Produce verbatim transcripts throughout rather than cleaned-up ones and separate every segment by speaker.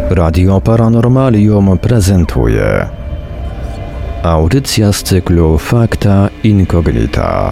Speaker 1: Radio Paranormalium prezentuje audycja z cyklu Facta Incognita.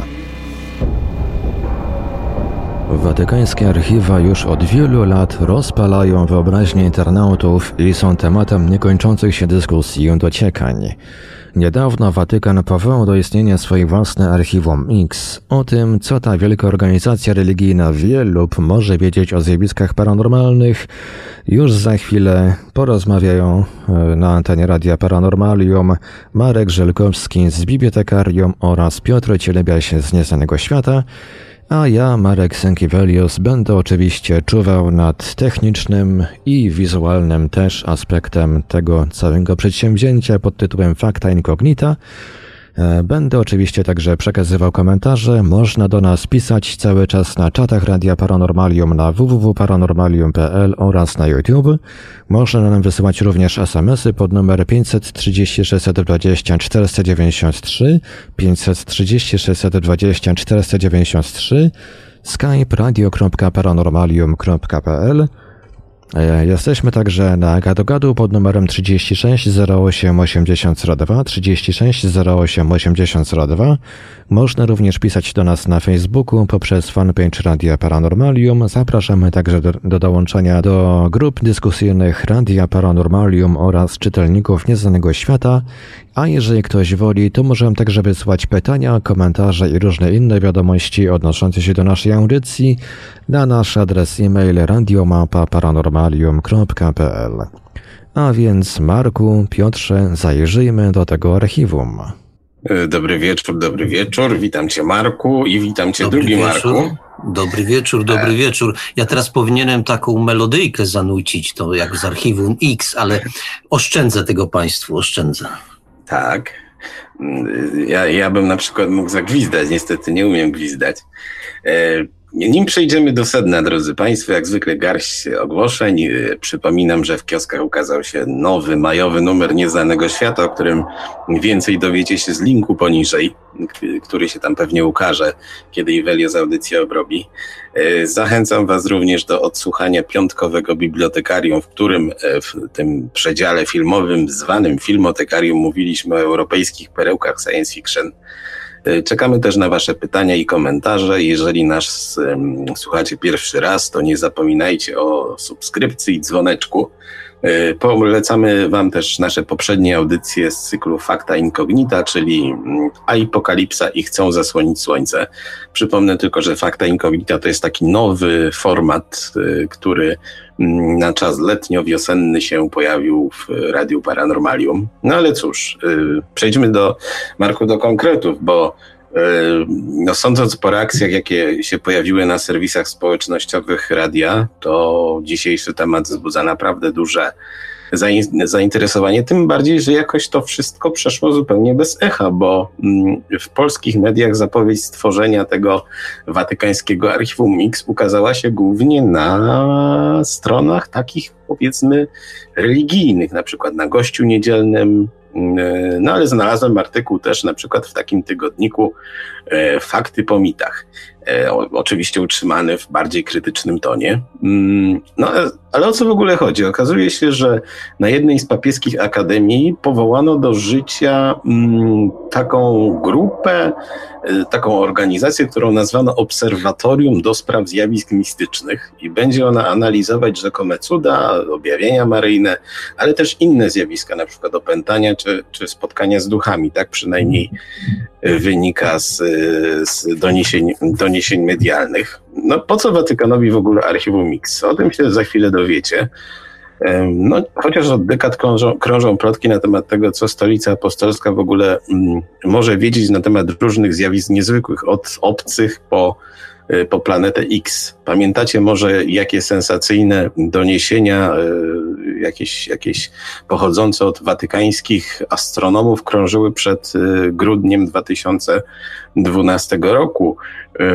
Speaker 1: Watykańskie archiwa już od wielu lat rozpalają wyobraźnię internautów i są tematem niekończących się dyskusji i dociekań. Niedawno Watykan powołał do istnienia swoje własne Archiwum X. O tym, co ta wielka organizacja religijna wie lub może wiedzieć o zjawiskach paranormalnych, już za chwilę porozmawiają na antenie Radia Paranormalium Marek Żelkowski z Bibliotekarium oraz Piotr Cielebiaś z Nieznanego Świata, a ja, Marek Sękiewelius, będę oczywiście czuwał nad technicznym i wizualnym też aspektem tego całego przedsięwzięcia pod tytułem Facta Incognita. Będę oczywiście także przekazywał komentarze. Można do nas pisać cały czas na czatach Radia Paranormalium na w w w kropka paranormalium kropka p l oraz na YouTube. Można nam wysyłać również es em esy pod numer pięćset trzydzieści sześć dwadzieścia czterysta dziewięćdziesiąt trzy, pięćset trzydzieści sześć dwadzieścia czterysta dziewięćdziesiąt trzy, skype radio kropka paranormalium kropka p l. Jesteśmy także na gadu-gadu pod numerem trzydzieści sześć zero osiem osiemdziesiąt zero dwa, trzydzieści sześć zero osiem osiemdziesiąt zero dwa. Można również pisać do nas na Facebooku poprzez fanpage Radia Paranormalium. Zapraszamy także do, do dołączenia do grup dyskusyjnych Radia Paranormalium oraz czytelników Nieznanego Świata. A jeżeli ktoś woli, to możemy także wysłać pytania, komentarze i różne inne wiadomości odnoszące się do naszej audycji na nasz adres e-mail radiomapa paranormalium kropka p l. A więc, Marku, Piotrze, zajrzyjmy do tego archiwum.
Speaker 2: Dobry wieczór, dobry wieczór. Witam cię, Marku, i witam cię, dobry drugi wieczór. Marku.
Speaker 3: Dobry wieczór, dobry e... wieczór. Ja teraz powinienem taką melodyjkę zanucić, to jak z Archiwum X, ale oszczędzę tego państwu, oszczędzę.
Speaker 2: Tak. Ja, ja bym na przykład mógł zagwizdać, niestety nie umiem gwizdać. E, nim przejdziemy do sedna, drodzy Państwo, jak zwykle garść ogłoszeń. E, przypominam, że w kioskach ukazał się nowy, majowy numer Nieznanego Świata, o którym więcej dowiecie się z linku poniżej, który się tam pewnie ukaże, kiedy Iwelio z audycji obrobi. E, zachęcam Was również do odsłuchania piątkowego Bibliotekarium, w którym e, w tym przedziale filmowym zwanym Filmotekarium mówiliśmy o europejskich perełkach science fiction. Czekamy też na Wasze pytania i komentarze. Jeżeli nas um, słuchacie pierwszy raz, to nie zapominajcie o subskrypcji i dzwoneczku. Yy, polecamy Wam też nasze poprzednie audycje z cyklu Facta Incognita, czyli um, Apokalipsa i Chcą zasłonić słońce. Przypomnę tylko, że Facta Incognita to jest taki nowy format, yy, który um, na czas letnio-wiosenny się pojawił w Radiu Paranormalium. No ale cóż, yy, przejdźmy do, Marku, do konkretów, bo no, sądząc po reakcjach, jakie się pojawiły na serwisach społecznościowych radia, to dzisiejszy temat wzbudza naprawdę duże zainteresowanie, tym bardziej, że jakoś to wszystko przeszło zupełnie bez echa, bo w polskich mediach zapowiedź stworzenia tego watykańskiego Archiwum X ukazała się głównie na stronach takich, powiedzmy, religijnych, na przykład na Gościu Niedzielnym. No ale znalazłem artykuł też na przykład w takim tygodniku e, Fakty po mitach. E, o, oczywiście utrzymany w bardziej krytycznym tonie. Mm, no ale o co w ogóle chodzi? Okazuje się, że na jednej z papieskich akademii powołano do życia mm, taką grupę, e, taką organizację, którą nazwano Obserwatorium do Spraw Zjawisk Mistycznych i będzie ona analizować rzekome cuda, objawienia maryjne, ale też inne zjawiska, na przykład opętania czy, czy spotkania z duchami. Tak przynajmniej wynika z, z doniesień, doniesień medialnych. No po co Watykanowi w ogóle Archiwum X? O tym się za chwilę dowiecie. No, chociaż od dekad krążą, krążą plotki na temat tego, co Stolica Apostolska w ogóle mm, może wiedzieć na temat różnych zjawisk niezwykłych, od obcych po, po planetę X. Pamiętacie może, jakie sensacyjne doniesienia, y, jakieś, jakieś pochodzące od watykańskich astronomów krążyły przed y, grudniem dwa tysiące dwunastego roku. Y,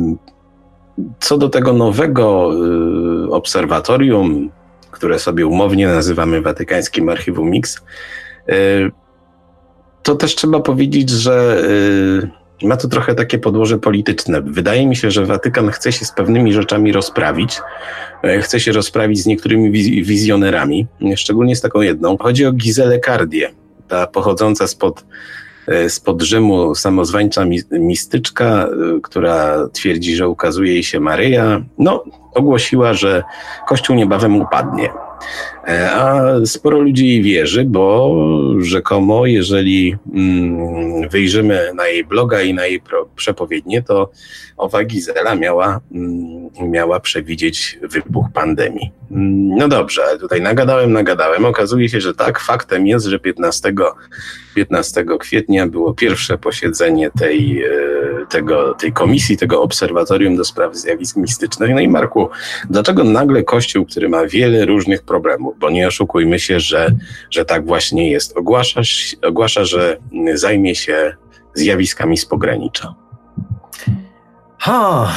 Speaker 2: co do tego nowego y, obserwatorium, które sobie umownie nazywamy Watykańskim Archiwum X, to też trzeba powiedzieć, że ma to trochę takie podłoże polityczne. Wydaje mi się, że Watykan chce się z pewnymi rzeczami rozprawić. Chce się rozprawić z niektórymi wiz- wizjonerami, szczególnie z taką jedną. Chodzi o Giselę Cardię, ta pochodząca spod, spod Rzymu samozwańcza mistyczka, która twierdzi, że ukazuje jej się Maryja. No, ogłosiła, że Kościół niebawem upadnie. A sporo ludzi jej wierzy, bo rzekomo, jeżeli mm, wyjrzymy na jej bloga i na jej pro, przepowiednie, to owa Gizela miała, mm, miała przewidzieć wybuch pandemii. No dobrze, tutaj nagadałem, nagadałem. Okazuje się, że tak, faktem jest, że piętnastego kwietnia było pierwsze posiedzenie tej, tego, tej komisji, tego obserwatorium do spraw zjawisk mistycznych. No i Marku, dlaczego nagle Kościół, który ma wiele różnych problemów, bo nie oszukujmy się, że, że tak właśnie jest, ogłasza, ogłasza, że zajmie się zjawiskami z pogranicza?
Speaker 3: Ha,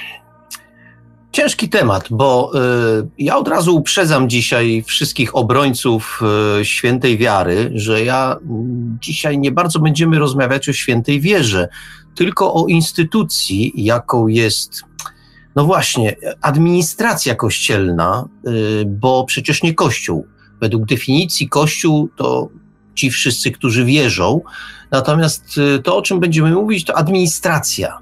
Speaker 3: ciężki temat, bo y, ja od razu uprzedzam dzisiaj wszystkich obrońców y, świętej wiary, że ja y, dzisiaj nie bardzo będziemy rozmawiać o świętej wierze, tylko o instytucji, jaką jest, no właśnie, administracja kościelna, y, bo przecież nie Kościół. Według definicji Kościół to ci wszyscy, którzy wierzą, natomiast y, to, o czym będziemy mówić, to administracja.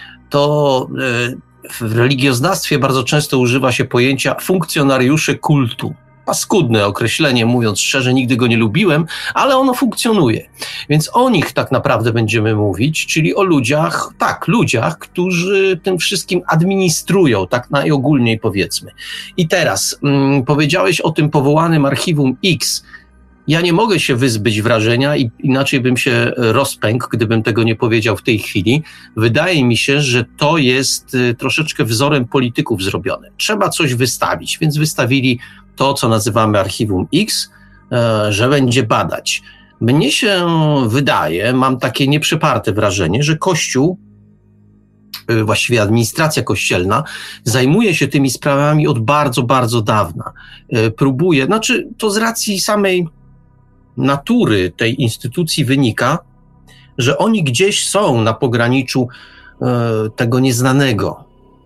Speaker 3: To y, w religioznawstwie bardzo często używa się pojęcia funkcjonariusze kultu. Paskudne określenie, mówiąc szczerze, nigdy go nie lubiłem, ale ono funkcjonuje. Więc o nich tak naprawdę będziemy mówić, czyli o ludziach, tak, ludziach, którzy tym wszystkim administrują, tak najogólniej powiedzmy. I teraz mm, powiedziałeś o tym powołanym Archiwum X. Ja nie mogę się wyzbyć wrażenia i inaczej bym się rozpękł, gdybym tego nie powiedział w tej chwili. Wydaje mi się, że to jest troszeczkę wzorem polityków zrobione. Trzeba coś wystawić, więc wystawili to, co nazywamy Archiwum X, że będzie badać. Mnie się wydaje, mam takie nieprzeparte wrażenie, że Kościół, właściwie administracja kościelna, zajmuje się tymi sprawami od bardzo, bardzo dawna. Próbuje, znaczy to z racji samej natury tej instytucji wynika, że oni gdzieś są na pograniczu e, tego nieznanego.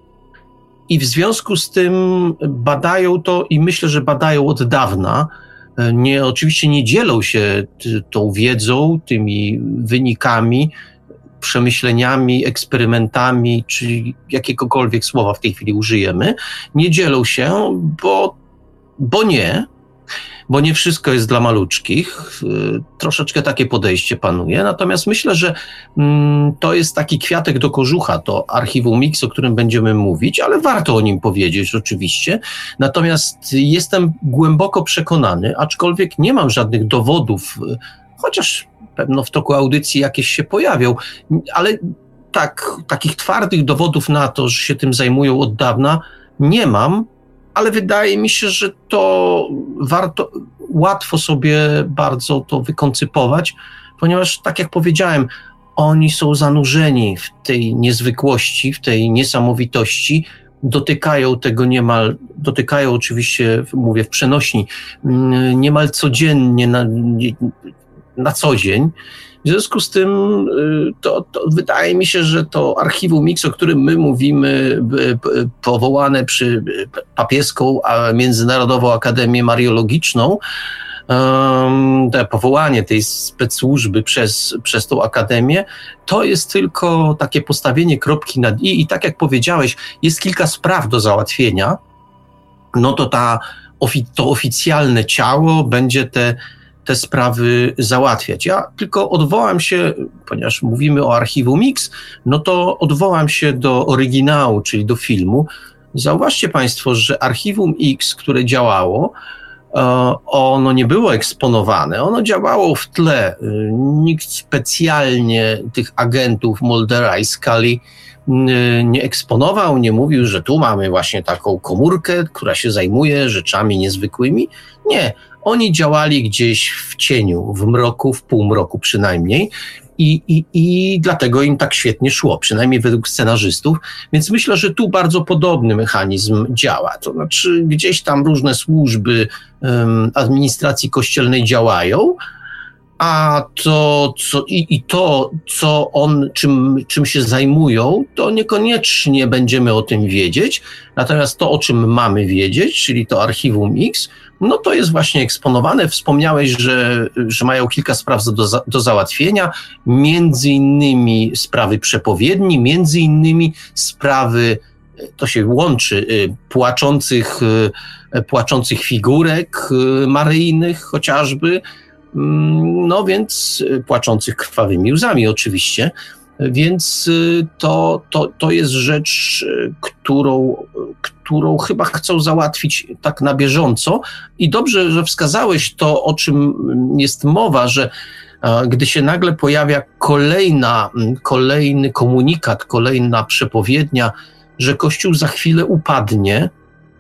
Speaker 3: I w związku z tym badają to i myślę, że badają od dawna. Nie, oczywiście nie dzielą się ty, tą wiedzą, tymi wynikami, przemyśleniami, eksperymentami, czy jakiegokolwiek słowa w tej chwili użyjemy. Nie dzielą się, bo, bo nie. Bo nie wszystko jest dla maluczkich, troszeczkę takie podejście panuje, natomiast myślę, że mm, to jest taki kwiatek do kożucha, to Archiwum X, o którym będziemy mówić, ale warto o nim powiedzieć oczywiście, natomiast jestem głęboko przekonany, aczkolwiek nie mam żadnych dowodów, chociaż pewno w toku audycji jakieś się pojawią, ale tak, takich twardych dowodów na to, że się tym zajmują od dawna, nie mam, ale wydaje mi się, że to warto, łatwo sobie bardzo to wykoncypować, ponieważ tak jak powiedziałem, oni są zanurzeni w tej niezwykłości, w tej niesamowitości, dotykają tego niemal, dotykają oczywiście, mówię w przenośni, niemal codziennie, na, na co dzień. W związku z tym to, to wydaje mi się, że to Archiwum X, o którym my mówimy, powołane przy papieską Międzynarodową Akademię Mariologiczną, to powołanie tej specsłużby przez, przez tą akademię, to jest tylko takie postawienie kropki nad i i tak jak powiedziałeś, jest kilka spraw do załatwienia, no to ta, to oficjalne ciało będzie te te sprawy załatwiać. Ja tylko odwołam się, ponieważ mówimy o Archiwum X, no to odwołam się do oryginału, czyli do filmu. Zauważcie Państwo, że Archiwum X, które działało, ono nie było eksponowane, ono działało w tle. Nikt specjalnie tych agentów Muldera i Scully nie eksponował, nie mówił, że tu mamy właśnie taką komórkę, która się zajmuje rzeczami niezwykłymi. Nie, oni działali gdzieś w cieniu, w mroku, w półmroku przynajmniej i, i, i dlatego im tak świetnie szło, przynajmniej według scenarzystów, więc myślę, że tu bardzo podobny mechanizm działa, to znaczy gdzieś tam różne służby um, administracji kościelnej działają, a to, co, i, i to, co on, czym, czym się zajmują, to niekoniecznie będziemy o tym wiedzieć. Natomiast to, o czym mamy wiedzieć, czyli to Archiwum X, no to jest właśnie eksponowane. Wspomniałeś, że, że mają kilka spraw do, do załatwienia, między innymi sprawy przepowiedni, między innymi sprawy, to się łączy, płaczących, płaczących figurek maryjnych chociażby, no więc płaczących krwawymi łzami oczywiście, więc to, to, to jest rzecz, którą, którą chyba chcą załatwić tak na bieżąco i dobrze, że wskazałeś to, o czym jest mowa, że gdy się nagle pojawia kolejna, kolejny komunikat, kolejna przepowiednia, że Kościół za chwilę upadnie.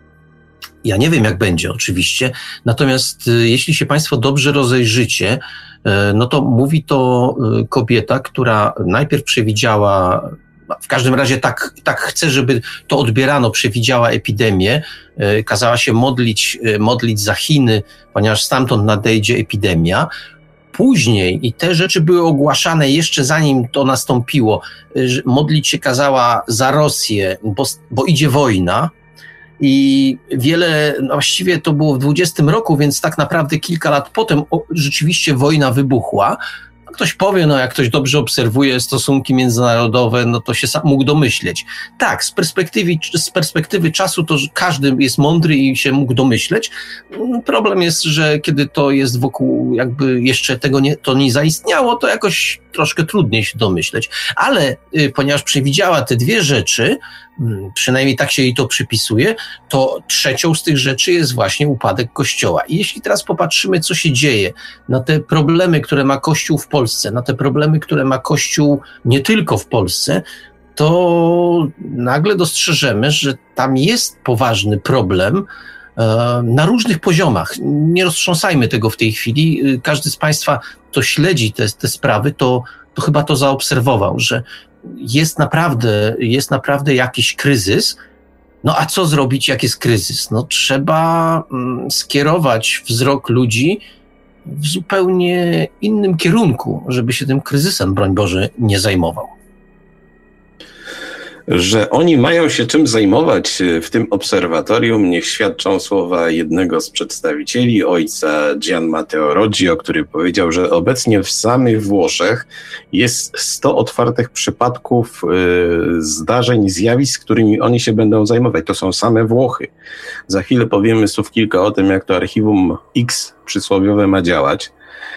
Speaker 3: Ja nie wiem, jak będzie oczywiście, natomiast jeśli się Państwo dobrze rozejrzycie, no to mówi to kobieta, która najpierw przewidziała, w każdym razie tak, tak chce, żeby to odbierano, przewidziała epidemię, kazała się modlić, modlić za Chiny, ponieważ stamtąd nadejdzie epidemia. Później, i te rzeczy były ogłaszane jeszcze zanim to nastąpiło, modlić się kazała za Rosję, bo, bo idzie wojna i wiele, no właściwie to było w dwudziestym roku, więc tak naprawdę kilka lat potem o, rzeczywiście wojna wybuchła. Ktoś powie, no jak ktoś dobrze obserwuje stosunki międzynarodowe, no to się sam mógł domyśleć. Tak, z perspektywy, z perspektywy czasu to każdy jest mądry i się mógł domyśleć. Problem jest, że kiedy to jest wokół, jakby jeszcze tego nie, to nie zaistniało, to jakoś troszkę trudniej się domyśleć. Ale y, ponieważ przewidziała te dwie rzeczy, y, przynajmniej tak się jej to przypisuje, to trzecią z tych rzeczy jest właśnie upadek Kościoła. I jeśli teraz popatrzymy, co się dzieje, na te problemy, które ma Kościół w Polsce, na te problemy, które ma Kościół nie tylko w Polsce, to nagle dostrzeżemy, że tam jest poważny problem e, na różnych poziomach. Nie roztrząsajmy tego w tej chwili. Każdy z Państwa, kto śledzi te, te sprawy, to, to chyba to zaobserwował, że jest naprawdę, jest naprawdę jakiś kryzys. No a co zrobić, jak jest kryzys? No trzeba mm, skierować wzrok ludzi w zupełnie innym kierunku, żeby się tym kryzysem, broń Boże, nie zajmował.
Speaker 2: Że oni mają się czym zajmować w tym obserwatorium, niech świadczą słowa jednego z przedstawicieli, ojca Gian Matteo Roggio, który powiedział, że obecnie w samych Włoszech jest sto otwartych przypadków y, zdarzeń, zjawisk, którymi oni się będą zajmować. To są same Włochy. Za chwilę powiemy słów kilka o tym, jak to Archiwum X przysłowiowe ma działać.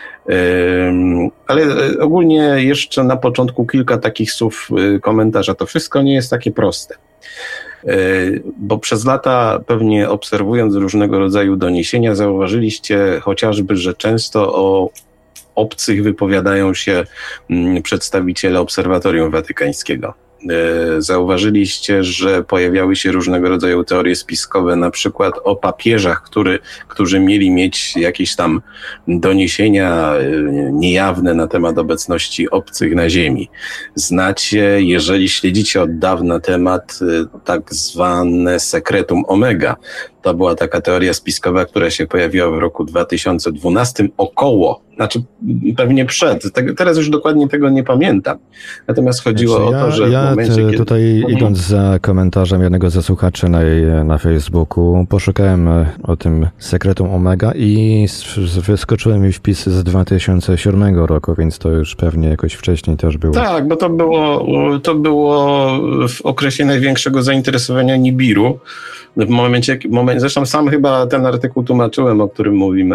Speaker 2: Ale ogólnie jeszcze na początku kilka takich słów komentarza. To wszystko nie jest takie proste, bo przez lata pewnie obserwując różnego rodzaju doniesienia zauważyliście chociażby, że często o obcych wypowiadają się przedstawiciele Obserwatorium Watykańskiego. Zauważyliście, że pojawiały się różnego rodzaju teorie spiskowe, na przykład o papieżach, który, którzy mieli mieć jakieś tam doniesienia niejawne na temat obecności obcych na Ziemi. Znacie, jeżeli śledzicie od dawna temat, tak zwane Secretum Omega. To była taka teoria spiskowa, która się pojawiła w roku dwa tysiące dwunastym około, znaczy pewnie przed, te, teraz już dokładnie tego nie pamiętam. Natomiast chodziło
Speaker 1: znaczy,
Speaker 2: o to, że
Speaker 1: ja,
Speaker 2: w momencie,
Speaker 1: ja
Speaker 2: kiedy...
Speaker 1: tutaj mhm. idąc za komentarzem jednego ze słuchaczy na, na Facebooku, poszukałem o tym Secretum Omega i wyskoczyły mi wpisy z dwa tysiące siódmego roku, więc to już pewnie jakoś wcześniej też było.
Speaker 2: Tak, bo to było, to było w okresie największego zainteresowania Nibiru. W momencie, moment, zresztą sam chyba ten artykuł tłumaczyłem, o którym mówimy.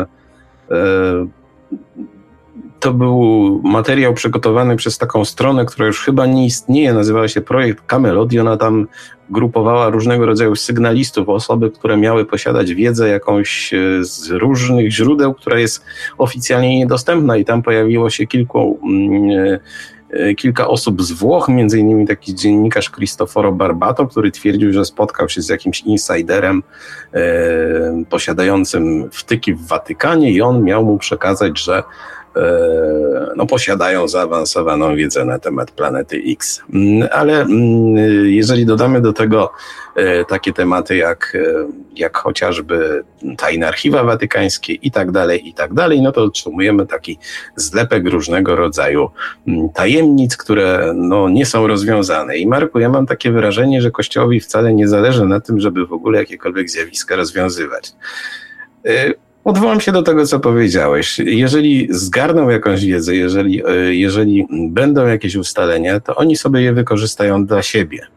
Speaker 2: To był materiał przygotowany przez taką stronę, która już chyba nie istnieje, nazywała się Projekt Camelot i ona tam grupowała różnego rodzaju sygnalistów, osoby, które miały posiadać wiedzę jakąś z różnych źródeł, która jest oficjalnie niedostępna i tam pojawiło się kilku... Mm, kilka osób z Włoch, między innymi taki dziennikarz Cristoforo Barbato, który twierdził, że spotkał się z jakimś insiderem e, posiadającym wtyki w Watykanie i on miał mu przekazać, że no, posiadają zaawansowaną wiedzę na temat planety X. Ale jeżeli dodamy do tego takie tematy jak, jak chociażby tajne archiwa watykańskie i tak dalej, i tak dalej, no to otrzymujemy taki zlepek różnego rodzaju tajemnic, które no, nie są rozwiązane. I Marku, ja mam takie wrażenie, że Kościołowi wcale nie zależy na tym, żeby w ogóle jakiekolwiek zjawiska rozwiązywać. Odwołam się do tego, co powiedziałeś. Jeżeli zgarną jakąś wiedzę, jeżeli, jeżeli będą jakieś ustalenia, to oni sobie je wykorzystają dla siebie.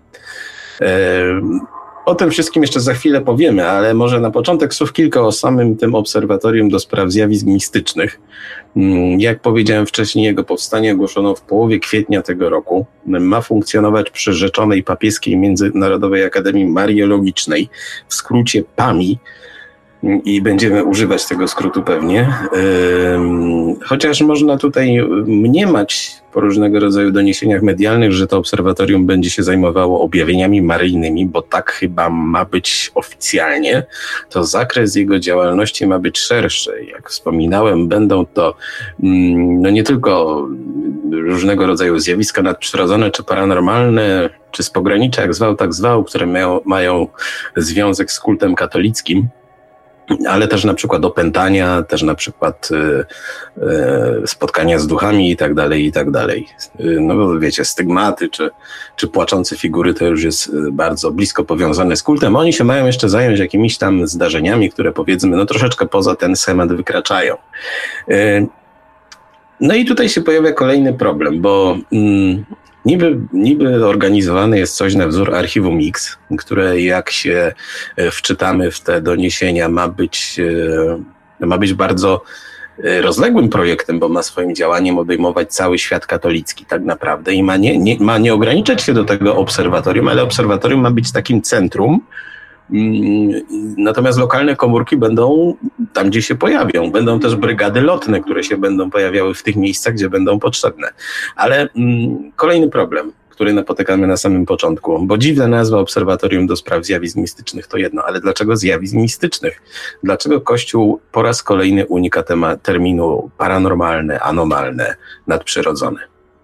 Speaker 2: O tym wszystkim jeszcze za chwilę powiemy, ale może na początek słów kilka o samym tym obserwatorium do spraw zjawisk mistycznych. Jak powiedziałem wcześniej, jego powstanie ogłoszono w połowie kwietnia tego roku. Ma funkcjonować przy rzeczonej papieskiej Międzynarodowej Akademii Mariologicznej, w skrócie PAMI, i będziemy używać tego skrótu pewnie. Chociaż można tutaj mniemać po różnego rodzaju doniesieniach medialnych, że to obserwatorium będzie się zajmowało objawieniami maryjnymi, bo tak chyba ma być oficjalnie, to zakres jego działalności ma być szerszy. Jak wspominałem, będą to no nie tylko różnego rodzaju zjawiska nadprzyrodzone czy paranormalne, czy z pogranicza, jak zwał, tak zwał, które mają, mają związek z kultem katolickim, ale też na przykład opętania, też na przykład y, y, spotkania z duchami i tak dalej, i tak dalej. No wiecie, stygmaty czy, czy płaczące figury to już jest bardzo blisko powiązane z kultem. Oni się mają jeszcze zająć jakimiś tam zdarzeniami, które powiedzmy no troszeczkę poza ten schemat wykraczają. Y, no i tutaj się pojawia kolejny problem, bo y, Niby, niby organizowane jest coś na wzór Archiwum X, które jak się wczytamy w te doniesienia ma być, ma być bardzo rozległym projektem, bo ma swoim działaniem obejmować cały świat katolicki tak naprawdę i ma nie, nie, ma nie ograniczać się do tego obserwatorium, ale obserwatorium ma być takim centrum. Natomiast lokalne komórki będą tam, gdzie się pojawią. Będą też brygady lotne, które się będą pojawiały w tych miejscach, gdzie będą potrzebne. Ale mm, kolejny problem, który napotykamy na samym początku, bo dziwna nazwa Obserwatorium do spraw zjawisk mistycznych to jedno, ale dlaczego zjawisk mistycznych? Dlaczego Kościół po raz kolejny unika temat, terminu paranormalne, anomalne, nadprzyrodzone?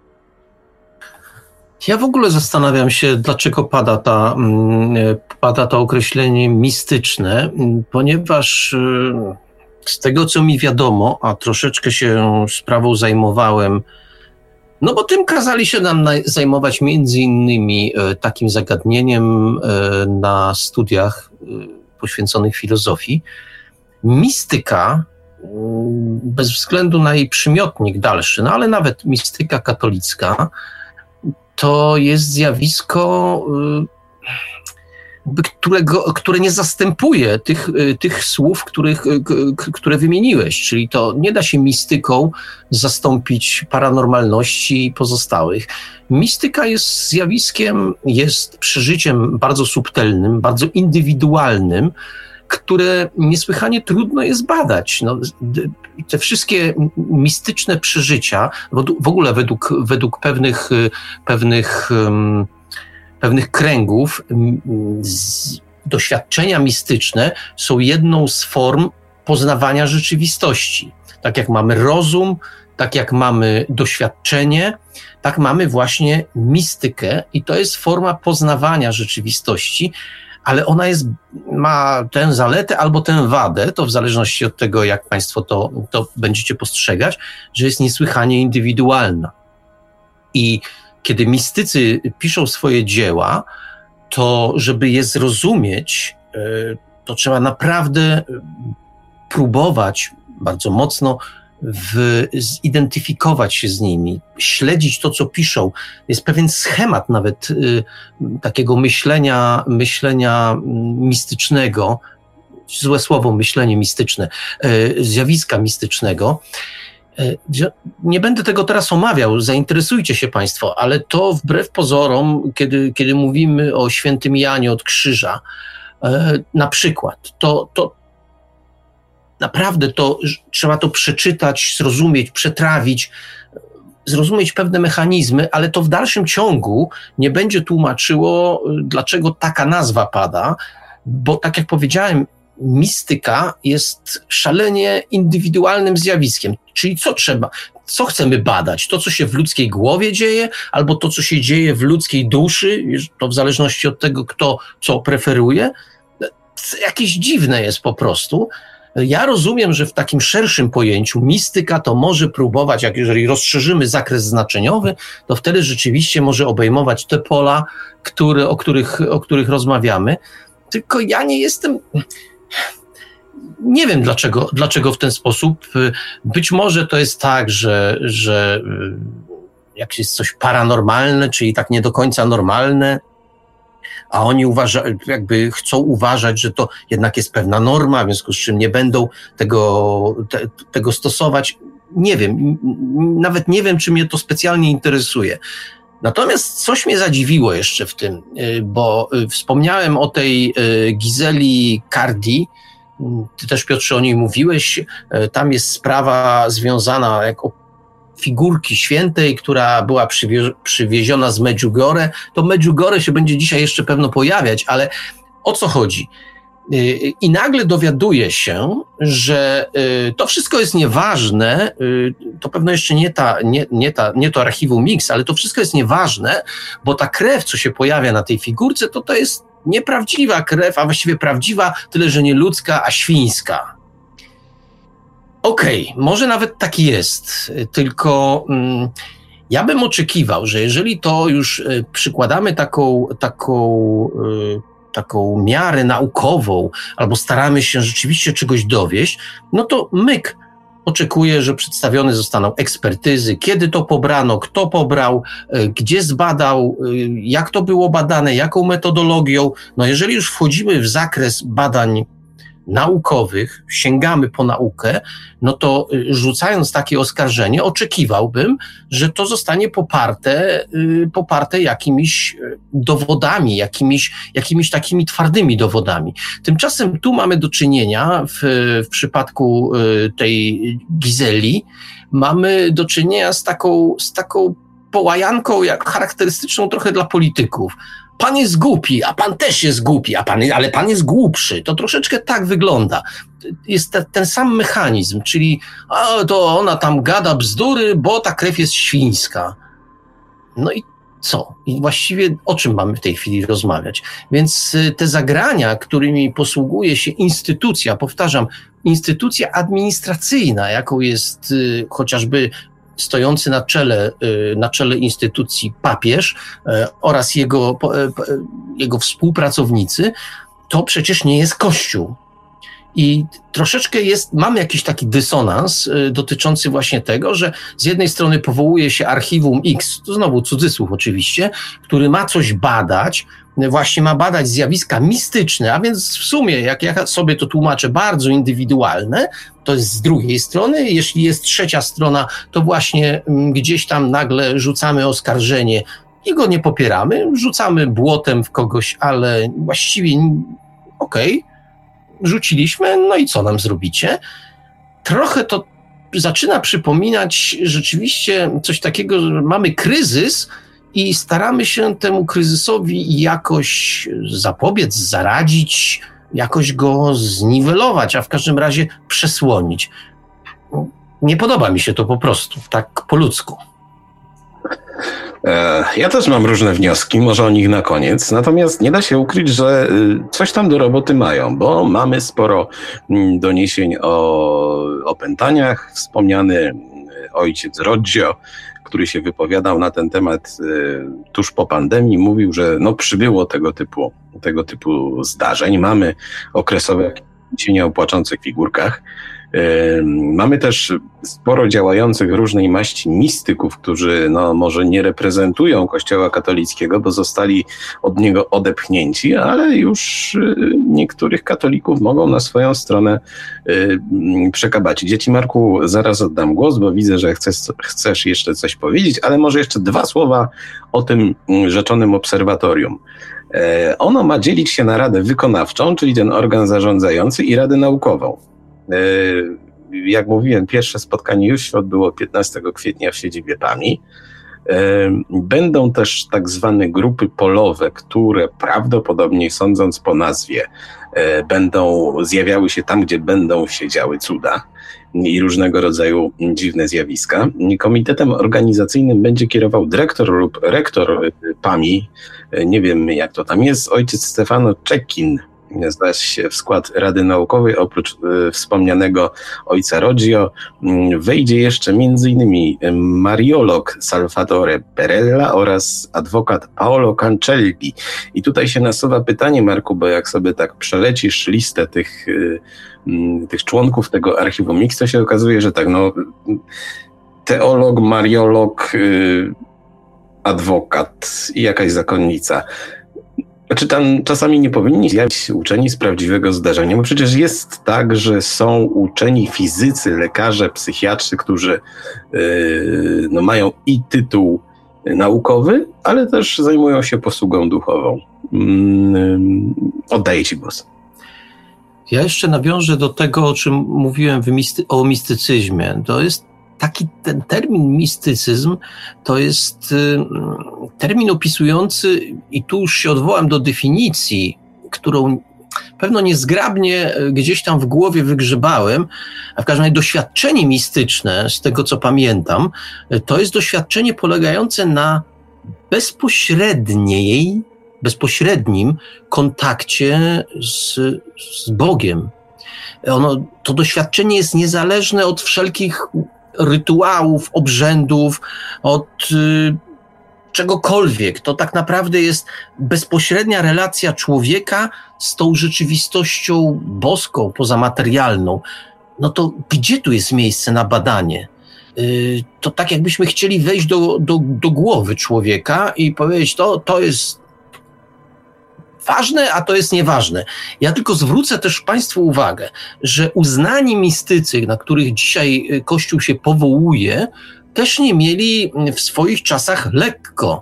Speaker 3: Ja w ogóle zastanawiam się, dlaczego pada, ta, pada to określenie mistyczne, ponieważ z tego, co mi wiadomo, a troszeczkę się sprawą zajmowałem, no bo tym kazali się nam zajmować między innymi takim zagadnieniem na studiach poświęconych filozofii. Mistyka, bez względu na jej przymiotnik dalszy, no ale nawet mistyka katolicka, to jest zjawisko, którego, które nie zastępuje tych, tych słów, których, które wymieniłeś, czyli to nie da się mistyką zastąpić paranormalności pozostałych. Mistyka jest zjawiskiem, jest przeżyciem bardzo subtelnym, bardzo indywidualnym, które niesłychanie trudno jest badać. No, te wszystkie mistyczne przeżycia, w ogóle według, według pewnych, pewnych, pewnych kręgów, doświadczenia mistyczne są jedną z form poznawania rzeczywistości. Tak jak mamy rozum, tak jak mamy doświadczenie, tak mamy właśnie mistykę i to jest forma poznawania rzeczywistości, ale ona jest, ma tę zaletę albo tę wadę, to w zależności od tego, jak Państwo to, to będziecie postrzegać, że jest niesłychanie indywidualna. I kiedy mistycy piszą swoje dzieła, to żeby je zrozumieć, to trzeba naprawdę próbować bardzo mocno w, zidentyfikować się z nimi, śledzić to, co piszą. Jest pewien schemat nawet y, takiego myślenia, myślenia mistycznego, złe słowo, myślenie mistyczne, y, zjawiska mistycznego. Y, nie będę tego teraz omawiał, zainteresujcie się Państwo, ale to wbrew pozorom, kiedy, kiedy mówimy o świętym Janie od Krzyża, y, na przykład, to, to naprawdę to trzeba to przeczytać, zrozumieć, przetrawić, zrozumieć pewne mechanizmy, ale to w dalszym ciągu nie będzie tłumaczyło, dlaczego taka nazwa pada, bo tak jak powiedziałem, mistyka jest szalenie indywidualnym zjawiskiem. Czyli co trzeba? co chcemy badać? To, co się w ludzkiej głowie dzieje, albo to, co się dzieje w ludzkiej duszy, to w zależności od tego, kto co preferuje. Jakieś dziwne jest po prostu. Ja rozumiem, że w takim szerszym pojęciu mistyka to może próbować, jak jeżeli rozszerzymy zakres znaczeniowy, to wtedy rzeczywiście może obejmować te pola, które, o, których, o których rozmawiamy. Tylko ja nie jestem... Nie wiem dlaczego, dlaczego w ten sposób. Być może to jest tak, że, że jak jest coś paranormalne, czyli tak nie do końca normalne, a oni uważa, jakby chcą uważać, że to jednak jest pewna norma, w związku z czym nie będą tego, te, tego stosować. Nie wiem, nawet nie wiem, czy mnie to specjalnie interesuje. Natomiast coś mnie zadziwiło jeszcze w tym, bo wspomniałem o tej Gizeli Kardi. Ty też, Piotrze, o niej mówiłeś. Tam jest sprawa związana jako figurki świętej, która była przywie- przywieziona z Medjugorje. To Medjugorje się będzie dzisiaj jeszcze pewno pojawiać, ale o co chodzi? I nagle dowiaduje się, że to wszystko jest nieważne, to pewno jeszcze nie, ta, nie, nie, ta, nie to archiwum Mix, ale to wszystko jest nieważne, bo ta krew, co się pojawia na tej figurce, to to jest nieprawdziwa krew, a właściwie prawdziwa, tyle że nie ludzka, a świńska. Okej, okay, może nawet tak jest, tylko mm, ja bym oczekiwał, że jeżeli to już y, przykładamy taką, taką, y, taką miarę naukową, albo staramy się rzeczywiście czegoś dowieść, no to myk oczekuje, że przedstawione zostaną ekspertyzy, kiedy to pobrano, kto pobrał, y, gdzie zbadał, y, jak to było badane, jaką metodologią. No jeżeli już wchodzimy w zakres badań naukowych, sięgamy po naukę, no to rzucając takie oskarżenie, oczekiwałbym, że to zostanie poparte, yy, poparte jakimiś dowodami, jakimiś, jakimiś takimi twardymi dowodami. Tymczasem tu mamy do czynienia w, w przypadku yy, tej Gizeli, mamy do czynienia z taką, z taką połajanką, jak charakterystyczną trochę dla polityków. Pan jest głupi, a pan też jest głupi, a pan, ale pan jest głupszy. To troszeczkę tak wygląda. Jest te, ten sam mechanizm, czyli a, to ona tam gada bzdury, bo ta krew jest świńska. No i co? I właściwie o czym mamy w tej chwili rozmawiać? Więc te zagrania, którymi posługuje się instytucja, powtarzam, instytucja administracyjna, jaką jest y, chociażby stojący na czele, na czele instytucji papież oraz jego, jego współpracownicy, to przecież nie jest Kościół. I troszeczkę jest, mamy jakiś taki dysonans dotyczący właśnie tego, że z jednej strony powołuje się Archiwum X, to znowu cudzysłów oczywiście, który ma coś badać, właśnie ma badać zjawiska mistyczne, a więc w sumie, jak ja sobie to tłumaczę, bardzo indywidualne, to jest z drugiej strony. Jeśli jest trzecia strona, to właśnie gdzieś tam nagle rzucamy oskarżenie i go nie popieramy, rzucamy błotem w kogoś, ale właściwie okej, okay, rzuciliśmy, no i co nam zrobicie? Trochę to zaczyna przypominać rzeczywiście coś takiego, że mamy kryzys, i staramy się temu kryzysowi jakoś zapobiec, zaradzić, jakoś go zniwelować, a w każdym razie przesłonić. Nie podoba mi się to po prostu, tak po ludzku.
Speaker 2: Ja też mam różne wnioski, może o nich na koniec, natomiast nie da się ukryć, że coś tam do roboty mają, bo mamy sporo doniesień o opętaniach. Wspomniany ojciec Rodzio, który się wypowiadał na ten temat y, tuż po pandemii, mówił, że no przybyło tego typu, tego typu zdarzeń. Mamy okresowe cienia o płaczących figurkach. Y, mamy też sporo działających różnej maści mistyków, którzy no może nie reprezentują Kościoła katolickiego, bo zostali od niego odepchnięci, ale już y, niektórych katolików mogą na swoją stronę y, przekabacić. Ja ci, Marku, zaraz oddam głos, bo widzę, że chcesz, chcesz jeszcze coś powiedzieć, ale może jeszcze dwa słowa o tym rzeczonym obserwatorium. Y, ono ma dzielić się na Radę Wykonawczą, czyli ten organ zarządzający, i Radę Naukową. Jak mówiłem, pierwsze spotkanie już się odbyło piętnastego kwietnia w siedzibie P A M I. Będą też tak zwane grupy polowe, które prawdopodobnie, sądząc po nazwie, będą zjawiały się tam, gdzie będą się działy cuda i różnego rodzaju dziwne zjawiska. Komitetem organizacyjnym będzie kierował dyrektor lub rektor P A M I. Nie wiem, jak to tam jest. Ojciec Stefano Czekin znalazł się w skład Rady Naukowej. Oprócz y, wspomnianego ojca Roggio y, wejdzie jeszcze między innymi mariolog Salvatore Perella oraz adwokat Paolo Cancelli. I tutaj się nasuwa pytanie, Marku, bo jak sobie tak przelecisz listę tych, y, y, tych członków tego archiwum X, to się okazuje, że tak, no teolog, mariolog, y, adwokat i jakaś zakonnica. Znaczy tam czasami nie powinni zjawić uczeni z prawdziwego zdarzenia, bo przecież jest tak, że są uczeni fizycy, lekarze, psychiatrzy, którzy yy, no, mają i tytuł naukowy, ale też zajmują się posługą duchową. Yy, oddaję Ci głos.
Speaker 3: Ja jeszcze nawiążę do tego, o czym mówiłem w misty- o mistycyzmie. To jest taki ten termin mistycyzm to jest y, termin opisujący, i tu już się odwołam do definicji, którą pewno niezgrabnie gdzieś tam w głowie wygrzebałem, a w każdym razie doświadczenie mistyczne, z tego co pamiętam, to jest doświadczenie polegające na bezpośredniej, bezpośrednim kontakcie z, z Bogiem. Ono, to doświadczenie jest niezależne od wszelkich rytuałów, obrzędów, od y, czegokolwiek. To tak naprawdę jest bezpośrednia relacja człowieka z tą rzeczywistością boską, pozamaterialną. No to gdzie tu jest miejsce na badanie? Y, to tak jakbyśmy chcieli wejść do, do, do głowy człowieka i powiedzieć, to, to jest ważne, a to jest nieważne. Ja tylko zwrócę też Państwu uwagę, że uznani mistycy, na których dzisiaj Kościół się powołuje, też nie mieli w swoich czasach lekko.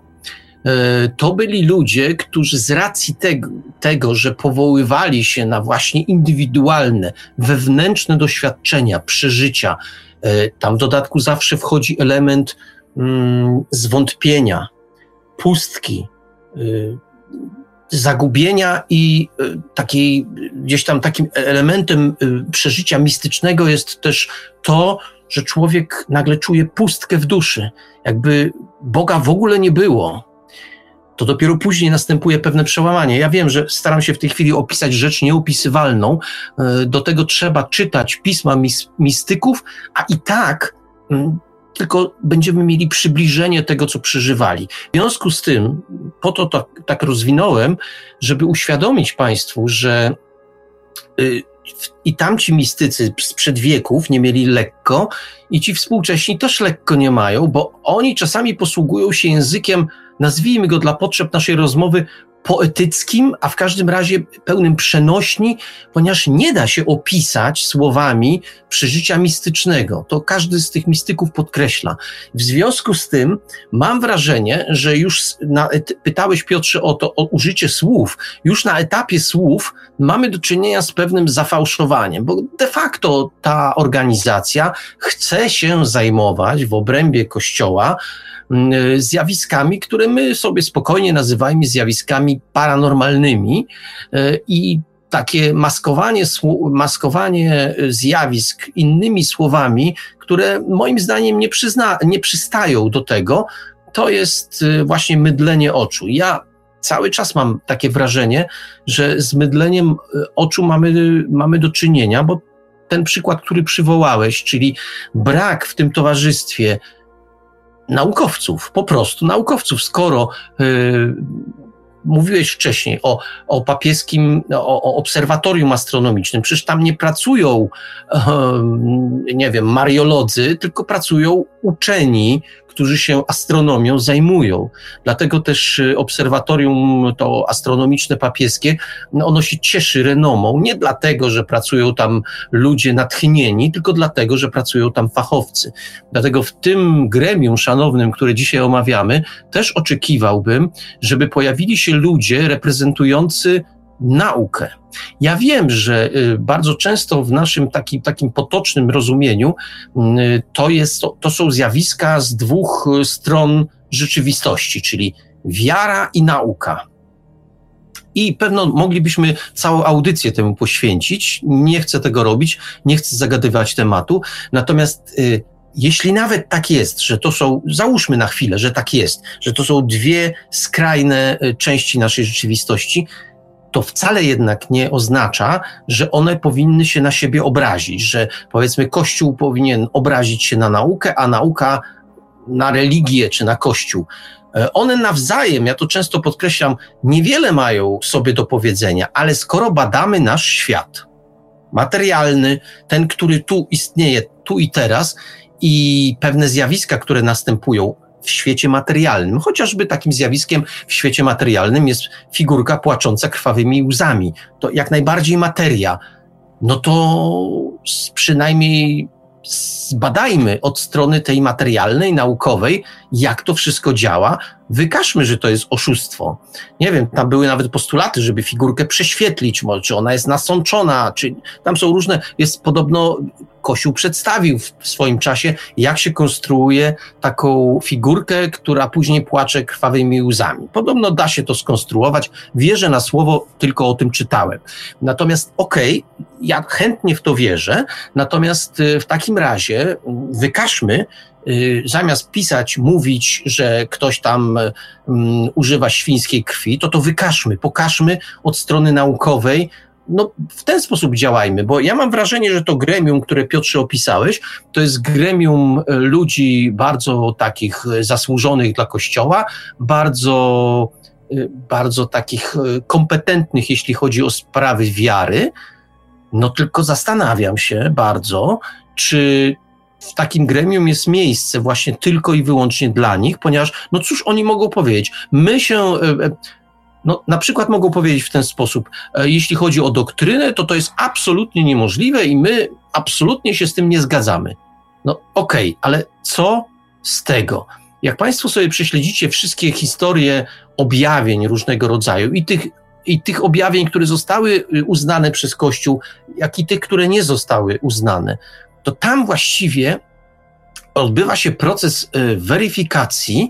Speaker 3: To byli ludzie, którzy z racji tego, tego, że powoływali się na właśnie indywidualne, wewnętrzne doświadczenia, przeżycia, tam w dodatku zawsze wchodzi element mm, zwątpienia, pustki, y, zagubienia i y, takiej, gdzieś tam takim elementem y, przeżycia mistycznego jest też to, że człowiek nagle czuje pustkę w duszy, jakby Boga w ogóle nie było. To dopiero później następuje pewne przełamanie. Ja wiem, że staram się w tej chwili opisać rzecz nieopisywalną, y, do tego trzeba czytać pisma mis- mistyków, a i tak y, tylko będziemy mieli przybliżenie tego, co przeżywali. W związku z tym, po to tak, tak rozwinąłem, żeby uświadomić Państwu, że y, i tamci mistycy sprzed wieków nie mieli lekko i ci współcześni też lekko nie mają, bo oni czasami posługują się językiem, nazwijmy go dla potrzeb naszej rozmowy, poetyckim, a w każdym razie pełnym przenośni, ponieważ nie da się opisać słowami przeżycia mistycznego. To każdy z tych mistyków podkreśla. W związku z tym mam wrażenie, że już na, pytałeś, Piotrze, o to, o użycie słów. Już na etapie słów mamy do czynienia z pewnym zafałszowaniem, bo de facto ta organizacja chce się zajmować w obrębie Kościoła zjawiskami, które my sobie spokojnie nazywajmy zjawiskami paranormalnymi i takie maskowanie, maskowanie zjawisk innymi słowami, które moim zdaniem nie, przyzna, nie przystają do tego, to jest właśnie mydlenie oczu. Ja cały czas mam takie wrażenie, że z mydleniem oczu mamy, mamy do czynienia, bo ten przykład, który przywołałeś, czyli brak w tym towarzystwie naukowców, po prostu naukowców, skoro yy, mówiłeś wcześniej o, o papieskim, o, o obserwatorium astronomicznym, przecież tam nie pracują, yy, nie wiem, mariolodzy, tylko pracują uczeni, którzy się astronomią zajmują. Dlatego też obserwatorium to astronomiczne papieskie, no ono się cieszy renomą, nie dlatego, że pracują tam ludzie natchnieni, tylko dlatego, że pracują tam fachowcy. Dlatego w tym gremium szanownym, które dzisiaj omawiamy, też oczekiwałbym, żeby pojawili się ludzie reprezentujący naukę. Ja wiem, że bardzo często w naszym takim, takim potocznym rozumieniu to, jest, to są zjawiska z dwóch stron rzeczywistości, czyli wiara i nauka. I pewno moglibyśmy całą audycję temu poświęcić. Nie chcę tego robić, nie chcę zagadywać tematu. Natomiast y, jeśli nawet tak jest, że to są, załóżmy na chwilę, że tak jest, że to są dwie skrajne y, części naszej rzeczywistości, to wcale jednak nie oznacza, że one powinny się na siebie obrazić, że powiedzmy Kościół powinien obrazić się na naukę, a nauka na religię czy na Kościół. One nawzajem, ja to często podkreślam, niewiele mają sobie do powiedzenia, ale skoro badamy nasz świat materialny, ten, który tu istnieje, tu i teraz i pewne zjawiska, które następują w świecie materialnym, chociażby takim zjawiskiem w świecie materialnym jest figurka płacząca krwawymi łzami, to jak najbardziej materia, no to przynajmniej zbadajmy od strony tej materialnej, naukowej, jak to wszystko działa, wykażmy, że to jest oszustwo. Nie wiem, tam były nawet postulaty, żeby figurkę prześwietlić, może, czy ona jest nasączona, czy tam są różne, jest podobno, Kościół przedstawił w swoim czasie, jak się konstruuje taką figurkę, która później płacze krwawymi łzami. Podobno da się to skonstruować, wierzę na słowo, tylko o tym czytałem. Natomiast okej, okay, ja chętnie w to wierzę, natomiast w takim razie wykażmy, zamiast pisać, mówić, że ktoś tam um, używa świńskiej krwi, to to wykażmy, pokażmy od strony naukowej, no w ten sposób działajmy, bo ja mam wrażenie, że to gremium, które Piotrze opisałeś, to jest gremium ludzi bardzo takich zasłużonych dla Kościoła, bardzo, bardzo takich kompetentnych, jeśli chodzi o sprawy wiary, no tylko zastanawiam się bardzo, czy w takim gremium jest miejsce właśnie tylko i wyłącznie dla nich, ponieważ, no cóż oni mogą powiedzieć? My się, no na przykład mogą powiedzieć w ten sposób, jeśli chodzi o doktrynę, to to jest absolutnie niemożliwe i my absolutnie się z tym nie zgadzamy. No okej, okay, ale co z tego? Jak Państwo sobie prześledzicie wszystkie historie objawień różnego rodzaju i tych, i tych objawień, które zostały uznane przez Kościół, jak i tych, które nie zostały uznane, to tam właściwie odbywa się proces weryfikacji.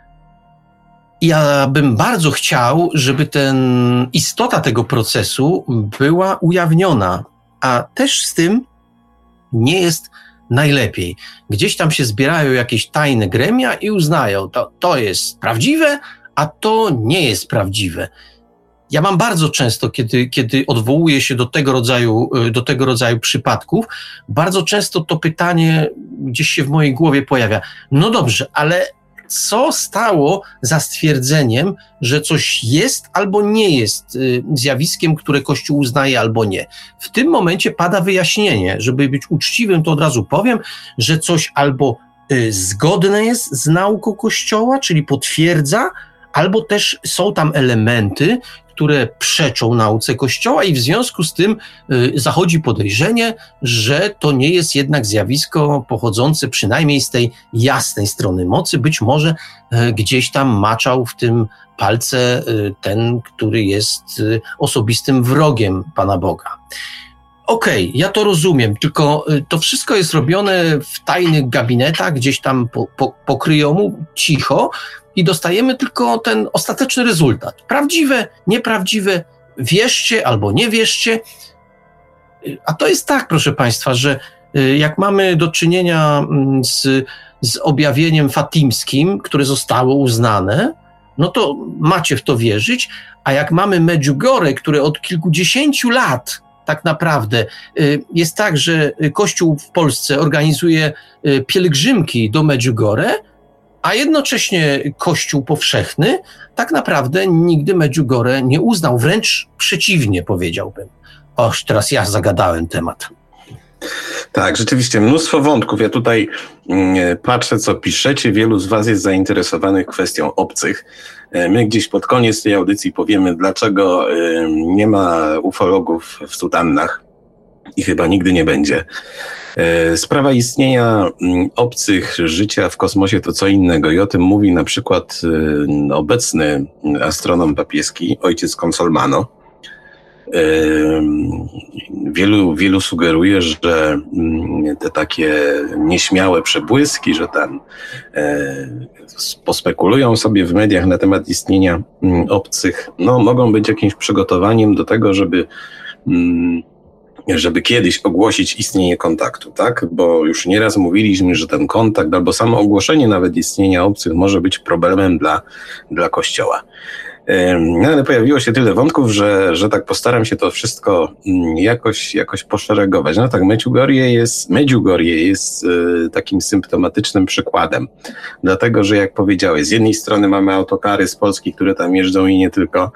Speaker 3: Ja bym bardzo chciał, żeby ten, istota tego procesu była ujawniona, a też z tym nie jest najlepiej. Gdzieś tam się zbierają jakieś tajne gremia i uznają, to, to jest prawdziwe, a to nie jest prawdziwe. Ja mam bardzo często, kiedy, kiedy odwołuję się do tego rodzaju, do tego rodzaju przypadków, bardzo często to pytanie gdzieś się w mojej głowie pojawia. No dobrze, ale co stało za stwierdzeniem, że coś jest albo nie jest zjawiskiem, które Kościół uznaje albo nie? W tym momencie pada wyjaśnienie. Żeby być uczciwym, to od razu powiem, że coś albo zgodne jest z nauką Kościoła, czyli potwierdza, albo też są tam elementy, które przeczą nauce Kościoła i w związku z tym y, zachodzi podejrzenie, że to nie jest jednak zjawisko pochodzące przynajmniej z tej jasnej strony mocy. Być może y, gdzieś tam maczał w tym palce y, ten, który jest y, osobistym wrogiem Pana Boga. Okej, okay, ja to rozumiem, tylko y, to wszystko jest robione w tajnych gabinetach, gdzieś tam po, po, po kryjomu, cicho, i dostajemy tylko ten ostateczny rezultat. Prawdziwe, nieprawdziwe, wierzcie albo nie wierzcie. A to jest tak, proszę Państwa, że jak mamy do czynienia z, z objawieniem fatimskim, które zostało uznane, no to macie w to wierzyć, a jak mamy Medjugorje, które od kilkudziesięciu lat tak naprawdę jest tak, że Kościół w Polsce organizuje pielgrzymki do Medjugorje, a jednocześnie Kościół powszechny tak naprawdę nigdy Medjugorje nie uznał, wręcz przeciwnie powiedziałbym. Oż, teraz ja zagadałem temat.
Speaker 2: Tak, rzeczywiście mnóstwo wątków. Ja tutaj y, patrzę, co piszecie. Wielu z was jest zainteresowanych kwestią obcych. Y, my gdzieś pod koniec tej audycji powiemy, dlaczego y, nie ma ufologów w sutannach i chyba nigdy nie będzie. Sprawa istnienia obcych życia w kosmosie to co innego i o tym mówi na przykład obecny astronom papieski, ojciec Consolmano. Wielu, wielu sugeruje, że te takie nieśmiałe przebłyski, że tam pospekulują sobie w mediach na temat istnienia obcych, no mogą być jakimś przygotowaniem do tego, żeby żeby kiedyś ogłosić istnienie kontaktu, tak? Bo już nieraz mówiliśmy, że ten kontakt albo samo ogłoszenie nawet istnienia obcych może być problemem dla, dla Kościoła. No ale pojawiło się tyle wątków, że, że tak postaram się to wszystko jakoś, jakoś poszeregować. No tak, Medjugorje jest, Medjugorje jest takim symptomatycznym przykładem, dlatego że jak powiedziałeś, z jednej strony mamy autokary z Polski, które tam jeżdżą i nie tylko,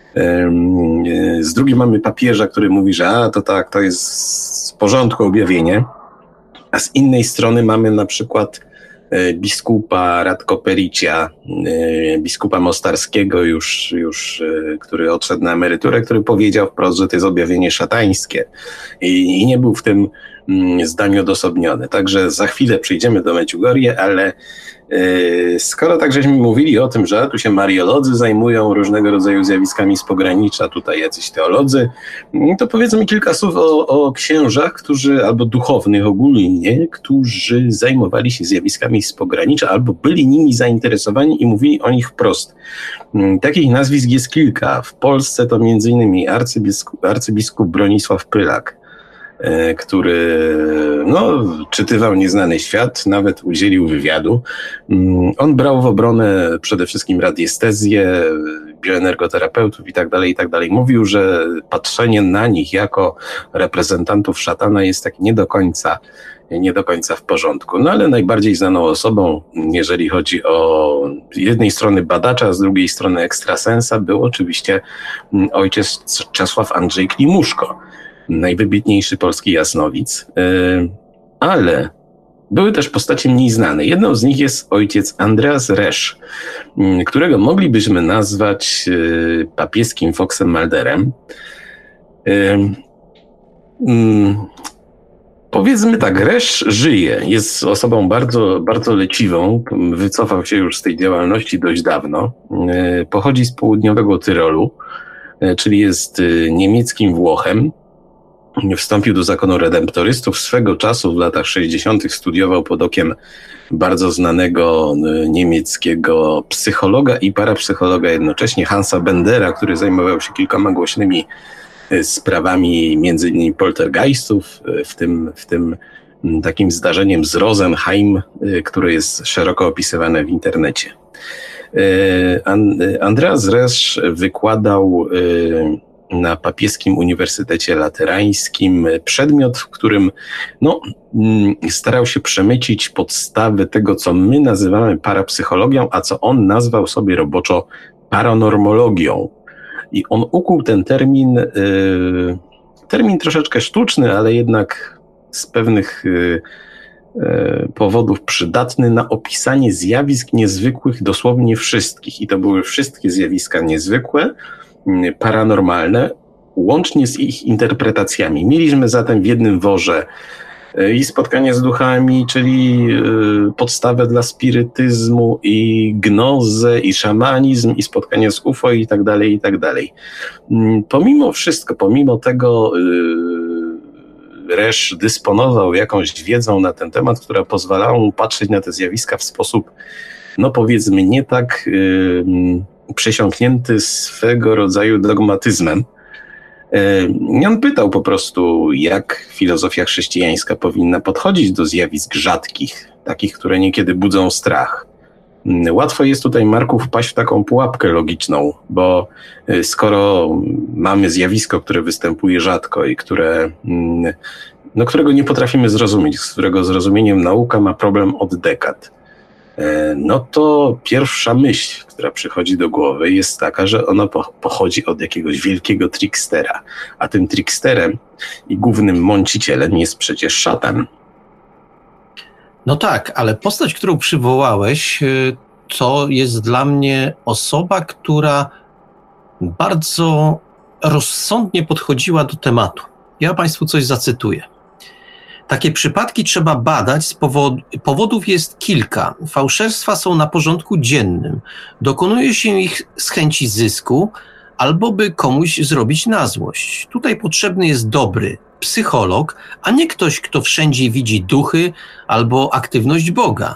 Speaker 2: z drugiej mamy papieża, który mówi, że a, to tak, to jest z porządku objawienie, a z innej strony mamy na przykład biskupa Radko Pericia, biskupa mostarskiego już, już, który odszedł na emeryturę, który powiedział wprost, że to jest objawienie szatańskie i, i nie był w tym zdaniu odosobniony. Także za chwilę przejdziemy do Medjugorje, ale skoro tak żeśmy mówili o tym, że tu się mariolodzy zajmują różnego rodzaju zjawiskami z pogranicza, tutaj jacyś teolodzy, to powiedzmy kilka słów o, o księżach, którzy, albo duchownych ogólnie, którzy zajmowali się zjawiskami z pogranicza, albo byli nimi zainteresowani i mówili o nich wprost. Takich nazwisk jest kilka. W Polsce to między innymi arcybiskup, arcybiskup Bronisław Pylak, który no, czytywał Nieznany Świat, nawet udzielił wywiadu. On brał w obronę przede wszystkim radiestezję, bioenergoterapeutów i tak dalej, i tak dalej. Mówił, że patrzenie na nich jako reprezentantów szatana jest tak nie do końca, nie do końca w porządku. No ale najbardziej znaną osobą, jeżeli chodzi o z jednej strony badacza, a z drugiej strony ekstrasensa, był oczywiście ojciec Czesław Andrzej Klimuszko, najwybitniejszy polski jasnowic, ale były też postacie mniej znane. Jedną z nich jest ojciec Andreas Resz, którego moglibyśmy nazwać papieskim Foxem Mulderem. Powiedzmy tak, Resz żyje, jest osobą bardzo, bardzo leciwą, wycofał się już z tej działalności dość dawno, pochodzi z południowego Tyrolu, czyli jest niemieckim Włochem. Wstąpił do zakonu redemptorystów. Swego czasu w latach sześćdziesiątych studiował pod okiem bardzo znanego niemieckiego psychologa i parapsychologa jednocześnie, Hansa Bendera, który zajmował się kilkoma głośnymi sprawami, między innymi poltergeistów, w tym, w tym takim zdarzeniem z Rosenheim, które jest szeroko opisywane w internecie. Andreas Resz wykładał na Papieskim Uniwersytecie Laterańskim przedmiot, w którym no, starał się przemycić podstawy tego, co my nazywamy parapsychologią, a co on nazwał sobie roboczo paranormologią. I on ukuł ten termin, yy, termin troszeczkę sztuczny, ale jednak z pewnych yy, yy, powodów przydatny na opisanie zjawisk niezwykłych, dosłownie wszystkich. I to były wszystkie zjawiska niezwykłe, paranormalne, łącznie z ich interpretacjami. Mieliśmy zatem w jednym worze i spotkanie z duchami, czyli podstawę dla spirytyzmu, i gnozę, i szamanizm, i spotkanie z U F O i tak dalej, i tak dalej. Pomimo wszystko, pomimo tego Resz dysponował jakąś wiedzą na ten temat, która pozwalała mu patrzeć na te zjawiska w sposób, no powiedzmy, nie tak yy, przesiąknięty swego rodzaju dogmatyzmem. Yy, on pytał po prostu, jak filozofia chrześcijańska powinna podchodzić do zjawisk rzadkich, takich, które niekiedy budzą strach. Yy, łatwo jest tutaj, Marku, wpaść w taką pułapkę logiczną, bo yy, skoro mamy zjawisko, które występuje rzadko i które, yy, no, którego nie potrafimy zrozumieć, z którego zrozumieniem nauka ma problem od dekad, no to pierwsza myśl, która przychodzi do głowy, jest taka, że ono pochodzi od jakiegoś wielkiego trickstera. A tym tricksterem i głównym mącicielem jest przecież szatan.
Speaker 3: No tak, ale postać, którą przywołałeś, to jest dla mnie osoba, która bardzo rozsądnie podchodziła do tematu. Ja Państwu coś zacytuję. Takie przypadki trzeba badać, z powodu, powodów jest kilka. Fałszerstwa są na porządku dziennym. Dokonuje się ich z chęci zysku, albo by komuś zrobić na złość. Tutaj potrzebny jest dobry psycholog, a nie ktoś, kto wszędzie widzi duchy albo aktywność Boga.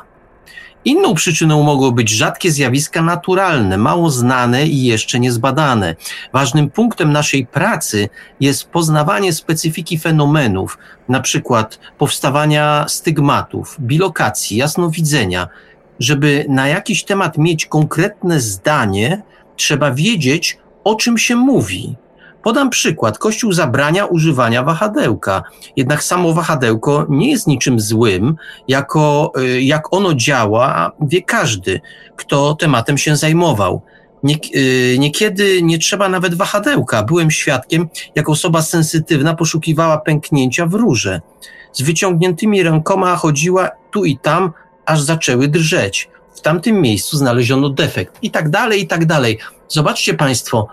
Speaker 3: Inną przyczyną mogą być rzadkie zjawiska naturalne, mało znane i jeszcze niezbadane. Ważnym punktem naszej pracy jest poznawanie specyfiki fenomenów, na przykład powstawania stygmatów, bilokacji, jasnowidzenia. Żeby na jakiś temat mieć konkretne zdanie, trzeba wiedzieć, o czym się mówi. Podam przykład. Kościół zabrania używania wahadełka. Jednak samo wahadełko nie jest niczym złym. Jako, jak ono działa, wie każdy, kto tematem się zajmował. Nie, niekiedy nie trzeba nawet wahadełka. Byłem świadkiem, jak osoba sensytywna poszukiwała pęknięcia w rurze. Z wyciągniętymi rękoma chodziła tu i tam, aż zaczęły drżeć. W tamtym miejscu znaleziono defekt. I tak dalej, i tak dalej. Zobaczcie Państwo,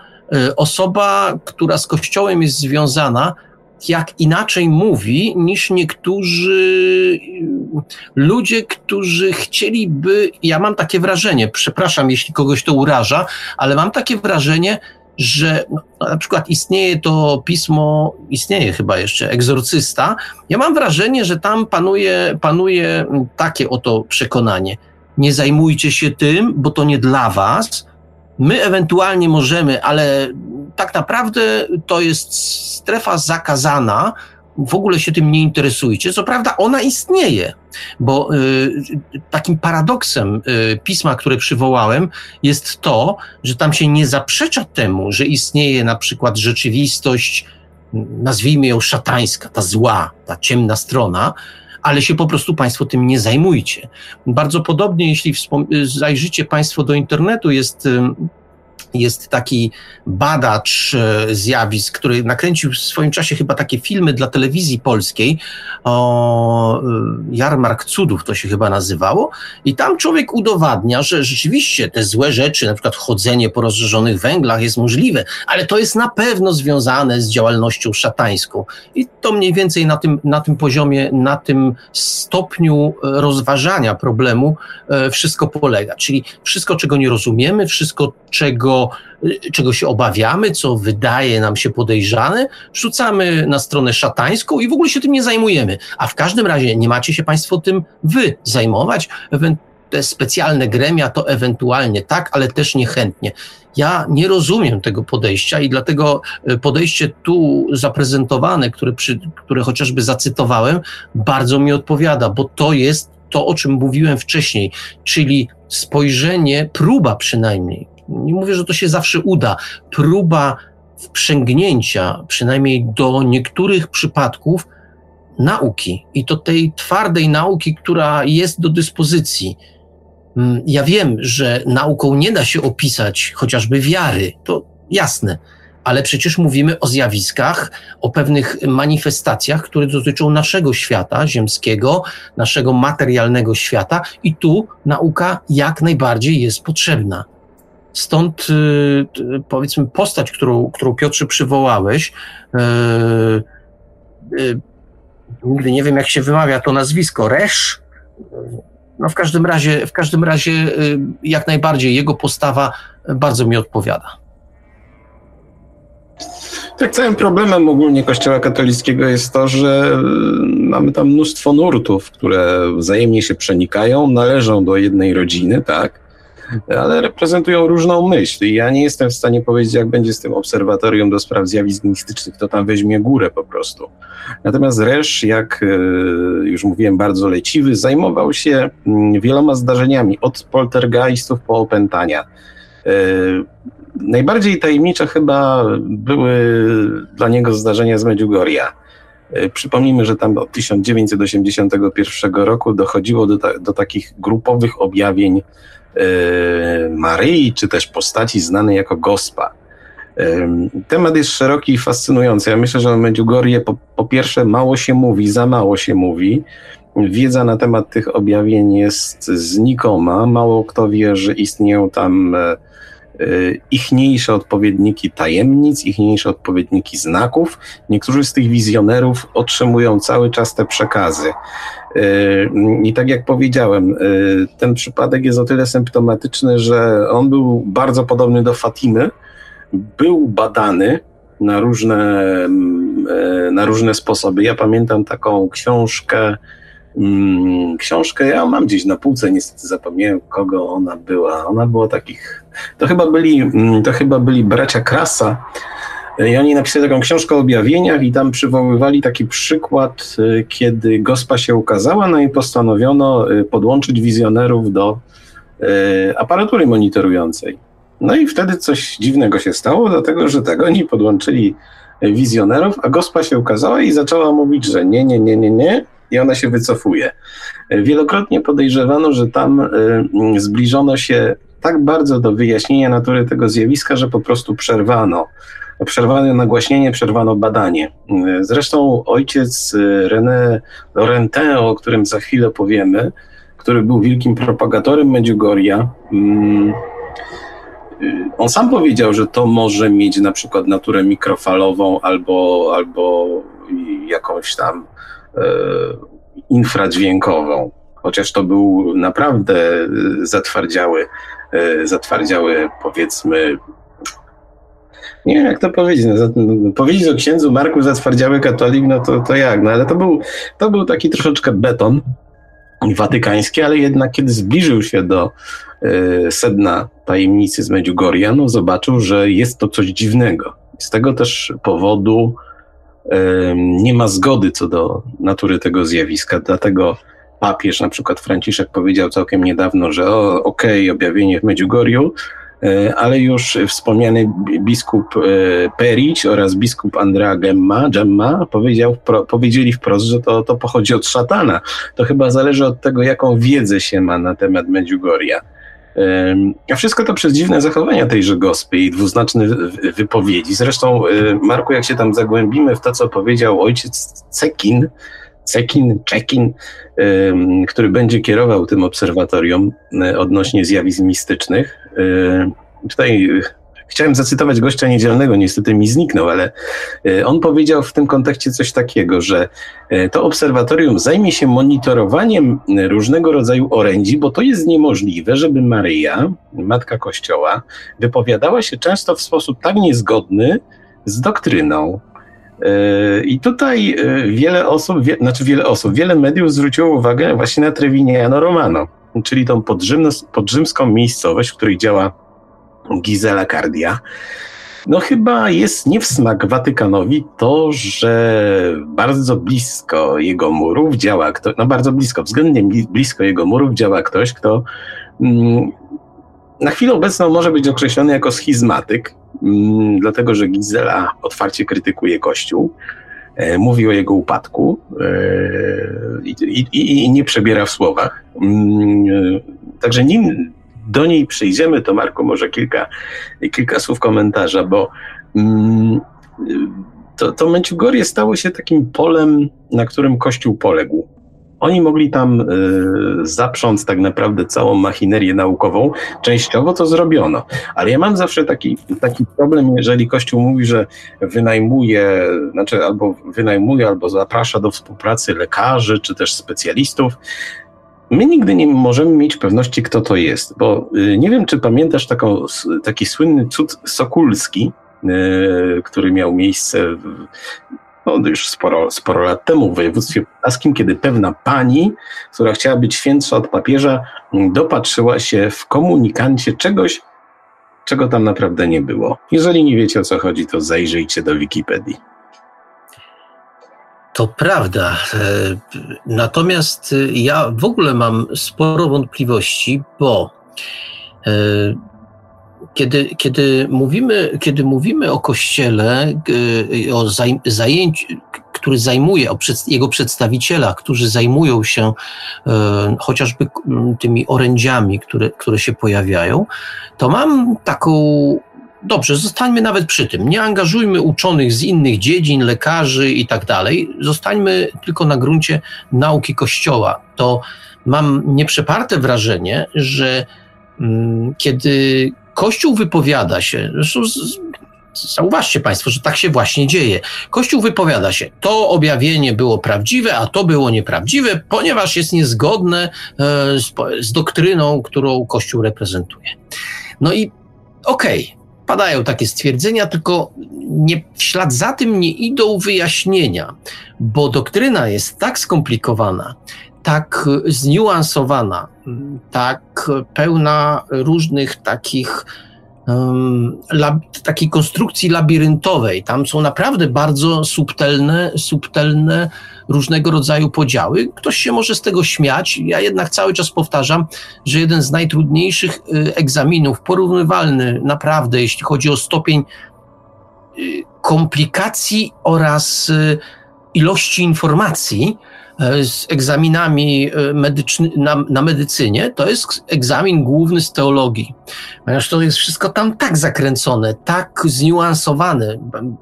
Speaker 3: osoba, która z Kościołem jest związana, jak inaczej mówi niż niektórzy ludzie, którzy chcieliby, ja mam takie wrażenie, przepraszam, jeśli kogoś to uraża, ale mam takie wrażenie, że no, na przykład istnieje to pismo, istnieje chyba jeszcze, Egzorcysta. Ja mam wrażenie, że tam panuje, panuje takie oto przekonanie. Nie zajmujcie się tym, bo to nie dla was. My ewentualnie możemy, ale tak naprawdę to jest strefa zakazana. W ogóle się tym nie interesujcie. Co prawda ona istnieje, bo y, takim paradoksem y, pisma, które przywołałem, jest to, że tam się nie zaprzecza temu, że istnieje na przykład rzeczywistość, nazwijmy ją szatańska, ta zła, ta ciemna strona, ale się po prostu Państwo tym nie zajmujcie. Bardzo podobnie, jeśli wspom- zajrzycie Państwo do internetu, jest... Y, Jest taki badacz zjawisk, który nakręcił w swoim czasie chyba takie filmy dla telewizji polskiej, o Jarmark Cudów to się chyba nazywało, i tam człowiek udowadnia, że rzeczywiście te złe rzeczy, na przykład chodzenie po rozżarzonych węglach jest możliwe, ale to jest na pewno związane z działalnością szatańską. I to mniej więcej na tym, na tym poziomie, na tym stopniu rozważania problemu wszystko polega. Czyli wszystko, czego nie rozumiemy, wszystko, czego czego się obawiamy, co wydaje nam się podejrzane, rzucamy na stronę szatańską i w ogóle się tym nie zajmujemy. A w każdym razie nie macie się Państwo tym wy zajmować. Te specjalne gremia to ewentualnie tak, ale też niechętnie. Ja nie rozumiem tego podejścia i dlatego podejście tu zaprezentowane, które, przy, które chociażby zacytowałem, bardzo mi odpowiada, bo to jest to, o czym mówiłem wcześniej, czyli spojrzenie, próba przynajmniej, nie mówię, że to się zawsze uda, próba wprzęgnięcia, przynajmniej do niektórych przypadków, nauki. I to tej twardej nauki, która jest do dyspozycji. Ja wiem, że nauką nie da się opisać chociażby wiary, to jasne, ale przecież mówimy o zjawiskach, o pewnych manifestacjach, które dotyczą naszego świata ziemskiego, naszego materialnego świata i tu nauka jak najbardziej jest potrzebna. Stąd yy, powiedzmy postać, którą, którą Piotrze przywołałeś, yy, yy, nigdy nie wiem jak się wymawia to nazwisko, Resz, no w każdym razie, w każdym razie yy, jak najbardziej jego postawa bardzo mi odpowiada.
Speaker 2: Tak, całym problemem ogólnie Kościoła katolickiego jest to, że mamy tam mnóstwo nurtów, które wzajemnie się przenikają, należą do jednej rodziny, tak? Ale reprezentują różną myśl i ja nie jestem w stanie powiedzieć, jak będzie z tym obserwatorium do spraw zjawisk mistycznych, to tam weźmie górę po prostu. Natomiast Resz, jak już mówiłem, bardzo leciwy, zajmował się wieloma zdarzeniami, od poltergeistów po opętania. Najbardziej tajemnicze chyba były dla niego zdarzenia z Medjugorja. Przypomnijmy, że tam od tysiąc dziewięćset osiemdziesiątego pierwszego roku dochodziło do, ta, do takich grupowych objawień Maryi, czy też postaci znanej jako Gospa. Temat jest szeroki i fascynujący. Ja myślę, że o Medjugorje po, po pierwsze mało się mówi, za mało się mówi. Wiedza na temat tych objawień jest znikoma. Mało kto wie, że istnieją tam ichniejsze odpowiedniki tajemnic, ichniejsze odpowiedniki znaków. Niektórzy z tych wizjonerów otrzymują cały czas te przekazy. I tak jak powiedziałem, ten przypadek jest o tyle symptomatyczny, że on był bardzo podobny do Fatimy, był badany na różne, na różne sposoby. Ja pamiętam taką książkę, książkę, ja mam gdzieś na półce, niestety zapomniałem, kogo ona była. Ona była takich, to chyba byli, to chyba byli bracia Krasa. I oni napisali taką książkę o objawieniach i tam przywoływali taki przykład, kiedy gospa się ukazała, no i postanowiono podłączyć wizjonerów do aparatury monitorującej. No i wtedy coś dziwnego się stało, dlatego że tak, oni podłączyli wizjonerów, a gospa się ukazała i zaczęła mówić, że nie, nie, nie, nie, nie, i ona się wycofuje. Wielokrotnie podejrzewano, że tam zbliżono się tak bardzo do wyjaśnienia natury tego zjawiska, że po prostu przerwano. Przerwano nagłaśnienie, przerwano badanie. Zresztą ojciec René Laurentin, o którym za chwilę powiemy, który był wielkim propagatorem Medjugorja, on sam powiedział, że to może mieć na przykład naturę mikrofalową albo, albo jakąś tam e, infradźwiękową. Chociaż to był naprawdę zatwardziały, e, zatwardziały, powiedzmy, nie wiem jak to powiedzieć, no, no, powiedzieć o księdzu Marku zatwardziały katolik, no to, to jak, no ale to był, to był taki troszeczkę beton watykański, ale jednak kiedy zbliżył się do y, sedna tajemnicy z Medjugorja, no zobaczył, że jest to coś dziwnego. Z tego też powodu y, nie ma zgody co do natury tego zjawiska, dlatego papież, na przykład Franciszek, powiedział całkiem niedawno, że o, okej, okay, objawienie w Medjugorju, y, ale już wspomniany biskup y, Perić oraz biskup Andrea Gemma, Gemma powiedział, wpro, powiedzieli wprost, że to, to pochodzi od szatana. To chyba zależy od tego, jaką wiedzę się ma na temat Medjugorja. Y, a wszystko to przez dziwne zachowania tejże gospy i dwuznaczne wypowiedzi. Zresztą, y, Marku, jak się tam zagłębimy w to, co powiedział ojciec Cekin, Cekin, Cekin, y, który będzie kierował tym obserwatorium y, odnośnie zjawisk mistycznych. Y, tutaj y, chciałem zacytować gościa niedzielnego, niestety mi zniknął, ale y, on powiedział w tym kontekście coś takiego, że y, to obserwatorium zajmie się monitorowaniem y, różnego rodzaju orędzi, bo to jest niemożliwe, żeby Maryja, Matka Kościoła, wypowiadała się często w sposób tak niezgodny z doktryną. I tutaj wiele osób, wie, znaczy wiele osób, wiele mediów zwróciło uwagę właśnie na Trevignano Romano, czyli tą podrzym, podrzymską miejscowość, w której działa Gisela Cardia. No chyba jest nie w smak Watykanowi to, że bardzo blisko jego murów działa ktoś, no bardzo blisko, względnie blisko jego murów działa ktoś, kto mm, na chwilę obecną może być określony jako schizmatyk, mm, dlatego że Gisela otwarcie krytykuje Kościół, e, mówi o jego upadku e, i, i, i nie przebiera w słowach. Mm, e, także nim do niej przyjdziemy, to Marku może kilka, kilka słów komentarza, bo mm, to, to Medjugorje stało się takim polem, na którym Kościół poległ. Oni mogli tam y, zaprząc tak naprawdę całą machinerię naukową. Częściowo to zrobiono. Ale ja mam zawsze taki, taki problem, jeżeli Kościół mówi, że wynajmuje, znaczy albo wynajmuje, albo zaprasza do współpracy lekarzy, czy też specjalistów. My nigdy nie możemy mieć pewności, kto to jest, bo y, nie wiem, czy pamiętasz taką, taki słynny cud sokulski, y, który miał miejsce w, no już sporo, sporo lat temu w województwie podlaskim, kiedy pewna pani, która chciała być świętsza od papieża, dopatrzyła się w komunikancie czegoś, czego tam naprawdę nie było. Jeżeli nie wiecie, o co chodzi, to zajrzyjcie do Wikipedii.
Speaker 3: To prawda. Natomiast ja w ogóle mam sporo wątpliwości, bo Kiedy, kiedy, mówimy, kiedy mówimy o Kościele, o zajęciu, który zajmuje, o przed, jego przedstawicielach, którzy zajmują się e, chociażby tymi orędziami, które, które się pojawiają, to mam taką, dobrze, zostańmy nawet przy tym, nie angażujmy uczonych z innych dziedzin, lekarzy i tak dalej, zostańmy tylko na gruncie nauki Kościoła. To mam nieprzeparte wrażenie, że mm, kiedy Kościół wypowiada się, zresztą zauważcie Państwo, że tak się właśnie dzieje. Kościół wypowiada się, to objawienie było prawdziwe, a to było nieprawdziwe, ponieważ jest niezgodne z, z doktryną, którą Kościół reprezentuje. No i okej, okay, padają takie stwierdzenia, tylko nie, w ślad za tym nie idą wyjaśnienia, bo doktryna jest tak skomplikowana, tak zniuansowana, tak pełna różnych takich um, lab, takiej konstrukcji labiryntowej. Tam są naprawdę bardzo subtelne, subtelne różnego rodzaju podziały. Ktoś się może z tego śmiać. Ja jednak cały czas powtarzam, że jeden z najtrudniejszych egzaminów, porównywalny naprawdę, jeśli chodzi o stopień komplikacji oraz ilości informacji z egzaminami medyczny, na, na medycynie, to jest egzamin główny z teologii. Ponieważ to jest wszystko tam tak zakręcone, tak zniuansowane.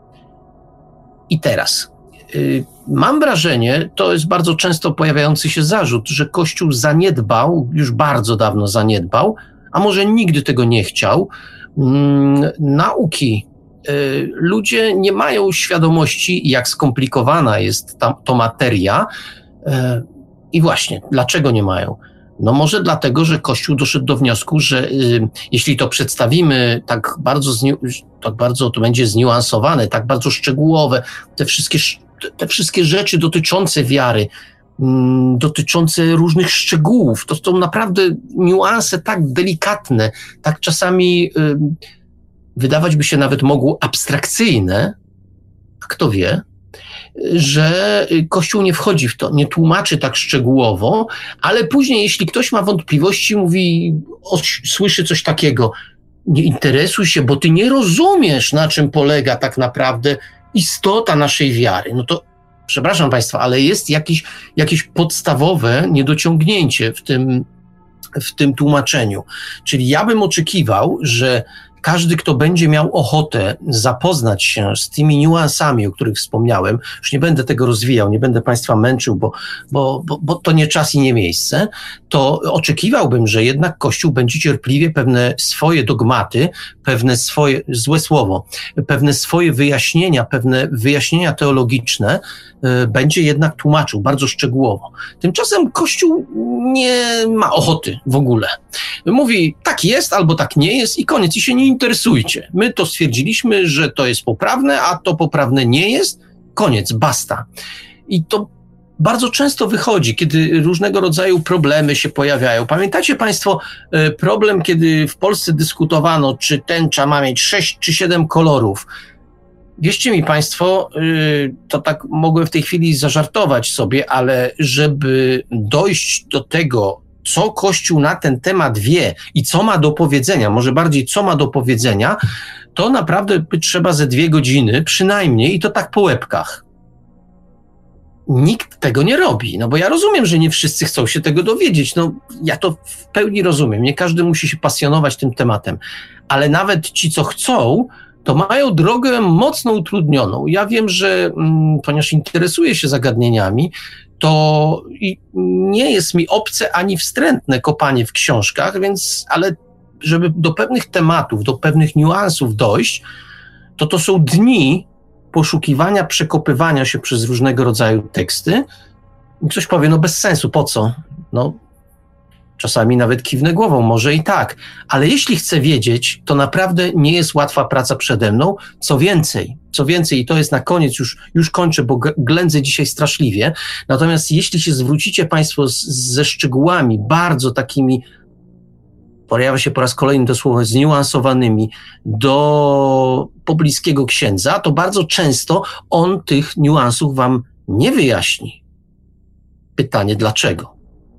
Speaker 3: I teraz mam wrażenie, to jest bardzo często pojawiający się zarzut, że Kościół zaniedbał, już bardzo dawno zaniedbał, a może nigdy tego nie chciał, mm, nauki. Y, ludzie nie mają świadomości, jak skomplikowana jest ta, to materia. Y, I właśnie, dlaczego nie mają? No może dlatego, że Kościół doszedł do wniosku, że y, jeśli to przedstawimy tak bardzo, zniu, tak bardzo to będzie zniuansowane, tak bardzo szczegółowe, te wszystkie te wszystkie rzeczy dotyczące wiary, mm, dotyczące różnych szczegółów, to są naprawdę niuanse tak delikatne, tak czasami y, wydawać by się nawet mogło abstrakcyjne, a kto wie, że Kościół nie wchodzi w to, nie tłumaczy tak szczegółowo, ale później, jeśli ktoś ma wątpliwości, mówi, o, słyszy coś takiego, nie interesuj się, bo ty nie rozumiesz, na czym polega tak naprawdę istota naszej wiary. No to, przepraszam Państwa, ale jest jakieś, jakieś podstawowe niedociągnięcie w tym, w tym tłumaczeniu. Czyli ja bym oczekiwał, że każdy, kto będzie miał ochotę zapoznać się z tymi niuansami, o których wspomniałem, już nie będę tego rozwijał, nie będę Państwa męczył, bo, bo, bo, bo to nie czas i nie miejsce, to oczekiwałbym, że jednak Kościół będzie cierpliwie pewne swoje dogmaty, pewne swoje, złe słowo, pewne swoje wyjaśnienia, pewne wyjaśnienia teologiczne y, będzie jednak tłumaczył bardzo szczegółowo. Tymczasem Kościół nie ma ochoty w ogóle. Mówi, tak jest albo tak nie jest i koniec, i się nie interesujcie. My to stwierdziliśmy, że to jest poprawne, a to poprawne nie jest. Koniec, basta. I to bardzo często wychodzi, kiedy różnego rodzaju problemy się pojawiają. Pamiętacie Państwo problem, kiedy w Polsce dyskutowano, czy tęcza ma mieć sześć czy siedem kolorów? Wierzcie mi Państwo, to tak mogłem w tej chwili zażartować sobie, ale żeby dojść do tego, co Kościół na ten temat wie i co ma do powiedzenia, może bardziej co ma do powiedzenia, to naprawdę trzeba ze dwie godziny przynajmniej i to tak po łebkach. Nikt tego nie robi, no bo ja rozumiem, że nie wszyscy chcą się tego dowiedzieć, no ja to w pełni rozumiem, nie każdy musi się pasjonować tym tematem, ale nawet ci, co chcą, to mają drogę mocno utrudnioną. Ja wiem, że mm, ponieważ interesuję się zagadnieniami, to nie jest mi obce ani wstrętne kopanie w książkach, więc, ale żeby do pewnych tematów, do pewnych niuansów dojść, to to są dni poszukiwania, przekopywania się przez różnego rodzaju teksty. I ktoś powie, no bez sensu, po co? No, czasami nawet kiwnę głową, może i tak, ale jeśli chcę wiedzieć, to naprawdę nie jest łatwa praca przede mną. Co więcej, co więcej, i to jest na koniec, już, już kończę, bo ględzę dzisiaj straszliwie, natomiast jeśli się zwrócicie Państwo z, ze szczegółami, bardzo takimi, pojawia się po raz kolejny to słowo, zniuansowanymi do pobliskiego księdza, to bardzo często on tych niuansów Wam nie wyjaśni. Pytanie, dlaczego?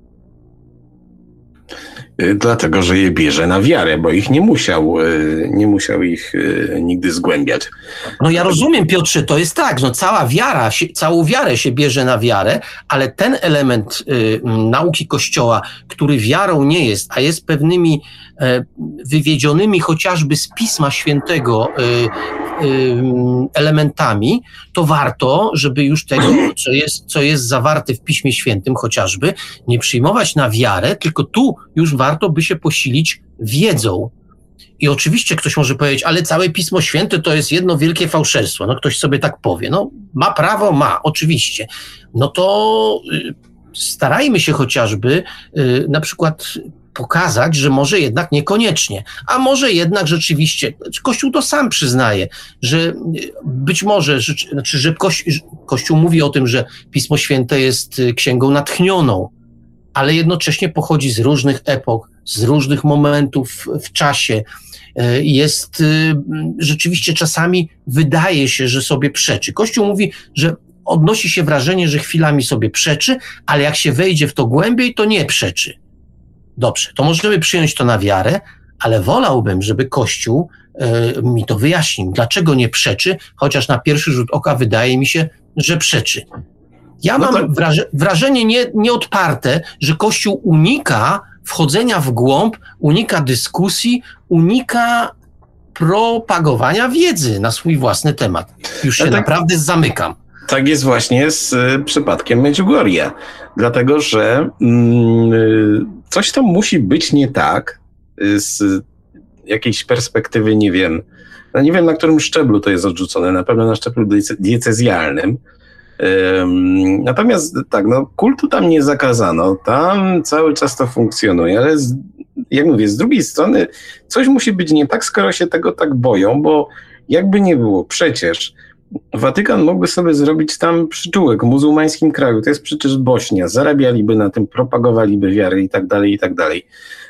Speaker 2: Dlatego, że je bierze na wiarę, bo ich nie musiał, nie musiał ich nigdy zgłębiać.
Speaker 3: No ja rozumiem, Piotrze, to jest tak, no cała wiara, się, całą wiarę się bierze na wiarę, ale ten element y, nauki Kościoła, który wiarą nie jest, a jest pewnymi y, wywiedzionymi chociażby z Pisma Świętego y, y, elementami, to warto, żeby już tego, co jest, co jest zawarte w Piśmie Świętym chociażby, nie przyjmować na wiarę, tylko tu już warto by się posilić wiedzą. I oczywiście ktoś może powiedzieć, ale całe Pismo Święte to jest jedno wielkie fałszerstwo. No ktoś sobie tak powie. No ma prawo, ma, oczywiście. No to y, starajmy się chociażby y, na przykład pokazać, że może jednak niekoniecznie, a może jednak rzeczywiście, Kościół to sam przyznaje, że być może, że, znaczy, że Kościół, Kościół mówi o tym, że Pismo Święte jest księgą natchnioną, ale jednocześnie pochodzi z różnych epok, z różnych momentów w czasie. Jest rzeczywiście czasami wydaje się, że sobie przeczy. Kościół mówi, że odnosi się wrażenie, że chwilami sobie przeczy, ale jak się wejdzie w to głębiej, to nie przeczy. Dobrze, to możemy przyjąć to na wiarę, ale wolałbym, żeby Kościół y, mi to wyjaśnił. Dlaczego nie przeczy, chociaż na pierwszy rzut oka wydaje mi się, że przeczy. Ja no mam to... wraże- wrażenie nie, nieodparte, że Kościół unika wchodzenia w głąb, unika dyskusji, unika propagowania wiedzy na swój własny temat. Już się tak, naprawdę zamykam.
Speaker 2: Tak jest właśnie z y, przypadkiem Medjugorje, dlatego że y, coś tam musi być nie tak y, z jakiejś perspektywy, nie wiem, no nie wiem na którym szczeblu to jest odrzucone, na pewno na szczeblu diecezjalnym. Natomiast tak, no kultu tam nie zakazano, tam cały czas to funkcjonuje, ale z, jak mówię, z drugiej strony coś musi być nie tak, skoro się tego tak boją, bo jakby nie było, przecież Watykan mógłby sobie zrobić tam przyczółek w muzułmańskim kraju, to jest przecież Bośnia, zarabialiby na tym, propagowaliby wiarę i tak dalej, i tak dalej.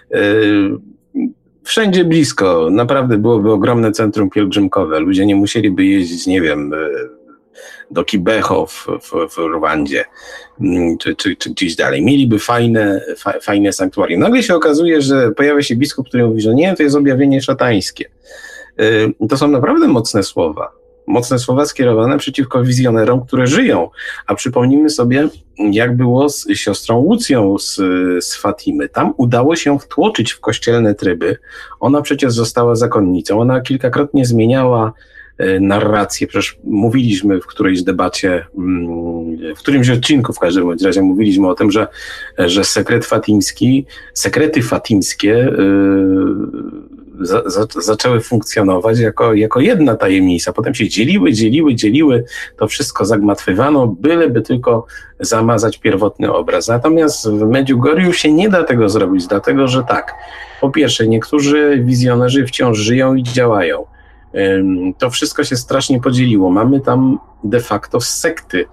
Speaker 2: Wszędzie blisko, naprawdę byłoby ogromne centrum pielgrzymkowe, ludzie nie musieliby jeździć, nie wiem, do Kibeho w, w, w Rwandzie, czy, czy, czy gdzieś dalej. Mieliby fajne, fa, fajne sanktuarium. Nagle się okazuje, że pojawia się biskup, który mówi, że nie, to jest objawienie szatańskie. Yy, to są naprawdę mocne słowa. Mocne słowa skierowane przeciwko wizjonerom, które żyją. A przypomnijmy sobie, jak było z siostrą Łucją z, z Fatimy. Tam udało się wtłoczyć w kościelne tryby. Ona przecież została zakonnicą. Ona kilkakrotnie zmieniała narrację. Przecież mówiliśmy w którejś debacie, w którymś odcinku w każdym bądź razie mówiliśmy o tym, że, że sekret fatimski, sekrety fatimskie yy, za, za, zaczęły funkcjonować jako, jako jedna tajemnica. Potem się dzieliły, dzieliły, dzieliły, to wszystko zagmatwywano, byleby tylko zamazać pierwotny obraz. Natomiast w Medjugorju się nie da tego zrobić, dlatego że tak, po pierwsze, niektórzy wizjonerzy wciąż żyją i działają. To wszystko się strasznie podzieliło. Mamy tam de facto sekty,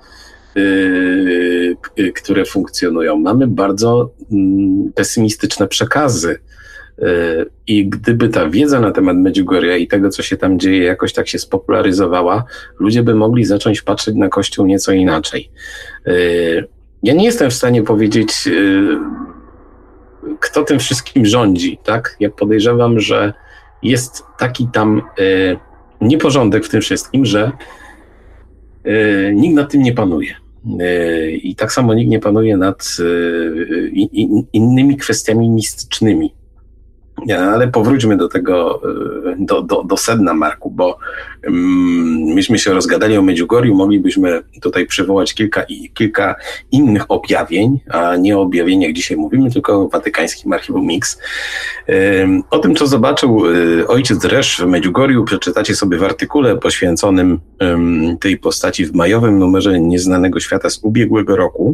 Speaker 2: yy, które funkcjonują. Mamy bardzo yy, pesymistyczne przekazy. Yy, I gdyby ta wiedza na temat Medjugorja i tego, co się tam dzieje, jakoś tak się spopularyzowała, ludzie by mogli zacząć patrzeć na Kościół nieco inaczej. Yy, ja nie jestem w stanie powiedzieć, yy, kto tym wszystkim rządzi, tak? Ja podejrzewam, że jest taki tam y, nieporządek w tym wszystkim, że y, nikt nad tym nie panuje. Y, I tak samo nikt nie panuje nad y, in, innymi kwestiami mistycznymi. Ja, ale powróćmy do tego, do, do, do sedna, Marku, bo um, myśmy się rozgadali o Medjugorju, moglibyśmy tutaj przywołać kilka, kilka innych objawień, a nie o objawieniach dzisiaj mówimy, tylko o watykańskim archiwum Mix. Um, o tym, co zobaczył um, ojciec Resz w Medjugorju, przeczytacie sobie w artykule poświęconym um, tej postaci w majowym numerze Nieznanego Świata z ubiegłego roku.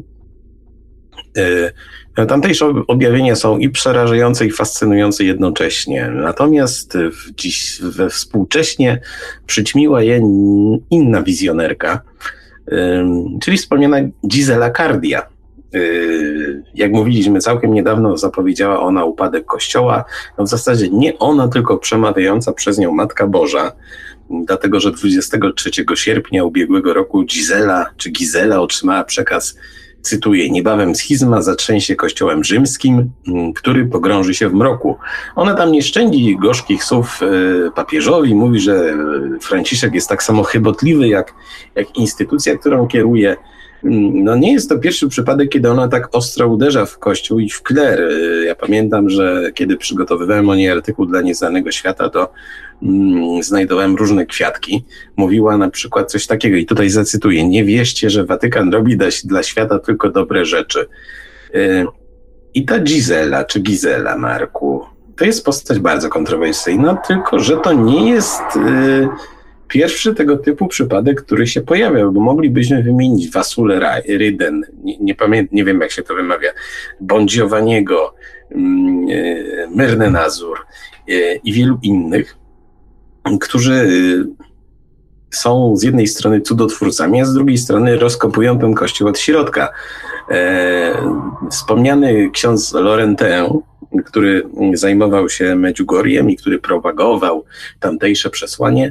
Speaker 2: Tamtejsze objawienia są i przerażające, i fascynujące jednocześnie. Natomiast w dziś, we współcześnie przyćmiła je inna wizjonerka, czyli wspomniana Gisela Cardia. Jak mówiliśmy, całkiem niedawno zapowiedziała ona upadek Kościoła. No w zasadzie nie ona, tylko przemawiająca przez nią Matka Boża. Dlatego, że dwudziestego trzeciego sierpnia ubiegłego roku Gisela, czy Gizela otrzymała przekaz, cytuję, niebawem schizma zatrzęsie kościołem rzymskim, który pogrąży się w mroku. Ona tam nie szczędzi gorzkich słów papieżowi, mówi, że Franciszek jest tak samo chybotliwy jak, jak instytucja, którą kieruje. No nie jest to pierwszy przypadek, kiedy ona tak ostro uderza w Kościół i w kler. Ja pamiętam, że kiedy przygotowywałem o niej artykuł dla Nieznanego Świata, to mm, znajdowałem różne kwiatki. Mówiła na przykład coś takiego, i tutaj zacytuję: nie wierzcie, że Watykan robi dla, dla świata tylko dobre rzeczy. Yy, I ta Gisela, czy Gizela, Marku, to jest postać bardzo kontrowersyjna, tylko że to nie jest yy, pierwszy tego typu przypadek, który się pojawiał, bo moglibyśmy wymienić Wasulę Ryden, nie, nie pamiętam, nie wiem jak się to wymawia, Bądziowaniego, Myrnę Nazur i wielu innych, którzy są z jednej strony cudotwórcami, a z drugiej strony rozkopują ten kościół od środka. Wspomniany ksiądz Laurentin, który zajmował się Medjugorjem i który propagował tamtejsze przesłanie,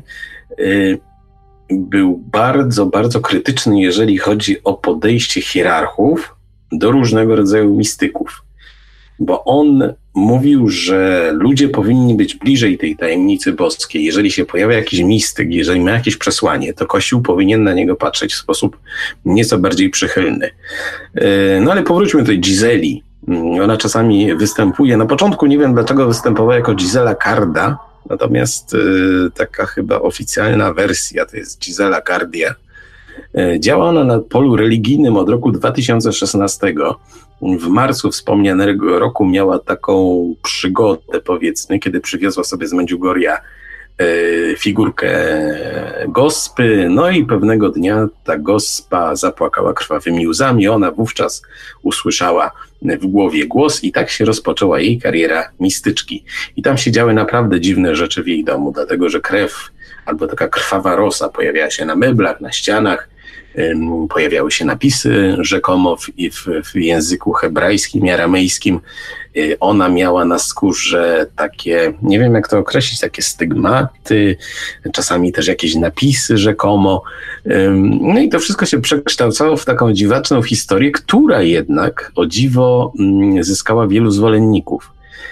Speaker 2: był bardzo, bardzo krytyczny, jeżeli chodzi o podejście hierarchów do różnego rodzaju mistyków. Bo on mówił, że ludzie powinni być bliżej tej tajemnicy boskiej. Jeżeli się pojawia jakiś mistyk, jeżeli ma jakieś przesłanie, to Kościół powinien na niego patrzeć w sposób nieco bardziej przychylny. No ale powróćmy do tej Giseli. Ona czasami występuje. Na początku nie wiem, dlaczego występowała jako Gisela Carda, natomiast taka chyba oficjalna wersja to jest Gisela Cardia. Działa ona na polu religijnym od roku dwa tysiące szesnastego. W marcu wspomnianego roku miała taką przygodę, powiedzmy, kiedy przywiozła sobie z Medjugorja figurkę gospy, no i pewnego dnia ta gospa zapłakała krwawymi łzami. Ona wówczas usłyszała w głowie głos i tak się rozpoczęła jej kariera mistyczki. I tam się działy naprawdę dziwne rzeczy w jej domu, dlatego że krew albo taka krwawa rosa pojawiała się na meblach, na ścianach, pojawiały się napisy rzekomo w, w, w języku hebrajskim i aramejskim. Ona miała na skórze takie, nie wiem jak to określić, takie stygmaty, czasami też jakieś napisy rzekomo. No i to wszystko się przekształcało w taką dziwaczną historię, która jednak o dziwo zyskała wielu zwolenników.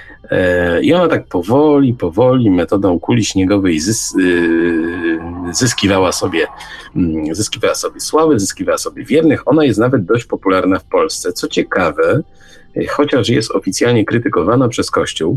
Speaker 2: I ona tak powoli, powoli metodą kuli śniegowej zys, zyskiwała sobie, zyskiwała sobie sławę, zyskiwała sobie wiernych. Ona jest nawet dość popularna w Polsce. Co ciekawe, chociaż jest oficjalnie krytykowana przez Kościół,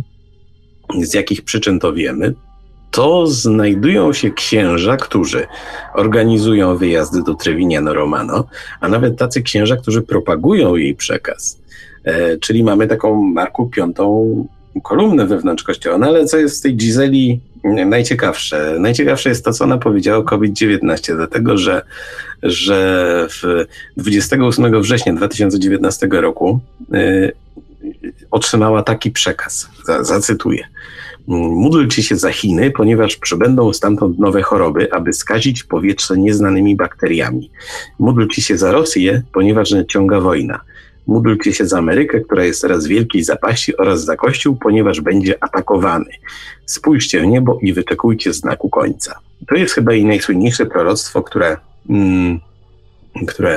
Speaker 2: z jakich przyczyn to wiemy, to znajdują się księża, którzy organizują wyjazdy do Trevignano Romano, a nawet tacy księża, którzy propagują jej przekaz. Czyli mamy taką Marku Piątą kolumnę wewnątrz Kościoła. No ale co jest w tej Giseli najciekawsze? Najciekawsze jest to, co ona powiedziała o COVID dziewiętnaście, dlatego że, że w dwudziestego ósmego września dwa tysiące dziewiętnastego roku y, otrzymała taki przekaz. Za, zacytuję. Módlcie się za Chiny, ponieważ przybędą stamtąd nowe choroby, aby skazić powietrze nieznanymi bakteriami. Módlcie się za Rosję, ponieważ nadciąga wojna. Módlcie się za Amerykę, która jest teraz w wielkiej zapaści, oraz za Kościół, ponieważ będzie atakowany. Spójrzcie w niebo i wyczekujcie znaku końca. To jest chyba jej najsłynniejsze proroctwo, które, mm, które,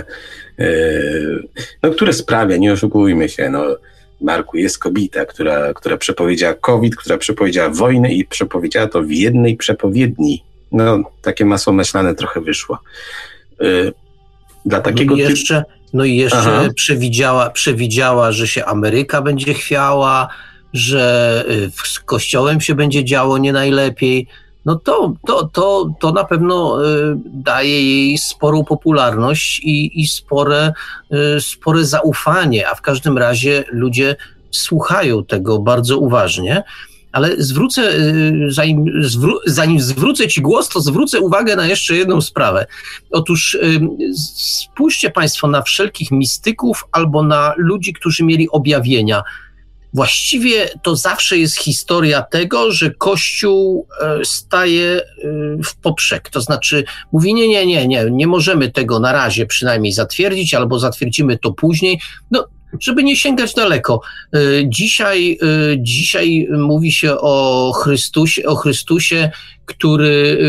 Speaker 2: yy, no, które sprawia, nie oszukujmy się, no, Marku, jest kobieta, która, która przepowiedziała COVID, która przepowiedziała wojnę i przepowiedziała to w jednej przepowiedni. No, takie masło maślane trochę wyszło. Yy, dla takiego
Speaker 3: no i jeszcze, typu... no i jeszcze przewidziała, przewidziała, że się Ameryka będzie chwiała, że z Kościołem się będzie działo nie najlepiej. No to, to, to, to na pewno daje jej sporą popularność i, i spore, spore zaufanie, a w każdym razie ludzie słuchają tego bardzo uważnie. Ale zwrócę, zanim, zwró- zanim zwrócę ci głos, to zwrócę uwagę na jeszcze jedną sprawę. Otóż spójrzcie Państwo na wszelkich mistyków albo na ludzi, którzy mieli objawienia. Właściwie to zawsze jest historia tego, że Kościół staje w poprzek. To znaczy mówi nie, nie, nie, nie, nie możemy tego na razie przynajmniej zatwierdzić albo zatwierdzimy to później. No, żeby nie sięgać daleko. Dzisiaj, dzisiaj mówi się o Chrystusie, o Chrystusie, który,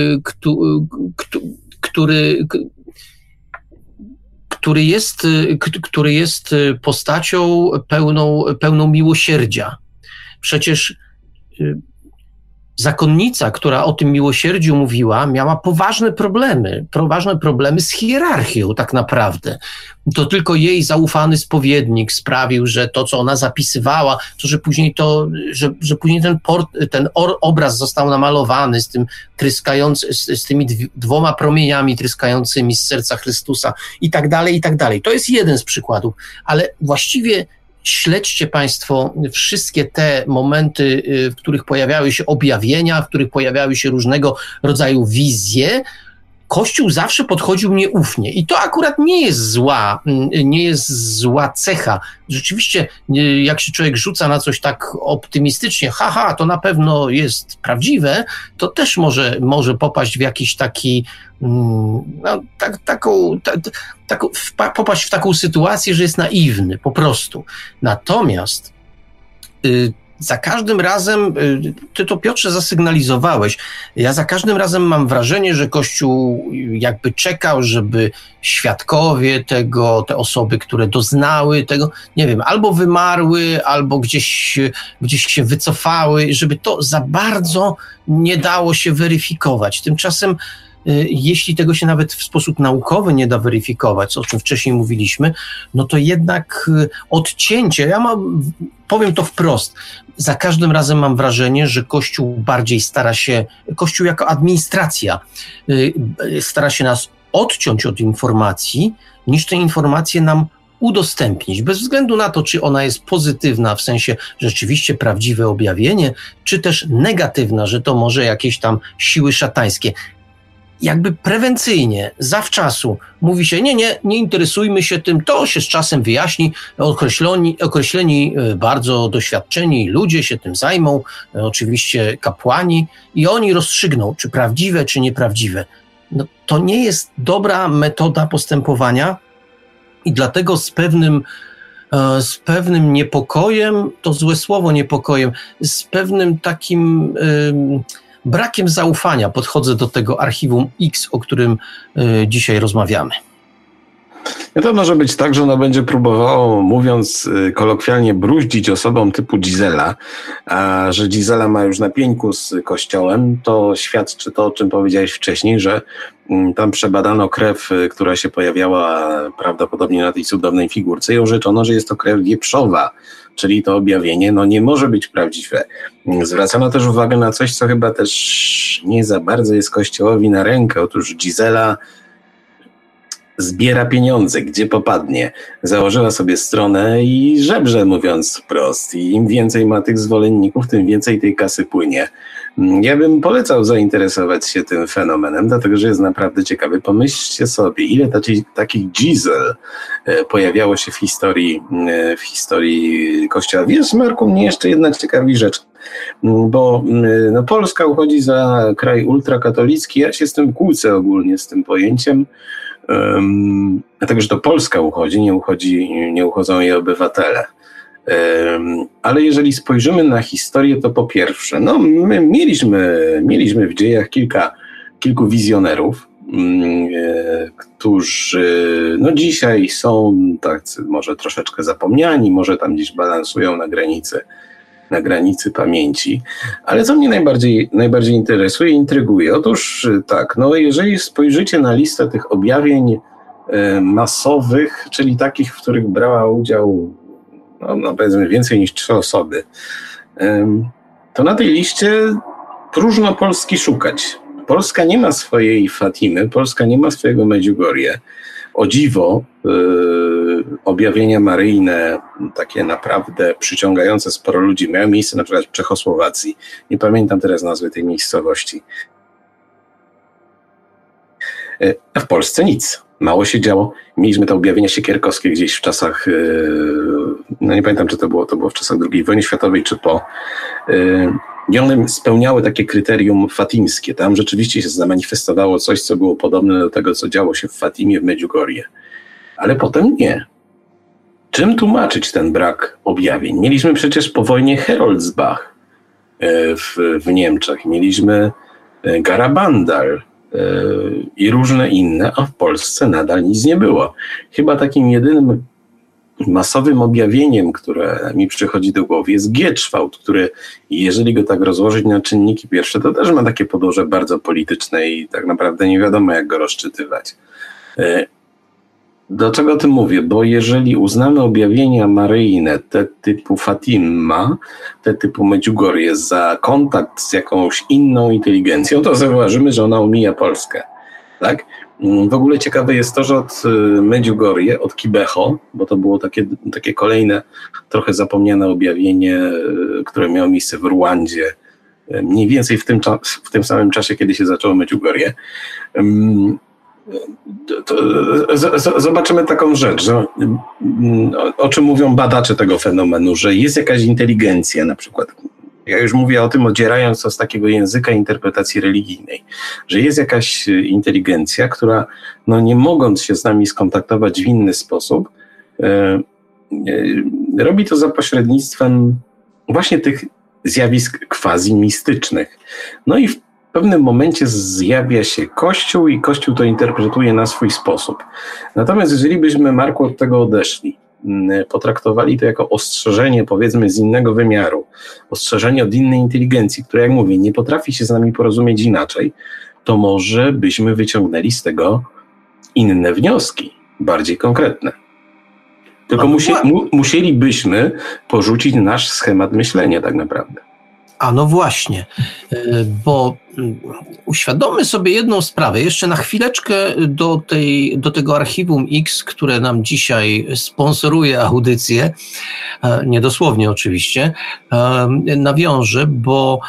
Speaker 3: który, który jest, który jest postacią pełną, pełną miłosierdzia. Przecież zakonnica, która o tym miłosierdziu mówiła, miała poważne problemy, poważne problemy z hierarchią tak naprawdę. To tylko jej zaufany spowiednik sprawił, że to, co ona zapisywała, to, że później to, że, że później ten, port, ten or, obraz został namalowany z tym tryskający, z, z tymi dwoma promieniami tryskającymi z serca Chrystusa i tak dalej, i tak dalej. To jest jeden z przykładów, ale właściwie śledźcie Państwo wszystkie te momenty, w których pojawiały się objawienia, w których pojawiały się różnego rodzaju wizje. Kościół zawsze podchodził nieufnie i to akurat nie jest zła, nie jest zła cecha. Rzeczywiście, jak się człowiek rzuca na coś tak optymistycznie, haha, to na pewno jest prawdziwe, to też może, może popaść w jakiś taki, no, tak, taką, ta, taką, popaść w taką sytuację, że jest naiwny, po prostu. Natomiast y, za każdym razem, ty to Piotrze zasygnalizowałeś, ja za każdym razem mam wrażenie, że Kościół jakby czekał, żeby świadkowie tego, te osoby, które doznały tego, nie wiem, albo wymarły, albo gdzieś, gdzieś się wycofały, żeby to za bardzo nie dało się weryfikować. Tymczasem jeśli tego się nawet w sposób naukowy nie da weryfikować, o czym wcześniej mówiliśmy, no to jednak odcięcie, ja mam, powiem to wprost, za każdym razem mam wrażenie, że Kościół bardziej stara się, Kościół jako administracja stara się nas odciąć od informacji, niż te informacje nam udostępnić, bez względu na to, czy ona jest pozytywna, w sensie rzeczywiście prawdziwe objawienie, czy też negatywna, że to może jakieś tam siły szatańskie. Jakby prewencyjnie, zawczasu mówi się, nie, nie, nie interesujmy się tym, to się z czasem wyjaśni, określeni, określeni bardzo doświadczeni ludzie się tym zajmą, oczywiście kapłani i oni rozstrzygną, czy prawdziwe, czy nieprawdziwe. No, to nie jest dobra metoda postępowania i dlatego z pewnym, z pewnym niepokojem, to złe słowo niepokojem, z pewnym takim brakiem zaufania podchodzę do tego archiwum X, o którym y, dzisiaj rozmawiamy.
Speaker 2: No to może być tak, że ono będzie próbowało, mówiąc y, kolokwialnie, bruździć osobom typu Gisela, a że Gisela ma już na pieńku z Kościołem, to świadczy to, o czym powiedziałeś wcześniej, że y, tam przebadano krew, y, która się pojawiała prawdopodobnie na tej cudownej figurce i orzeczono, że jest to krew wieprzowa, czyli to objawienie no nie może być prawdziwe. Zwracano też uwagę na coś, co chyba też nie za bardzo jest Kościołowi na rękę. Otóż Gisela zbiera pieniądze, gdzie popadnie. Założyła sobie stronę i żebrze, mówiąc wprost. I im więcej ma tych zwolenników, tym więcej tej kasy płynie. Ja bym polecał zainteresować się tym fenomenem, dlatego że jest naprawdę ciekawy. Pomyślcie sobie, ile taci, takich Gisel pojawiało się w historii, w historii Kościoła. Wiesz, Marku, mnie jeszcze jedna ciekawa rzecz, bo no, Polska uchodzi za kraj ultrakatolicki. Ja się z tym kłócę ogólnie, z tym pojęciem, um, dlatego że to Polska uchodzi, nie, uchodzi, nie uchodzą jej obywatele. Ale jeżeli spojrzymy na historię, to po pierwsze, no my mieliśmy, mieliśmy w dziejach kilka, kilku wizjonerów, którzy no dzisiaj są tacy może troszeczkę zapomniani, może tam gdzieś balansują na granicy, na granicy pamięci. Ale co mnie najbardziej, najbardziej interesuje, intryguje, otóż tak, no jeżeli spojrzycie na listę tych objawień masowych, czyli takich, w których brała udział no, no powiedzmy więcej niż trzy osoby, to na tej liście próżno Polski szukać. Polska nie ma swojej Fatimy, Polska nie ma swojego Medjugorje. O dziwo, yy, objawienia maryjne, takie naprawdę przyciągające sporo ludzi, miały miejsce na przykład w Czechosłowacji. Nie pamiętam teraz nazwy tej miejscowości. Yy, a w Polsce nic. Mało się działo. Mieliśmy te objawienia siekierkowskie gdzieś w czasach, yy, no nie pamiętam, czy to było, to było w czasach drugiej wojny światowej, czy po. Yy, I one spełniały takie kryterium fatimskie. Tam rzeczywiście się zamanifestowało coś, co było podobne do tego, co działo się w Fatimie, w Medjugorje. Ale potem nie. Czym tłumaczyć ten brak objawień? Mieliśmy przecież po wojnie Heroldsbach w, w Niemczech. Mieliśmy Garabandal i różne inne, a w Polsce nadal nic nie było. Chyba takim jedynym masowym objawieniem, które mi przychodzi do głowy, jest Gieczwałt, który, jeżeli go tak rozłożyć na czynniki pierwsze, to też ma takie podłoże bardzo polityczne i tak naprawdę nie wiadomo, jak go rozczytywać. Do czego o tym mówię? Bo jeżeli uznamy objawienia maryjne, te typu Fatima, te typu Medjugorje za kontakt z jakąś inną inteligencją, to zauważymy, że ona omija Polskę. tak? W ogóle ciekawe jest to, że od Medjugorje, od Kibeho, bo to było takie, takie kolejne, trochę zapomniane objawienie, które miało miejsce w Ruandzie, mniej więcej w tym, w tym samym czasie, kiedy się zaczęło Medjugorje. To, to, z, zobaczymy taką rzecz, że, o, o czym mówią badacze tego fenomenu, że jest jakaś inteligencja na przykład. Ja już mówię o tym, odzierając to z takiego języka interpretacji religijnej, że jest jakaś inteligencja, która no nie mogąc się z nami skontaktować w inny sposób, e, e, robi to za pośrednictwem właśnie tych zjawisk quasi-mistycznych. No i w pewnym momencie zjawia się Kościół i Kościół to interpretuje na swój sposób. Natomiast jeżeli byśmy, Marku, od tego odeszli, potraktowali to jako ostrzeżenie, powiedzmy, z innego wymiaru, ostrzeżenie od innej inteligencji, która, jak mówię, nie potrafi się z nami porozumieć inaczej, to może byśmy wyciągnęli z tego inne wnioski, bardziej konkretne. Tylko
Speaker 3: no,
Speaker 2: musie, mu, musielibyśmy porzucić nasz schemat myślenia tak naprawdę.
Speaker 3: A no właśnie, bo uświadommy sobie jedną sprawę, jeszcze na chwileczkę do, tej, do tego Archiwum X, które nam dzisiaj sponsoruje audycję, niedosłownie oczywiście, nawiążę, bo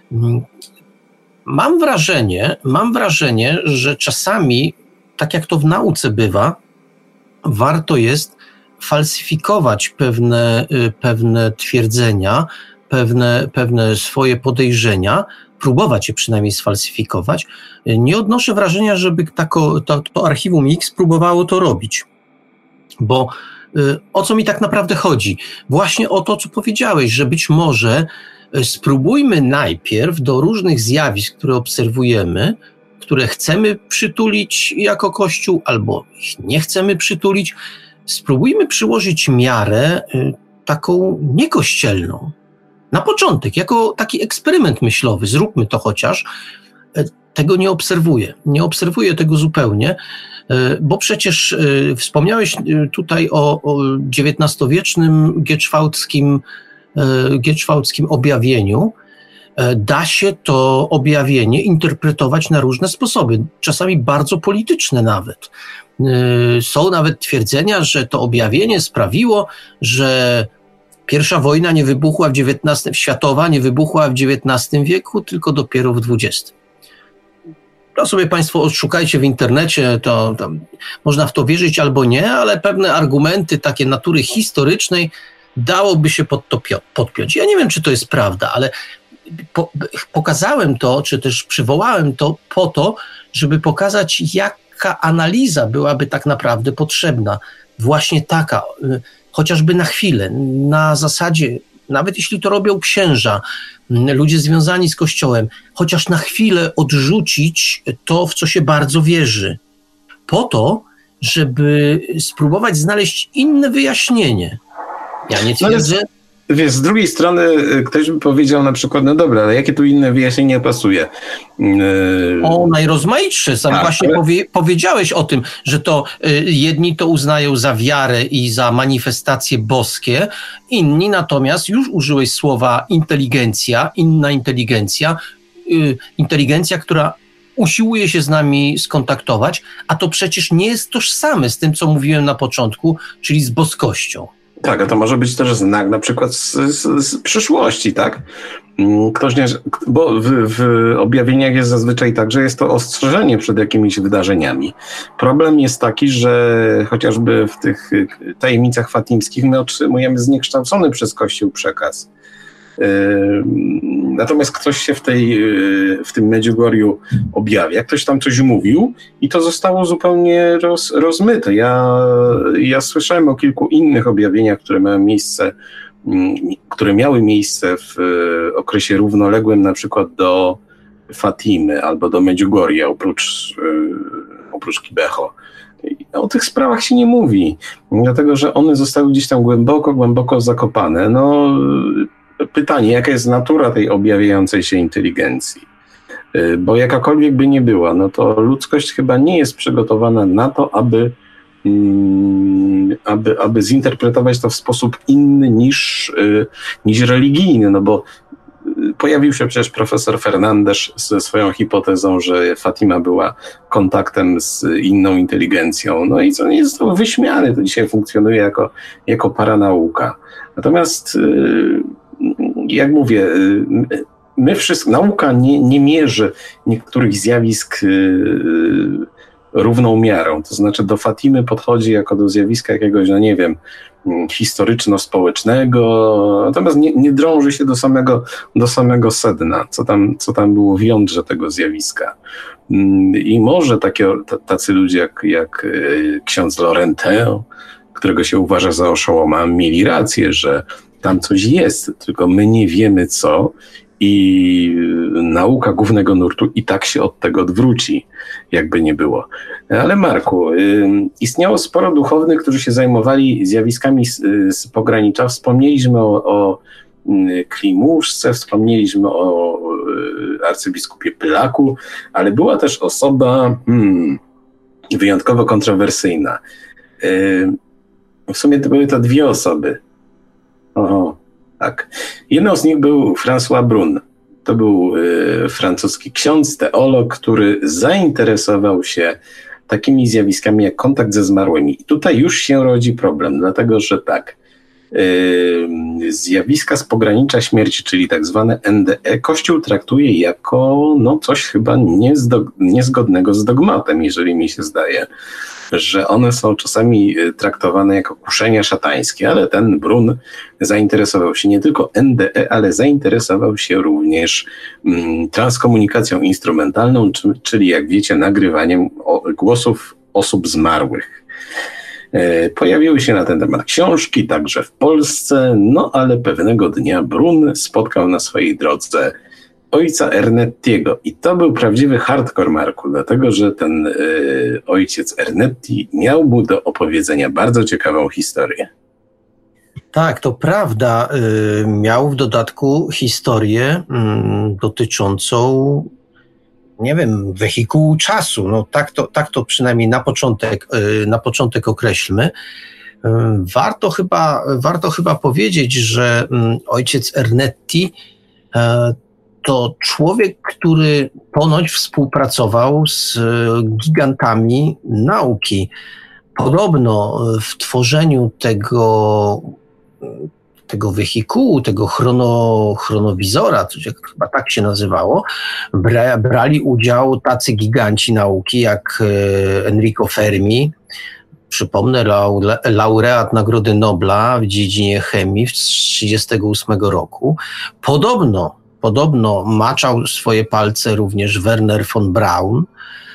Speaker 3: mam wrażenie, mam wrażenie, że czasami, tak jak to w nauce bywa, warto jest falsyfikować pewne, pewne twierdzenia, Pewne, pewne swoje podejrzenia, próbować je przynajmniej sfalsyfikować. Nie odnoszę wrażenia, żeby tako, to, to Archiwum X próbowało to robić. Bo y, o co mi tak naprawdę chodzi? Właśnie o to, co powiedziałeś, że być może spróbujmy najpierw do różnych zjawisk, które obserwujemy, które chcemy przytulić jako Kościół, albo ich nie chcemy przytulić, spróbujmy przyłożyć miarę y, taką niekościelną. Na początek, jako taki eksperyment myślowy, zróbmy to chociaż, tego nie obserwuję. Nie obserwuję tego zupełnie, bo przecież wspomniałeś tutaj o, o dziewiętnastowiecznym gieczwałdzkim, gieczwałdzkim objawieniu. Da się to objawienie interpretować na różne sposoby, czasami bardzo polityczne nawet. Są nawet twierdzenia, że to objawienie sprawiło, że pierwsza wojna nie wybuchła w dziewiętnastym, światowa nie wybuchła w dziewiętnastym wieku, tylko dopiero w dwudziestym. To sobie Państwo odszukajcie w internecie, to, to można w to wierzyć albo nie, ale pewne argumenty takie natury historycznej dałoby się pod to podpiąć. Ja nie wiem, czy to jest prawda, ale po, pokazałem to, czy też przywołałem to po to, żeby pokazać, jaka analiza byłaby tak naprawdę potrzebna. Właśnie taka, chociażby na chwilę, na zasadzie, nawet jeśli to robią księża, ludzie związani z Kościołem, chociaż na chwilę odrzucić to, w co się bardzo wierzy, po to, żeby spróbować znaleźć inne wyjaśnienie. Ja nie twierdzę...
Speaker 2: No wiesz, z drugiej strony ktoś by powiedział na przykład, no dobra, ale jakie tu inne wyjaśnienie pasuje?
Speaker 3: O, najrozmaitsze. Sam tak, właśnie ale... powie, powiedziałeś o tym, że to y, jedni to uznają za wiarę i za manifestacje boskie, inni natomiast, już użyłeś słowa inteligencja, inna inteligencja, y, inteligencja, która usiłuje się z nami skontaktować, a to przecież nie jest tożsame z tym, co mówiłem na początku, czyli z boskością.
Speaker 2: Tak, a to może być też znak na przykład z, z, z przyszłości, tak? Ktoś nie, bo w, w objawieniach jest zazwyczaj tak, że jest to ostrzeżenie przed jakimiś wydarzeniami. Problem jest taki, że chociażby w tych tajemnicach fatimskich my otrzymujemy zniekształcony przez Kościół przekaz. Natomiast ktoś się w, tej, w tym Medjugorju objawia, ktoś tam coś mówił i to zostało zupełnie roz, rozmyte. Ja, ja słyszałem o kilku innych objawieniach, które miały miejsce, które miały miejsce w okresie równoległym na przykład do Fatimy albo do Medjugorja, oprócz, oprócz Kibeho. O tych sprawach się nie mówi, dlatego że one zostały gdzieś tam głęboko, głęboko zakopane. No, pytanie, jaka jest natura tej objawiającej się inteligencji? Bo jakakolwiek by nie była, no to ludzkość chyba nie jest przygotowana na to, aby, aby, aby zinterpretować to w sposób inny niż, niż religijny, no bo pojawił się przecież profesor Fernandes ze swoją hipotezą, że Fatima była kontaktem z inną inteligencją. No i co, nie został wyśmiany, to dzisiaj funkcjonuje jako, jako paranauka. Natomiast jak mówię, my wszystko, nauka nie, nie mierzy niektórych zjawisk równą miarą. To znaczy do Fatimy podchodzi jako do zjawiska jakiegoś, no nie wiem, historyczno-społecznego, natomiast nie, nie drąży się do samego, do samego sedna, co tam, co tam było w jądrze tego zjawiska. I może takie, tacy ludzie jak, jak ksiądz Laurentin, którego się uważa za oszołoma, mieli rację, że tam coś jest, tylko my nie wiemy co i nauka głównego nurtu i tak się od tego odwróci, jakby nie było. Ale Marku, y, istniało sporo duchownych, którzy się zajmowali zjawiskami z, z pogranicza. Wspomnieliśmy o, o y, Klimuszce, wspomnieliśmy o y, arcybiskupie Pylaku, ale była też osoba hmm, wyjątkowo kontrowersyjna. Y, w sumie to były to dwie osoby. Oho, tak. Jedną z nich był François Brun. To był y, francuski ksiądz, teolog, który zainteresował się takimi zjawiskami jak kontakt ze zmarłymi. I tutaj już się rodzi problem, dlatego że tak, y, zjawiska z pogranicza śmierci, czyli tak zwane N D E, Kościół traktuje jako no, coś chyba niezdo, niezgodnego z dogmatem, jeżeli mi się zdaje, że one są czasami traktowane jako kuszenia szatańskie, ale ten Brun zainteresował się nie tylko N D E, ale zainteresował się również mm, transkomunikacją instrumentalną, czy, czyli jak wiecie, nagrywaniem o, głosów osób zmarłych. E, pojawiły się na ten temat książki, także w Polsce, no ale pewnego dnia Brun spotkał na swojej drodze ojca Ernettiego. I to był prawdziwy hardcore, Marku, dlatego że ten y, ojciec Ernetti miał mu do opowiedzenia bardzo ciekawą historię.
Speaker 3: Tak, to prawda. Y, miał w dodatku historię y, dotyczącą, nie wiem, wehikułu czasu. No tak to, tak to przynajmniej na początek, y, na początek określmy. Y, warto chyba, warto chyba powiedzieć, że y, ojciec Ernetti y, to człowiek, który ponoć współpracował z gigantami nauki. Podobno w tworzeniu tego, tego wehikułu, tego chrono, chronowizora, jak chyba tak się nazywało, bra, brali udział tacy giganci nauki jak Enrico Fermi, przypomnę, laureat Nagrody Nobla w dziedzinie chemii z tysiąc dziewięćset trzydziestego ósmego roku. Podobno Podobno maczał swoje palce również Werner von Braun.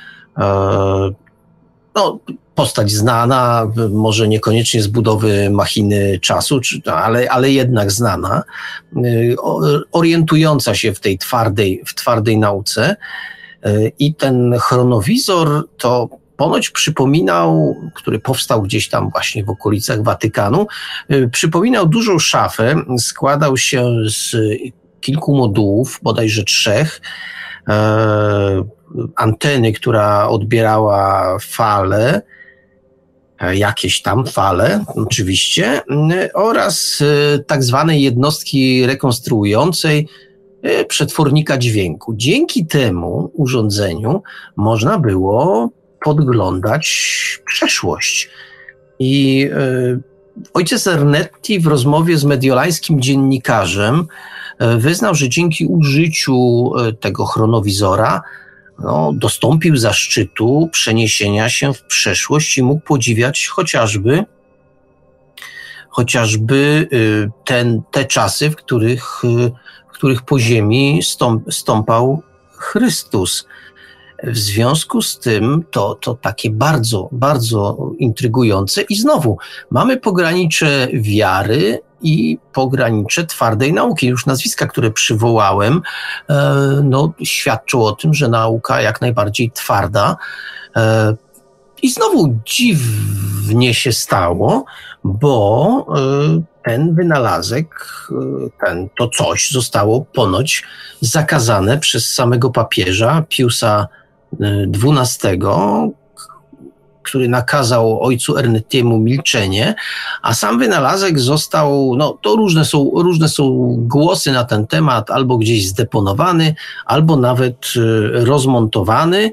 Speaker 3: No, postać znana, może niekoniecznie z budowy machiny czasu, ale, ale jednak znana, orientująca się w tej twardej, w twardej nauce. I ten chronowizor to ponoć przypominał, który powstał gdzieś tam właśnie w okolicach Watykanu, przypominał dużą szafę, składał się z kilku modułów, bodajże trzech, e, anteny, która odbierała fale, e, jakieś tam fale oczywiście, e, oraz e, tak zwanej jednostki rekonstruującej e, przetwornika dźwięku. Dzięki temu urządzeniu można było podglądać przeszłość. I e, ojciec Ernetti w rozmowie z mediolańskim dziennikarzem wyznał, że dzięki użyciu tego chronowizora no, dostąpił zaszczytu przeniesienia się w przeszłość i mógł podziwiać chociażby, chociażby ten, te czasy, w których, w których po ziemi stąp, stąpał Chrystus. W związku z tym to, to takie bardzo, bardzo intrygujące i znowu mamy pogranicze wiary i pogranicze twardej nauki. Już nazwiska, które przywołałem, no, świadczą o tym, że nauka jak najbardziej twarda. I znowu dziwnie się stało, bo ten wynalazek, ten, to coś zostało ponoć zakazane przez samego papieża Piusa dwunastego, który nakazał ojcu Ernettiemu milczenie, a sam wynalazek został, no to różne są, różne są głosy na ten temat, albo gdzieś zdeponowany, albo nawet rozmontowany.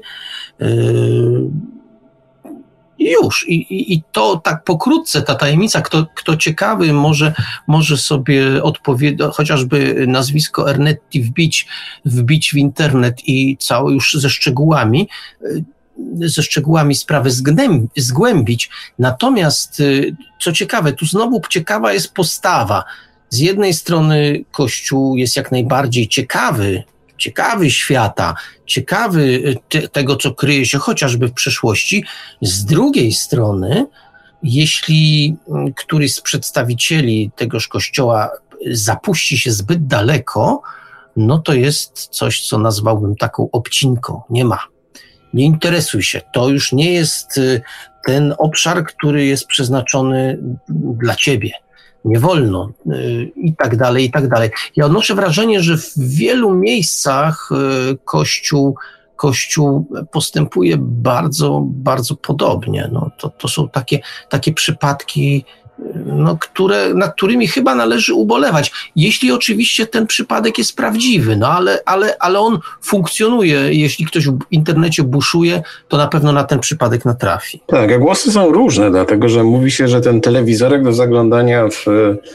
Speaker 3: I już. I, i, I to tak pokrótce, ta tajemnica, kto, kto ciekawy może, może sobie odpowiedzieć, chociażby nazwisko Ernetti wbić, wbić w internet i całe już ze szczegółami, ze szczegółami sprawę zgłębić. Natomiast, co ciekawe, tu znowu ciekawa jest postawa. Z jednej strony Kościół jest jak najbardziej ciekawy, ciekawy świata, ciekawy te, tego, co kryje się chociażby w przeszłości. Z drugiej strony, jeśli któryś z przedstawicieli tegoż kościoła zapuści się zbyt daleko, no to jest coś, co nazwałbym taką obcinką. Nie ma. Nie interesuj się. To już nie jest ten obszar, który jest przeznaczony dla ciebie. Nie wolno i tak dalej, i tak dalej. Ja odnoszę wrażenie, że w wielu miejscach Kościół, Kościół postępuje bardzo, bardzo podobnie. No, to, to są takie, takie przypadki, no, które, nad którymi chyba należy ubolewać. Jeśli oczywiście ten przypadek jest prawdziwy, no ale, ale, ale on funkcjonuje. Jeśli ktoś w internecie buszuje, to na pewno na ten przypadek natrafi.
Speaker 2: Tak, a głosy są różne, dlatego że mówi się, że ten telewizorek do zaglądania w,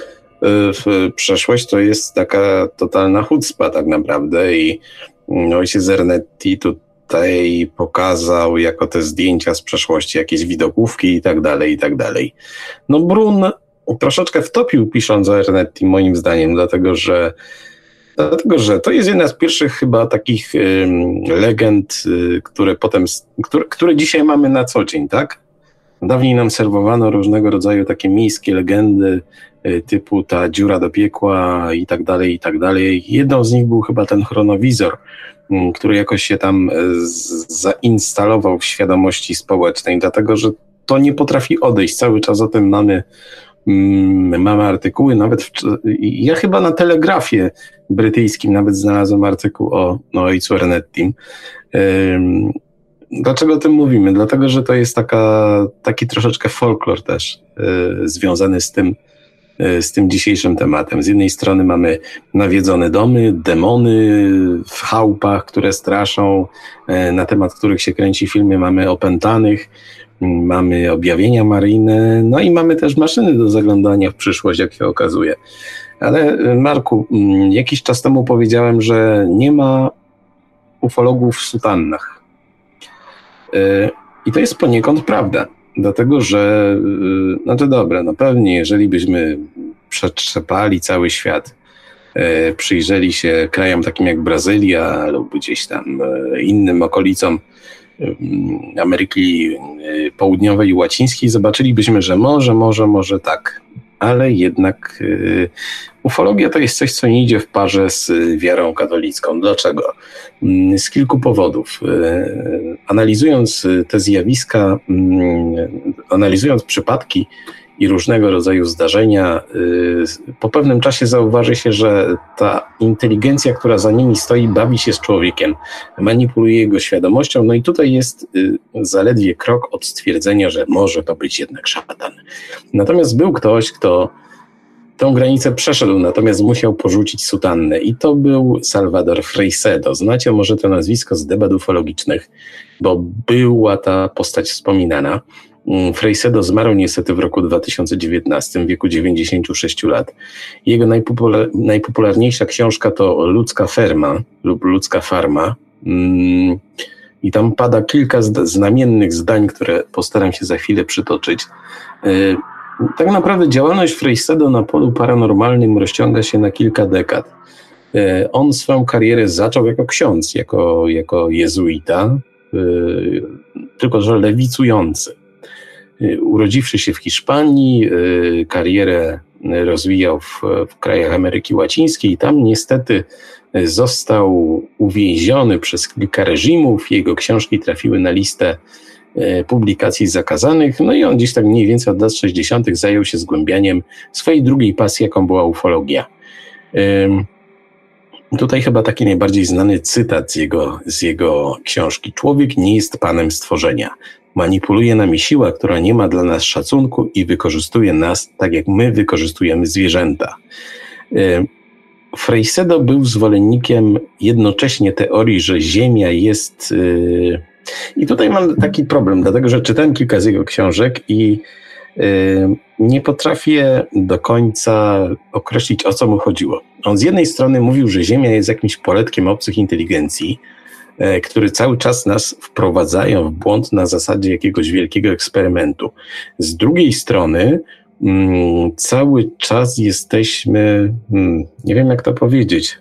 Speaker 2: w przeszłość to jest taka totalna chucpa tak naprawdę i ojciec Ernetti tutaj pokazał jako te zdjęcia z przeszłości, jakieś widokówki i tak dalej, i tak dalej. No Brun troszeczkę wtopił pisząc o Ernetti moim zdaniem, dlatego że Dlatego, że to jest jedna z pierwszych chyba takich y, legend, y, które potem, które, które dzisiaj mamy na co dzień, tak? Dawniej nam serwowano różnego rodzaju takie miejskie legendy y, typu ta dziura do piekła i tak dalej, i tak dalej. Jedną z nich był chyba ten chronowizor, y, który jakoś się tam y, z, zainstalował w świadomości społecznej, dlatego, że to nie potrafi odejść. Cały czas o tym mamy Mamy artykuły, nawet w, ja chyba na Telegrafie brytyjskim nawet znalazłem artykuł o, o ojcu Ernettim. Dlaczego o tym mówimy? Dlatego, że to jest taka, taki troszeczkę folklor też yy, związany z tym, yy, z tym dzisiejszym tematem. Z jednej strony mamy nawiedzone domy, demony w chałupach, które straszą, yy, na temat których się kręci filmy, mamy opętanych, mamy objawienia maryjne, no i mamy też maszyny do zaglądania w przyszłość, jak się okazuje. Ale Marku, jakiś czas temu powiedziałem, że nie ma ufologów w sutannach. I to jest poniekąd prawda, dlatego że, no to dobra, no pewnie jeżeli byśmy przetrzepali cały świat, przyjrzeli się krajom takim jak Brazylia lub gdzieś tam innym okolicom Ameryki Południowej i Łacińskiej, zobaczylibyśmy, że może, może, może tak, ale jednak y, ufologia to jest coś, co nie idzie w parze z wiarą katolicką. Dlaczego? Z kilku powodów. Y, analizując te zjawiska, y, analizując przypadki i różnego rodzaju zdarzenia, y, po pewnym czasie zauważy się, że ta inteligencja, która za nimi stoi, bawi się z człowiekiem, manipuluje jego świadomością, no i tutaj jest y, zaledwie krok od stwierdzenia, że może to być jednak szatan. Natomiast był ktoś, kto tą granicę przeszedł, natomiast musiał porzucić sutannę i to był Salvador Freixedo. Znacie może to nazwisko z debat ufologicznych, bo była ta postać wspominana. Freixedo zmarł niestety w roku dwa tysiące dziewiętnastym w wieku dziewięćdziesięciu sześciu lat. Jego najpopular- najpopularniejsza książka to Ludzka Ferma lub Ludzka Farma. Mm, I tam pada kilka zda- znamiennych zdań, które postaram się za chwilę przytoczyć. Yy, tak naprawdę działalność Freixedo na polu paranormalnym rozciąga się na kilka dekad. Yy, on swoją karierę zaczął jako ksiądz, jako, jako jezuita, yy, tylko że lewicujący. Urodziwszy się w Hiszpanii, karierę rozwijał w, w krajach Ameryki Łacińskiej. Tam niestety został uwięziony przez kilka reżimów. Jego książki trafiły na listę publikacji zakazanych. No i on gdzieś tak mniej więcej od lat sześćdziesiątych zajął się zgłębianiem swojej drugiej pasji, jaką była ufologia. Tutaj chyba taki najbardziej znany cytat z jego, z jego książki. Człowiek nie jest panem stworzenia. Manipuluje nami siła, która nie ma dla nas szacunku i wykorzystuje nas tak, jak my wykorzystujemy zwierzęta. Freysedo był zwolennikiem jednocześnie teorii, że Ziemia jest... I tutaj mam taki problem, dlatego że czytałem kilka z jego książek i nie potrafię do końca określić, o co mu chodziło. On z jednej strony mówił, że Ziemia jest jakimś poletkiem obcych inteligencji, które cały czas nas wprowadzają w błąd na zasadzie jakiegoś wielkiego eksperymentu. Z drugiej strony mm, cały czas jesteśmy, hmm, nie wiem jak to powiedzieć,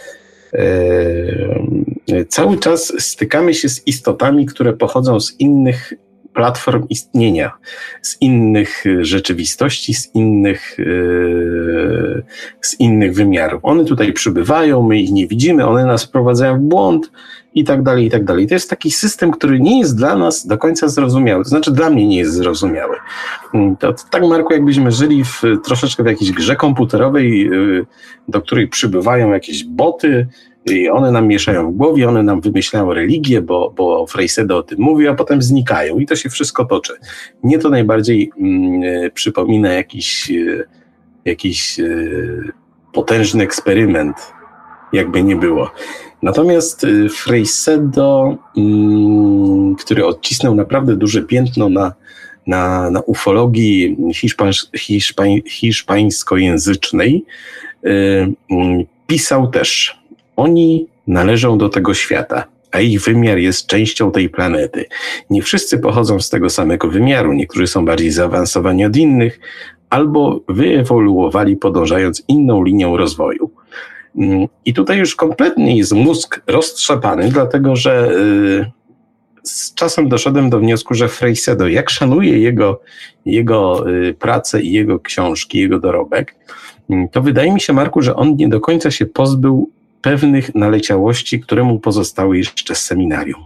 Speaker 2: e, cały czas stykamy się z istotami, które pochodzą z innych platform istnienia, z innych rzeczywistości, z innych, yy, z innych wymiarów. One tutaj przybywają, my ich nie widzimy, one nas wprowadzają w błąd i tak dalej, i tak dalej. To jest taki system, który nie jest dla nas do końca zrozumiały. To znaczy dla mnie nie jest zrozumiały. To, to tak, Marku, jakbyśmy żyli w, troszeczkę w jakiejś grze komputerowej, yy, do której przybywają jakieś boty, i one nam mieszają w głowie, one nam wymyślają religię, bo, bo Freysedo o tym mówi, a potem znikają i to się wszystko toczy. Mnie to najbardziej mm, przypomina jakiś, jakiś y, potężny eksperyment, jakby nie było. Natomiast Freysedo, mm, który odcisnął naprawdę duże piętno na, na, na ufologii hiszpań, hiszpań, hiszpańskojęzycznej, y, y, pisał też: oni należą do tego świata, a ich wymiar jest częścią tej planety. Nie wszyscy pochodzą z tego samego wymiaru, niektórzy są bardziej zaawansowani od innych, albo wyewoluowali podążając inną linią rozwoju. I tutaj już kompletnie jest mózg roztrzepany, dlatego że z czasem doszedłem do wniosku, że Freysedo, jak szanuję jego, jego pracę i jego książki, jego dorobek, to wydaje mi się, Marku, że on nie do końca się pozbył pewnych naleciałości, które mu pozostały jeszcze z seminarium.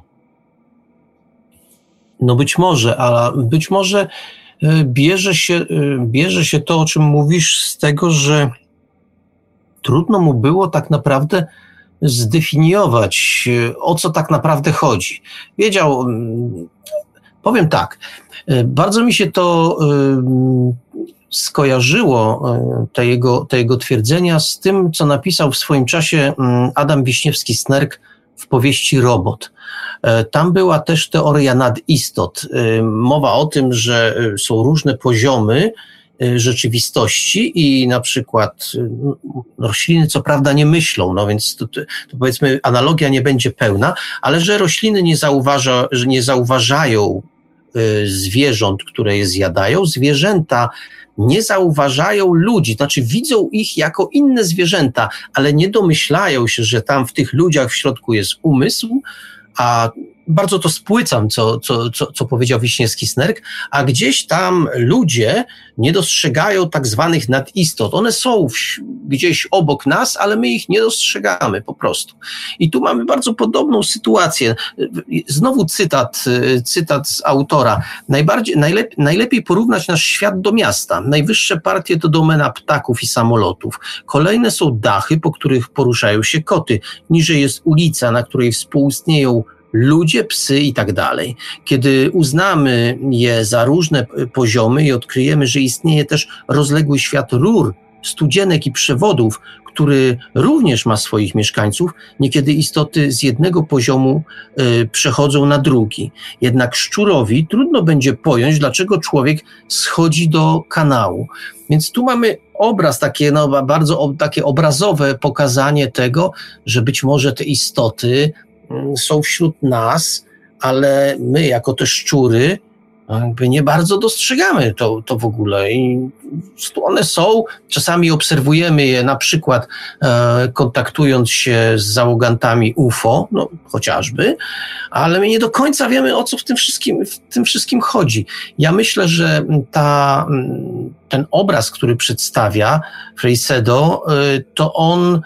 Speaker 3: No być może, ale być może bierze się, bierze się to, o czym mówisz, z tego, że trudno mu było tak naprawdę zdefiniować, o co tak naprawdę chodzi. Wiedział, powiem tak, bardzo mi się to skojarzyło, te jego, te jego twierdzenia, z tym, co napisał w swoim czasie Adam Wiśniewski-Snerk w powieści Robot. Tam była też teoria nadistot. Mowa o tym, że są różne poziomy rzeczywistości i na przykład rośliny co prawda nie myślą, no więc to, to, to powiedzmy analogia nie będzie pełna, ale że rośliny nie zauważa, że nie zauważają zwierząt, które je zjadają, zwierzęta nie zauważają ludzi, znaczy widzą ich jako inne zwierzęta, ale nie domyślają się, że tam w tych ludziach w środku jest umysł, a bardzo to spłycam, co, co, co, co powiedział Wiśniewski-Snerk, a gdzieś tam ludzie nie dostrzegają tak zwanych nadistot. One są w, gdzieś obok nas, ale my ich nie dostrzegamy po prostu. I tu mamy bardzo podobną sytuację. Znowu cytat, cytat z autora. Najbardziej, najlep, najlepiej porównać nasz świat do miasta. Najwyższe partie to domena ptaków i samolotów. Kolejne są dachy, po których poruszają się koty. Niżej jest ulica, na której współistnieją ludzie, psy i tak dalej. Kiedy uznamy je za różne poziomy i odkryjemy, że istnieje też rozległy świat rur, studzienek i przewodów, który również ma swoich mieszkańców, niekiedy istoty z jednego poziomu y, przechodzą na drugi. Jednak szczurowi trudno będzie pojąć, dlaczego człowiek schodzi do kanału. Więc tu mamy obraz, takie no, bardzo ob, takie obrazowe pokazanie tego, że być może te istoty są wśród nas, ale my jako te szczury jakby nie bardzo dostrzegamy to, to w ogóle i one są, czasami obserwujemy je na przykład e, kontaktując się z załogantami U F O, no chociażby, ale my nie do końca wiemy, o co w tym wszystkim, w tym wszystkim chodzi. Ja myślę, że ta, ten obraz, który przedstawia Freysedo, e, to on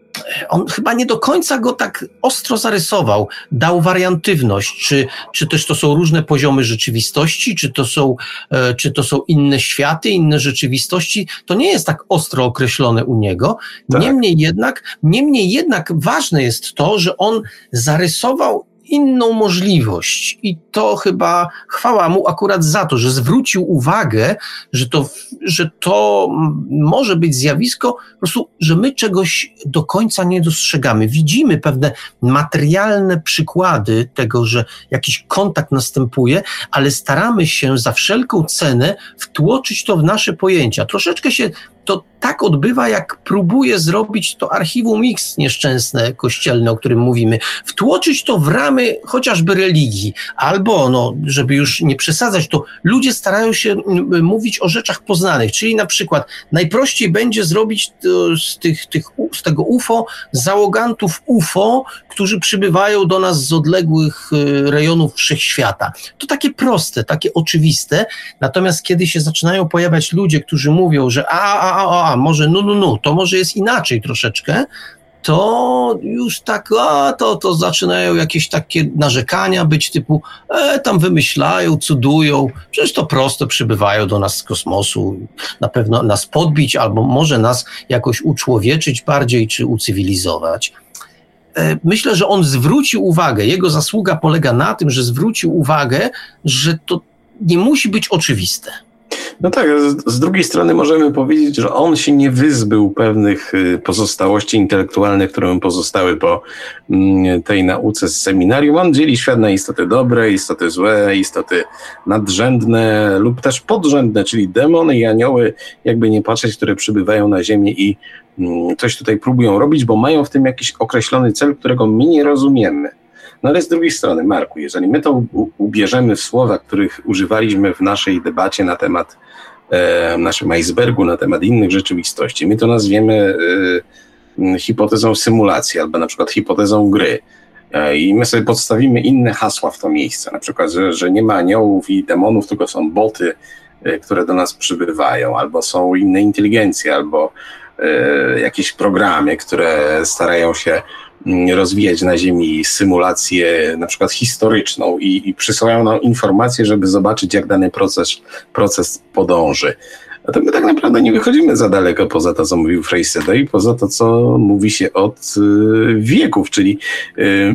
Speaker 3: On chyba nie do końca go tak ostro zarysował, dał wariantywność, czy, czy też to są różne poziomy rzeczywistości, czy to są, e, czy to są inne światy, inne rzeczywistości, to nie jest tak ostro określone u niego. Tak. Niemniej jednak, niemniej jednak ważne jest to, że on zarysował inną możliwość i to chyba chwała mu akurat za to, że zwrócił uwagę, że to, że to może być zjawisko, po prostu, że my czegoś do końca nie dostrzegamy. Widzimy pewne materialne przykłady tego, że jakiś kontakt następuje, ale staramy się za wszelką cenę wtłoczyć to w nasze pojęcia. Troszeczkę się to tak odbywa, jak próbuje zrobić to archiwum X nieszczęsne, kościelne, o którym mówimy. Wtłoczyć to w ramy chociażby religii. Albo, no, żeby już nie przesadzać, to ludzie starają się mówić o rzeczach poznanych. Czyli na przykład najprościej będzie zrobić z, tych, tych, z tego U F O załogantów U F O, którzy przybywają do nas z odległych rejonów wszechświata. To takie proste, takie oczywiste. Natomiast kiedy się zaczynają pojawiać ludzie, którzy mówią, że a, a, a, a może no, no, no, to może jest inaczej troszeczkę, to już tak, a to, to zaczynają jakieś takie narzekania być typu, e, tam wymyślają, cudują, przecież to prosto przybywają do nas z kosmosu, na pewno nas podbić albo może nas jakoś uczłowieczyć bardziej czy ucywilizować. E, myślę, że on zwrócił uwagę, jego zasługa polega na tym, że zwrócił uwagę, że to nie musi być oczywiste.
Speaker 2: No tak, z, z drugiej strony możemy powiedzieć, że on się nie wyzbył pewnych pozostałości intelektualnych, które mu pozostały po mm, tej nauce z seminarium. On dzieli świat na istoty dobre, istoty złe, istoty nadrzędne lub też podrzędne, czyli demony i anioły, jakby nie patrzeć, które przybywają na ziemię i mm, coś tutaj próbują robić, bo mają w tym jakiś określony cel, którego my nie rozumiemy. No ale z drugiej strony, Marku, jeżeli my to u- ubierzemy w słowa, których używaliśmy w naszej debacie na temat e, naszym icebergu, na temat innych rzeczywistości, my to nazwiemy e, hipotezą symulacji albo na przykład hipotezą gry. E, I my sobie podstawimy inne hasła w to miejsce, na przykład, że, że nie ma aniołów i demonów, tylko są boty, e, które do nas przybywają, albo są inne inteligencje, albo e, jakieś programy, które starają się rozwijać na Ziemi symulację na przykład historyczną i, i przysyłają nam informacje, żeby zobaczyć, jak dany proces, proces podąży. A to my tak naprawdę nie wychodzimy za daleko poza to, co mówił Freysedo i poza to, co mówi się od y, wieków, czyli y,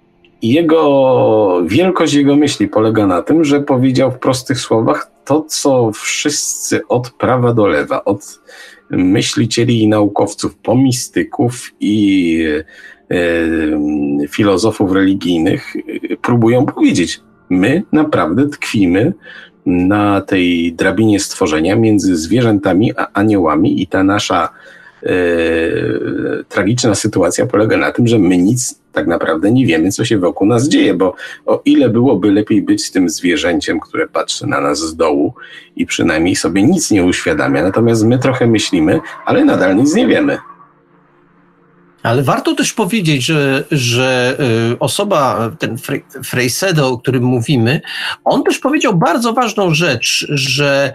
Speaker 2: jego wielkość jego myśli polega na tym, że powiedział w prostych słowach to, co wszyscy od prawa do lewa, od myślicieli i naukowców, po mistyków i filozofów religijnych próbują powiedzieć. My naprawdę tkwimy na tej drabinie stworzenia między zwierzętami a aniołami i ta nasza e, tragiczna sytuacja polega na tym, że my nic tak naprawdę nie wiemy, co się wokół nas dzieje, bo o ile byłoby lepiej być z tym zwierzęciem, które patrzy na nas z dołu i przynajmniej sobie nic nie uświadamia, natomiast my trochę myślimy, ale nadal nic nie wiemy.
Speaker 3: Ale warto też powiedzieć, że, że osoba, ten Freysedo, o którym mówimy, on też powiedział bardzo ważną rzecz, że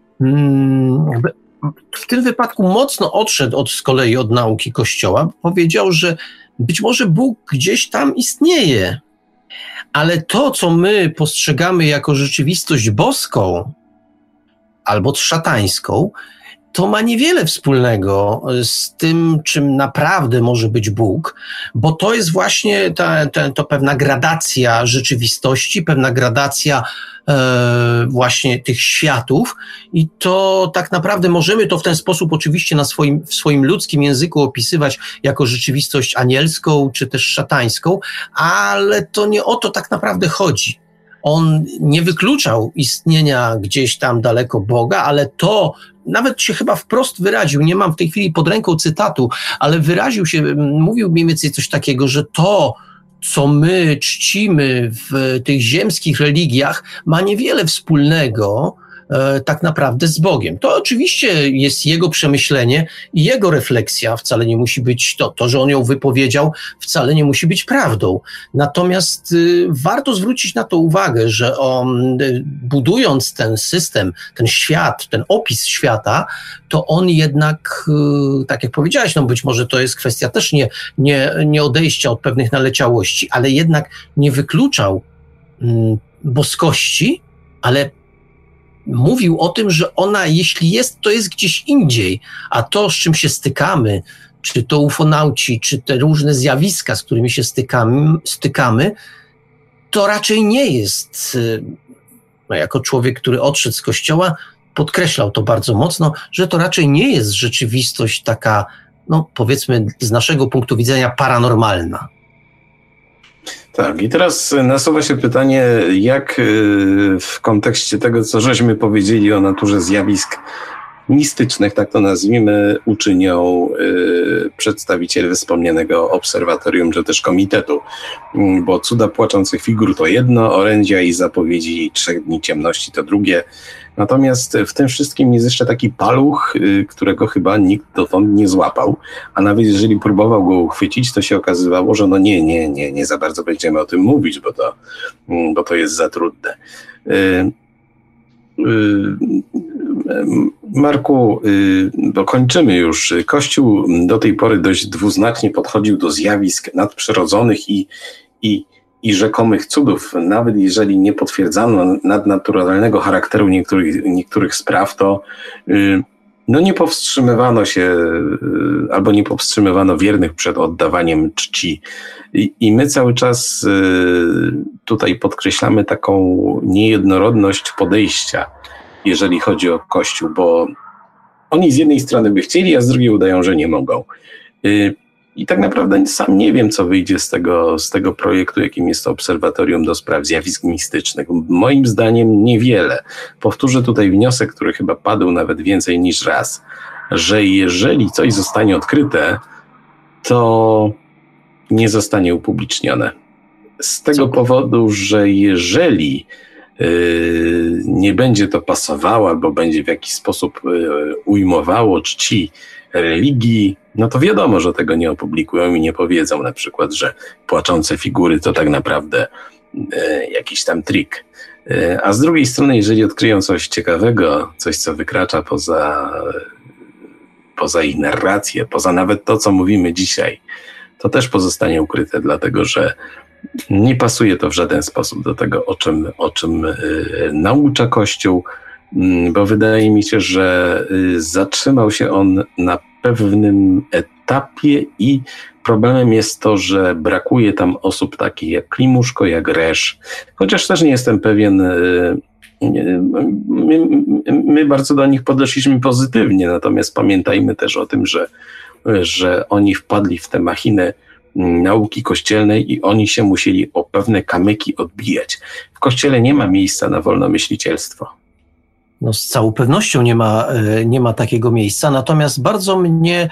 Speaker 3: w tym wypadku mocno odszedł od, z kolei od nauki Kościoła. Powiedział, że być może Bóg gdzieś tam istnieje, ale to, co my postrzegamy jako rzeczywistość boską albo szatańską, to ma niewiele wspólnego z tym, czym naprawdę może być Bóg, bo to jest właśnie ta, ta, to pewna gradacja rzeczywistości, pewna gradacja e, właśnie tych światów i to tak naprawdę możemy to w ten sposób oczywiście na swoim, w swoim ludzkim języku opisywać jako rzeczywistość anielską czy też szatańską, ale to nie o to tak naprawdę chodzi. On nie wykluczał istnienia gdzieś tam daleko Boga, ale to nawet się chyba wprost wyraził, nie mam w tej chwili pod ręką cytatu, ale wyraził się, mówił mniej więcej coś takiego, że to, co my czcimy w tych ziemskich religiach, ma niewiele wspólnego e, tak naprawdę z Bogiem. To oczywiście jest jego przemyślenie i jego refleksja, wcale nie musi być to, to, że on ją wypowiedział, wcale nie musi być prawdą. Natomiast y, warto zwrócić na to uwagę, że on, y, budując ten system, ten świat, ten opis świata, to on jednak, y, tak jak powiedziałeś, no być może to jest kwestia też nie, nie, nie odejścia od pewnych naleciałości, ale jednak nie wykluczał y, boskości, ale mówił o tym, że ona, jeśli jest, to jest gdzieś indziej, a to, z czym się stykamy, czy to ufonauci, czy te różne zjawiska, z którymi się stykamy, stykamy to raczej nie jest, no jako człowiek, który odszedł z kościoła, podkreślał to bardzo mocno, że to raczej nie jest rzeczywistość taka, no powiedzmy z naszego punktu widzenia paranormalna.
Speaker 2: Tak, i teraz nasuwa się pytanie, jak w kontekście tego, co żeśmy powiedzieli o naturze zjawisk mistycznych, tak to nazwijmy, uczynią y, przedstawiciele wspomnianego obserwatorium, czy też komitetu, y, bo cuda płaczących figur to jedno, orędzia i zapowiedzi trzech dni ciemności to drugie. Natomiast w tym wszystkim jest jeszcze taki paluch, y, którego chyba nikt dotąd nie złapał, a nawet jeżeli próbował go uchwycić, to się okazywało, że no nie, nie, nie, nie za bardzo będziemy o tym mówić, bo to, y, bo to jest za trudne. Y, Marku, dokończymy już. Kościół do tej pory dość dwuznacznie podchodził do zjawisk nadprzyrodzonych i, i, i rzekomych cudów. Nawet jeżeli nie potwierdzano nadnaturalnego charakteru niektórych, niektórych spraw, to no nie powstrzymywano się albo nie powstrzymywano wiernych przed oddawaniem czci. I, i my cały czas tutaj podkreślamy taką niejednorodność podejścia, jeżeli chodzi o Kościół, bo oni z jednej strony by chcieli, a z drugiej udają, że nie mogą. I tak naprawdę sam nie wiem, co wyjdzie z tego, z tego projektu, jakim jest to Obserwatorium do Spraw Zjawisk Mistycznych. Moim zdaniem niewiele. Powtórzę tutaj wniosek, który chyba padł nawet więcej niż raz, że jeżeli coś zostanie odkryte, to nie zostanie upublicznione. Z tego co? powodu, że jeżeli yy, nie będzie to pasowało albo będzie w jakiś sposób yy, ujmowało czci religii, no to wiadomo, że tego nie opublikują i nie powiedzą na przykład, że płaczące figury to tak naprawdę yy, jakiś tam trik. Yy, a z drugiej strony, jeżeli odkryją coś ciekawego, coś co wykracza poza, poza ich narrację, poza nawet to, co mówimy dzisiaj, to też pozostanie ukryte, dlatego że nie pasuje to w żaden sposób do tego, o czym, o czym yy, naucza Kościół, yy, bo wydaje mi się, że yy, zatrzymał się on na pewnym etapie i problemem jest to, że brakuje tam osób takich jak Klimuszko, jak Resz, chociaż też nie jestem pewien, yy, my, my bardzo do nich podeszliśmy pozytywnie, natomiast pamiętajmy też o tym, że że oni wpadli w tę machinę nauki kościelnej i oni się musieli o pewne kamyki odbijać. W Kościele nie ma miejsca na wolnomyślicielstwo.
Speaker 3: No z całą pewnością nie ma, nie ma takiego miejsca, natomiast bardzo mnie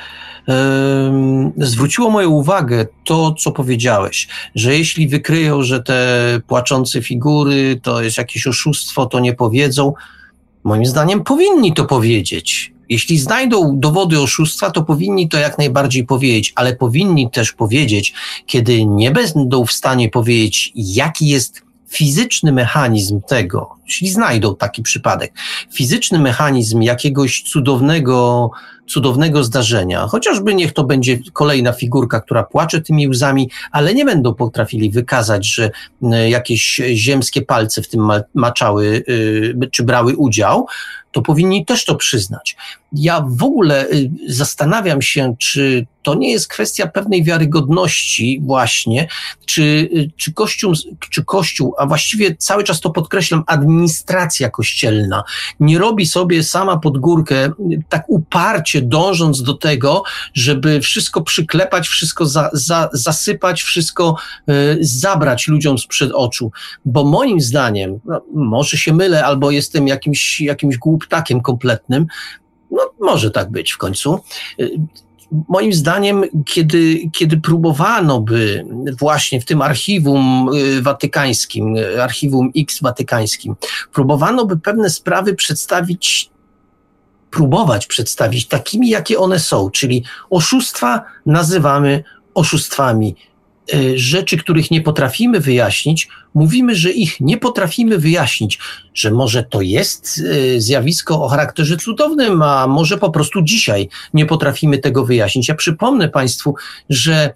Speaker 3: e, zwróciło moją uwagę to, co powiedziałeś, że jeśli wykryją, że te płaczące figury to jest jakieś oszustwo, to nie powiedzą. Moim zdaniem powinni to powiedzieć. Jeśli znajdą dowody oszustwa, to powinni to jak najbardziej powiedzieć, ale powinni też powiedzieć, kiedy nie będą w stanie powiedzieć, jaki jest fizyczny mechanizm tego, jeśli znajdą taki przypadek, fizyczny mechanizm jakiegoś cudownego, cudownego zdarzenia, chociażby niech to będzie kolejna figurka, która płacze tymi łzami, ale nie będą potrafili wykazać, że jakieś ziemskie palce w tym maczały, czy brały udział, to powinni też to przyznać. Ja w ogóle zastanawiam się, czy to nie jest kwestia pewnej wiarygodności właśnie, czy, czy, Kościół, czy Kościół, a właściwie cały czas to podkreślam, administracja kościelna nie robi sobie sama pod górkę tak uparcie dążąc do tego, żeby wszystko przyklepać, wszystko za, za, zasypać, wszystko y, zabrać ludziom sprzed oczu. Bo moim zdaniem, no, może się mylę, albo jestem jakimś, jakimś głuptakiem kompletnym, no może tak być w końcu. Moim zdaniem, kiedy, kiedy próbowano by właśnie w tym archiwum watykańskim, archiwum X watykańskim, próbowano by pewne sprawy przedstawić, próbować przedstawić takimi, jakie one są, czyli oszustwa nazywamy oszustwami. Rzeczy, których nie potrafimy wyjaśnić, mówimy, że ich nie potrafimy wyjaśnić, że może to jest zjawisko o charakterze cudownym, a może po prostu dzisiaj nie potrafimy tego wyjaśnić. Ja przypomnę Państwu, że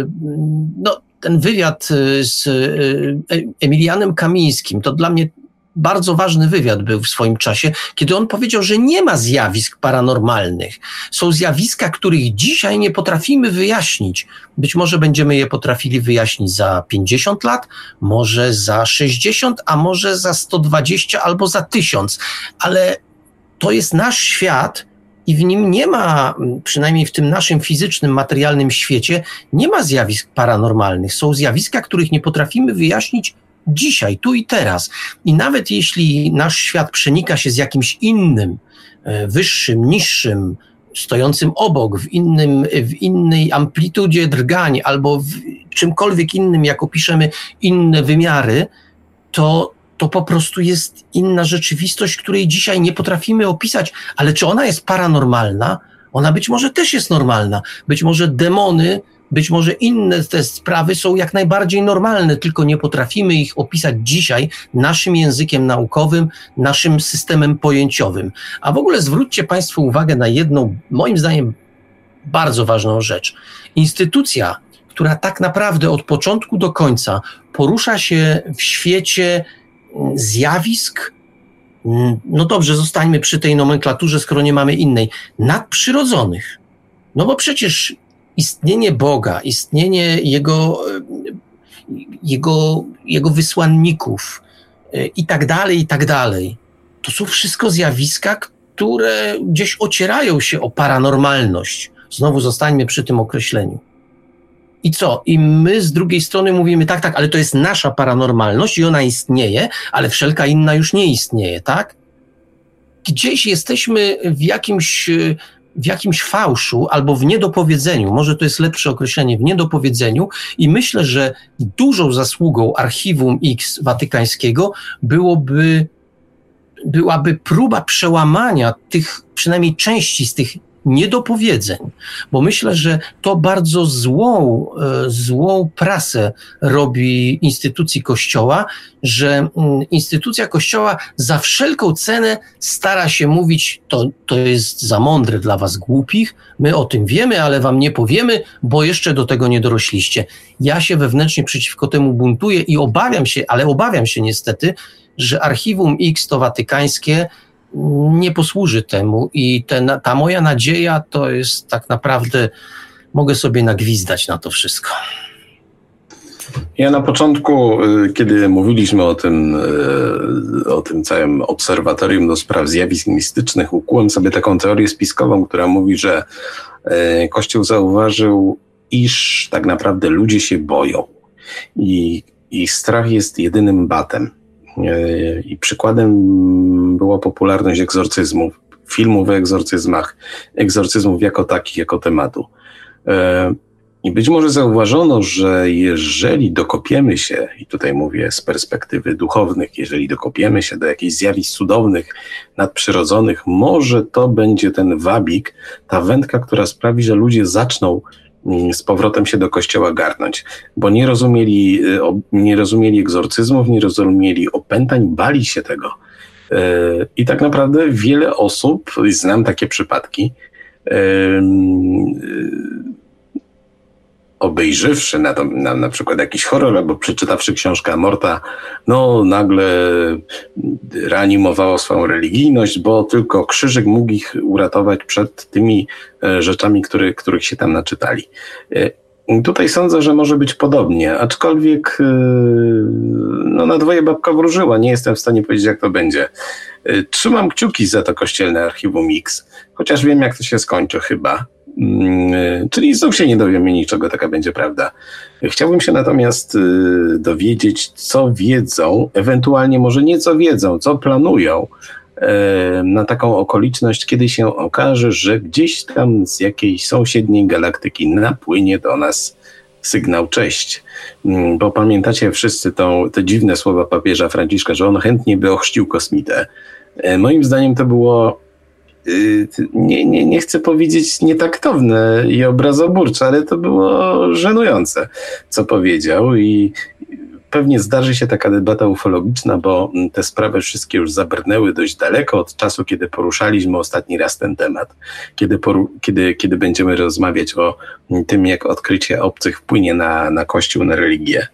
Speaker 3: no, ten wywiad z Emilianem Kamińskim to dla mnie bardzo ważny wywiad był w swoim czasie, kiedy on powiedział, że nie ma zjawisk paranormalnych. Są zjawiska, których dzisiaj nie potrafimy wyjaśnić. Być może będziemy je potrafili wyjaśnić za pięćdziesiąt lat, może za sześćdziesiąt, a może za sto dwadzieścia albo za tysiąc. Ale to jest nasz świat i w nim nie ma, przynajmniej w tym naszym fizycznym, materialnym świecie, nie ma zjawisk paranormalnych. Są zjawiska, których nie potrafimy wyjaśnić dzisiaj, tu i teraz. I nawet jeśli nasz świat przenika się z jakimś innym, wyższym, niższym, stojącym obok, w, innym, w innej amplitudzie drgań albo w czymkolwiek innym, jak opiszemy inne wymiary, to, to po prostu jest inna rzeczywistość, której dzisiaj nie potrafimy opisać. Ale czy ona jest paranormalna? Ona być może też jest normalna. Być może demony, być może inne te sprawy są jak najbardziej normalne, tylko nie potrafimy ich opisać dzisiaj naszym językiem naukowym, naszym systemem pojęciowym. A w ogóle zwróćcie Państwo uwagę na jedną, moim zdaniem, bardzo ważną rzecz. Instytucja, która tak naprawdę od początku do końca porusza się w świecie zjawisk, no dobrze, zostańmy przy tej nomenklaturze, skoro nie mamy innej, nadprzyrodzonych. No bo przecież istnienie Boga, istnienie Jego, Jego, Jego wysłanników i tak dalej, i tak dalej, to są wszystko zjawiska, które gdzieś ocierają się o paranormalność. Znowu zostańmy przy tym określeniu. I co? I my z drugiej strony mówimy, tak, tak, ale to jest nasza paranormalność i ona istnieje, ale wszelka inna już nie istnieje, tak? Gdzieś jesteśmy w jakimś, w jakimś fałszu albo w niedopowiedzeniu, może to jest lepsze określenie, w niedopowiedzeniu i myślę, że dużą zasługą Archiwum X Watykańskiego byłoby, byłaby próba przełamania tych, przynajmniej części z tych niedopowiedzeń, bo myślę, że to bardzo złą, złą prasę robi instytucji Kościoła, że instytucja Kościoła za wszelką cenę stara się mówić, to, to jest za mądre dla was głupich, my o tym wiemy, ale wam nie powiemy, bo jeszcze do tego nie dorośliście. Ja się wewnętrznie przeciwko temu buntuję i obawiam się, ale obawiam się niestety, że Archiwum X to watykańskie nie posłuży temu i te, ta moja nadzieja to jest tak naprawdę, mogę sobie nagwizdać na to wszystko.
Speaker 2: Ja na początku, kiedy mówiliśmy o tym, o tym całym obserwatorium do spraw zjawisk mistycznych, ukułem sobie taką teorię spiskową, która mówi, że Kościół zauważył, iż tak naprawdę ludzie się boją i, i strach jest jedynym batem. I przykładem była popularność egzorcyzmów, filmów o egzorcyzmach, egzorcyzmów jako takich, jako tematu. I być może zauważono, że jeżeli dokopiemy się, i tutaj mówię z perspektywy duchownych, jeżeli dokopiemy się do jakichś zjawisk cudownych, nadprzyrodzonych, może to będzie ten wabik, ta wędka, która sprawi, że ludzie zaczną z powrotem się do kościoła garnąć, bo nie rozumieli, nie rozumieli egzorcyzmów, nie rozumieli opętań, bali się tego. I tak naprawdę wiele osób, znam takie przypadki, obejrzywszy na, to, na, na przykład jakiś horror albo przeczytawszy książkę Amorta, no nagle reanimowało swoją religijność, bo tylko krzyżyk mógł ich uratować przed tymi rzeczami, który, których się tam naczytali. Tutaj sądzę, że może być podobnie, aczkolwiek no, na dwoje babka wróżyła, nie jestem w stanie powiedzieć, jak to będzie. Trzymam kciuki za to kościelne Archiwum X, chociaż wiem, jak to się skończy chyba. Czyli znów się nie dowiemy niczego, taka będzie prawda. Chciałbym się natomiast dowiedzieć, co wiedzą, ewentualnie może nie co wiedzą, co planują na taką okoliczność, kiedy się okaże, że gdzieś tam z jakiejś sąsiedniej galaktyki napłynie do nas sygnał cześć. Bo pamiętacie wszyscy tą, te dziwne słowa papieża Franciszka, że on chętnie by ochrzcił kosmitę. Moim zdaniem to było Nie, nie, nie chcę powiedzieć nietaktowne i obrazoburcze, ale to było żenujące, co powiedział i pewnie zdarzy się taka debata ufologiczna, bo te sprawy wszystkie już zabrnęły dość daleko od czasu, kiedy poruszaliśmy ostatni raz ten temat, kiedy, poru- kiedy, kiedy będziemy rozmawiać o tym, jak odkrycie obcych wpłynie na, na Kościół, na religię.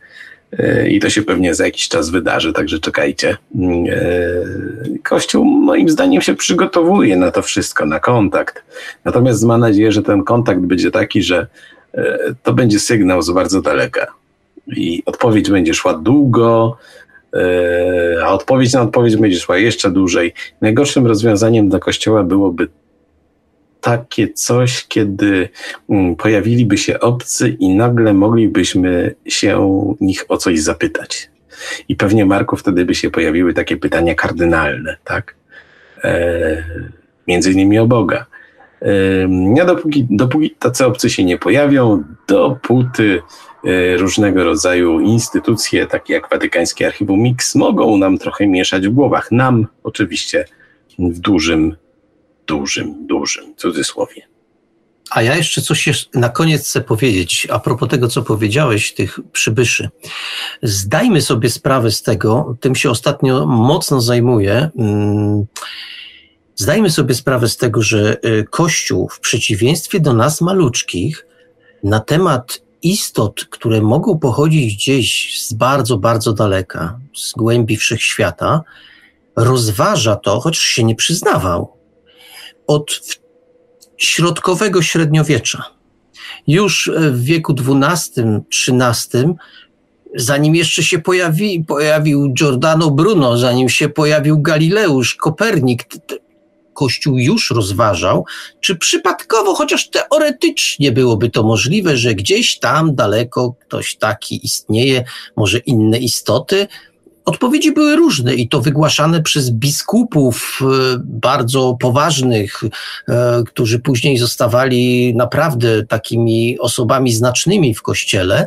Speaker 2: i to się pewnie za jakiś czas wydarzy, także czekajcie. Kościół moim zdaniem się przygotowuje na to wszystko, na kontakt. Natomiast mam nadzieję, że ten kontakt będzie taki, że to będzie sygnał z bardzo daleka i odpowiedź będzie szła długo, a odpowiedź na odpowiedź będzie szła jeszcze dłużej. Najgorszym rozwiązaniem dla Kościoła byłoby takie coś, kiedy pojawiliby się obcy i nagle moglibyśmy się nich o coś zapytać. I pewnie, Marku, wtedy by się pojawiły takie pytania kardynalne, tak? E, między innymi o Boga. E, ja dopóki, dopóki tacy obcy się nie pojawią, dopóty e, różnego rodzaju instytucje, takie jak Watykańskie Archiwum Mix, mogą nam trochę mieszać w głowach. Nam oczywiście w dużym dużym, dużym cudzysłowie.
Speaker 3: A ja jeszcze coś jeszcze na koniec chcę powiedzieć, a propos tego, co powiedziałeś, tych przybyszy. Zdajmy sobie sprawę z tego, tym się ostatnio mocno zajmuję, zdajmy sobie sprawę z tego, że Kościół w przeciwieństwie do nas maluczkich na temat istot, które mogą pochodzić gdzieś z bardzo, bardzo daleka, z głębi wszechświata, rozważa to, chociaż się nie przyznawał, od środkowego średniowiecza. Już w wieku dwunastym, trzynastym, zanim jeszcze się pojawi, pojawił Giordano Bruno, zanim się pojawił Galileusz, Kopernik, Kościół już rozważał, czy przypadkowo, chociaż teoretycznie byłoby to możliwe, że gdzieś tam daleko ktoś taki istnieje, może inne istoty. Odpowiedzi były różne i to wygłaszane przez biskupów bardzo poważnych, którzy później zostawali naprawdę takimi osobami znacznymi w Kościele.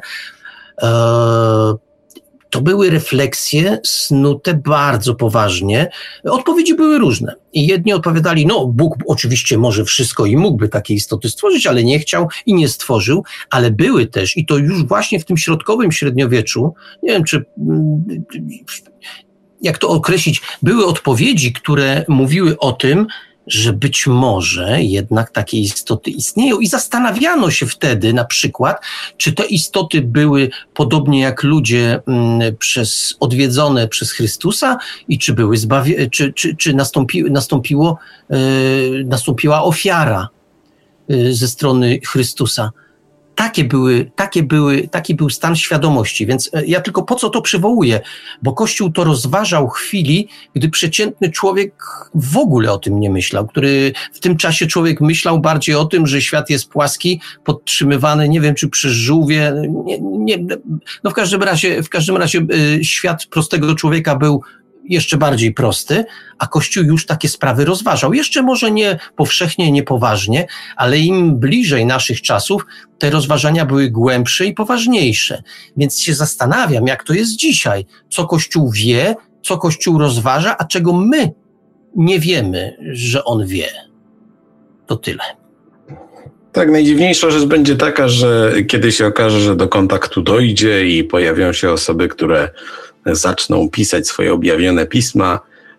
Speaker 3: To były refleksje snute bardzo poważnie. Odpowiedzi były różne. I jedni odpowiadali, no Bóg oczywiście może wszystko i mógłby takie istoty stworzyć, ale nie chciał i nie stworzył, ale były też, i to już właśnie w tym środkowym średniowieczu, nie wiem czy, jak to określić, były odpowiedzi, które mówiły o tym, że być może jednak takie istoty istnieją i zastanawiano się wtedy na przykład, czy te istoty były podobnie jak ludzie m, przez, odwiedzone przez Chrystusa i czy były zbawie, czy, czy, czy nastąpi, nastąpiło, e, nastąpiła ofiara e, ze strony Chrystusa. Takie były, takie były, taki był stan świadomości, więc ja tylko po co to przywołuję, bo Kościół to rozważał w chwili, gdy przeciętny człowiek w ogóle o tym nie myślał, który w tym czasie człowiek myślał bardziej o tym, że świat jest płaski, podtrzymywany, nie wiem czy przez żółwie, nie, nie, no w każdym razie, w każdym razie świat prostego człowieka był jeszcze bardziej prosty, a Kościół już takie sprawy rozważał. Jeszcze może nie powszechnie, nie poważnie, ale im bliżej naszych czasów te rozważania były głębsze i poważniejsze. Więc się zastanawiam, jak to jest dzisiaj. Co Kościół wie, co Kościół rozważa, a czego my nie wiemy, że on wie. To tyle.
Speaker 2: Tak, najdziwniejsza rzecz będzie taka, że kiedy się okaże, że do kontaktu dojdzie i pojawią się osoby, które zaczną pisać swoje objawione pisma,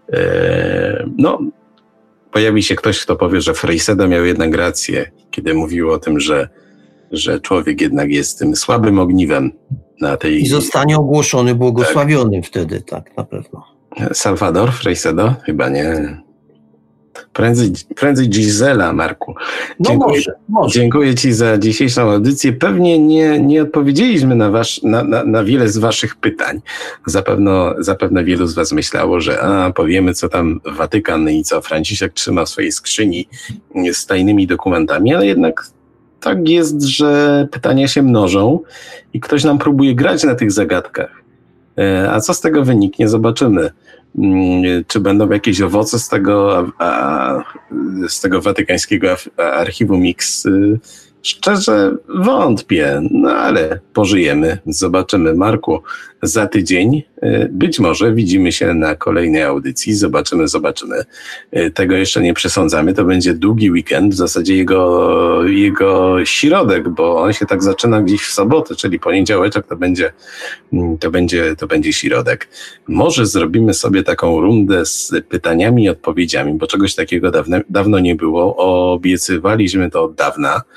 Speaker 2: no pojawi się ktoś, kto powie, że Freysedo miał jednak rację, kiedy mówił o tym, że, że człowiek jednak jest tym słabym ogniwem na tej...
Speaker 3: I zostanie ogłoszony błogosławionym tak. Wtedy, tak, na pewno.
Speaker 2: Salvador Freysedo? Chyba nie. Prędzej, prędzej Gisela, Marku.
Speaker 3: No
Speaker 2: dziękuję,
Speaker 3: może, może.
Speaker 2: Dziękuję Ci za dzisiejszą audycję. Pewnie nie, nie odpowiedzieliśmy na, wasz, na, na, na wiele z Waszych pytań. Zapewne, zapewne wielu z Was myślało, że a, powiemy, co tam Watykan i co Franciszek trzyma w swojej skrzyni z tajnymi dokumentami, ale jednak tak jest, że pytania się mnożą i ktoś nam próbuje grać na tych zagadkach. A co z tego wyniknie, zobaczymy. Czy będą jakieś owoce z tego, a, a, z tego watykańskiego archiwum Mix? Szczerze wątpię, no ale pożyjemy, zobaczymy. Marku, za tydzień być może widzimy się na kolejnej audycji, zobaczymy, zobaczymy. Tego jeszcze nie przesądzamy, to będzie długi weekend, w zasadzie jego, jego środek, bo on się tak zaczyna gdzieś w sobotę, czyli poniedziałeczek to będzie, to będzie, to będzie środek. Może zrobimy sobie taką rundę z pytaniami i odpowiedziami, bo czegoś takiego dawno, dawno nie było, obiecywaliśmy to od dawna.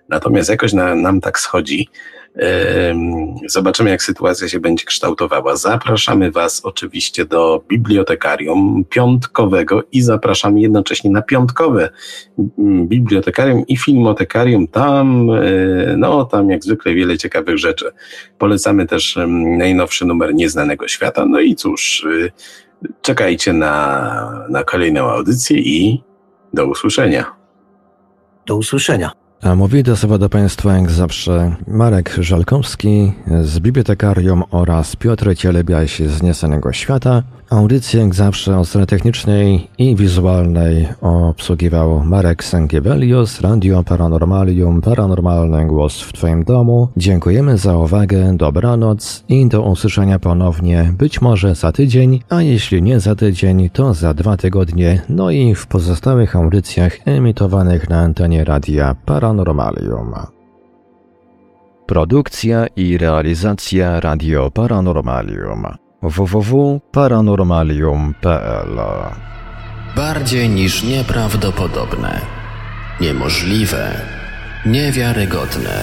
Speaker 2: Natomiast jakoś na, nam tak schodzi. Zobaczymy, jak sytuacja się będzie kształtowała. Zapraszamy Was oczywiście do bibliotekarium piątkowego i zapraszamy jednocześnie na piątkowe bibliotekarium i filmotekarium. Tam, no, tam jak zwykle wiele ciekawych rzeczy. Polecamy też najnowszy numer Nieznanego Świata. No i cóż, czekajcie na, na kolejną audycję i do usłyszenia.
Speaker 3: Do usłyszenia.
Speaker 1: A mówi do słowa do Państwa jak zawsze Marek Żalkowski z Bibliotekarium oraz Piotr Cielebiaś z Nieznanego Świata. Audycję jak zawsze o stronie technicznej i wizualnej obsługiwał Marek Sękiewelius, Radio Paranormalium, Paranormalny Głos w Twoim domu. Dziękujemy za uwagę, dobranoc i do usłyszenia ponownie, być może za tydzień, a jeśli nie za tydzień, to za dwa tygodnie, no i w pozostałych audycjach emitowanych na antenie Radia Paranormalium. Produkcja i realizacja Radio Paranormalium. w w w kropka paranormalium kropka p l.
Speaker 4: Bardziej niż nieprawdopodobne, niemożliwe, niewiarygodne.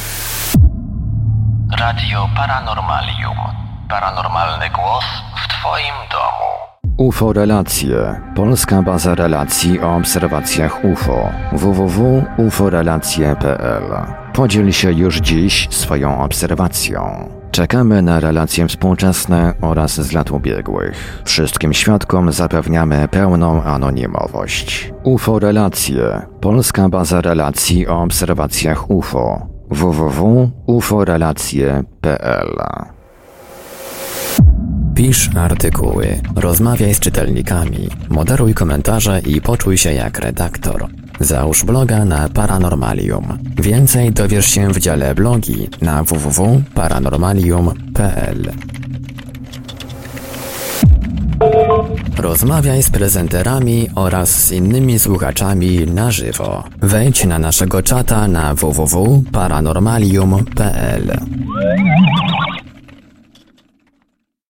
Speaker 4: Radio Paranormalium. Paranormalny głos w Twoim domu.
Speaker 1: U F O Relacje. Polska baza relacji o obserwacjach U F O. w w w kropka u f o relacje kropka p l. Podziel się już dziś swoją obserwacją. Czekamy na relacje współczesne oraz z lat ubiegłych. Wszystkim świadkom zapewniamy pełną anonimowość. U F O Relacje. Polska baza relacji o obserwacjach U F O. w w w kropka u f o relacje kropka p l.
Speaker 4: Pisz artykuły, rozmawiaj z czytelnikami, moderuj komentarze i poczuj się jak redaktor. Załóż bloga na Paranormalium. Więcej dowiesz się w dziale blogi na w w w kropka paranormalium kropka p l. Rozmawiaj z prezenterami oraz z innymi słuchaczami na żywo. Wejdź na naszego czata na w w w kropka paranormalium kropka p l.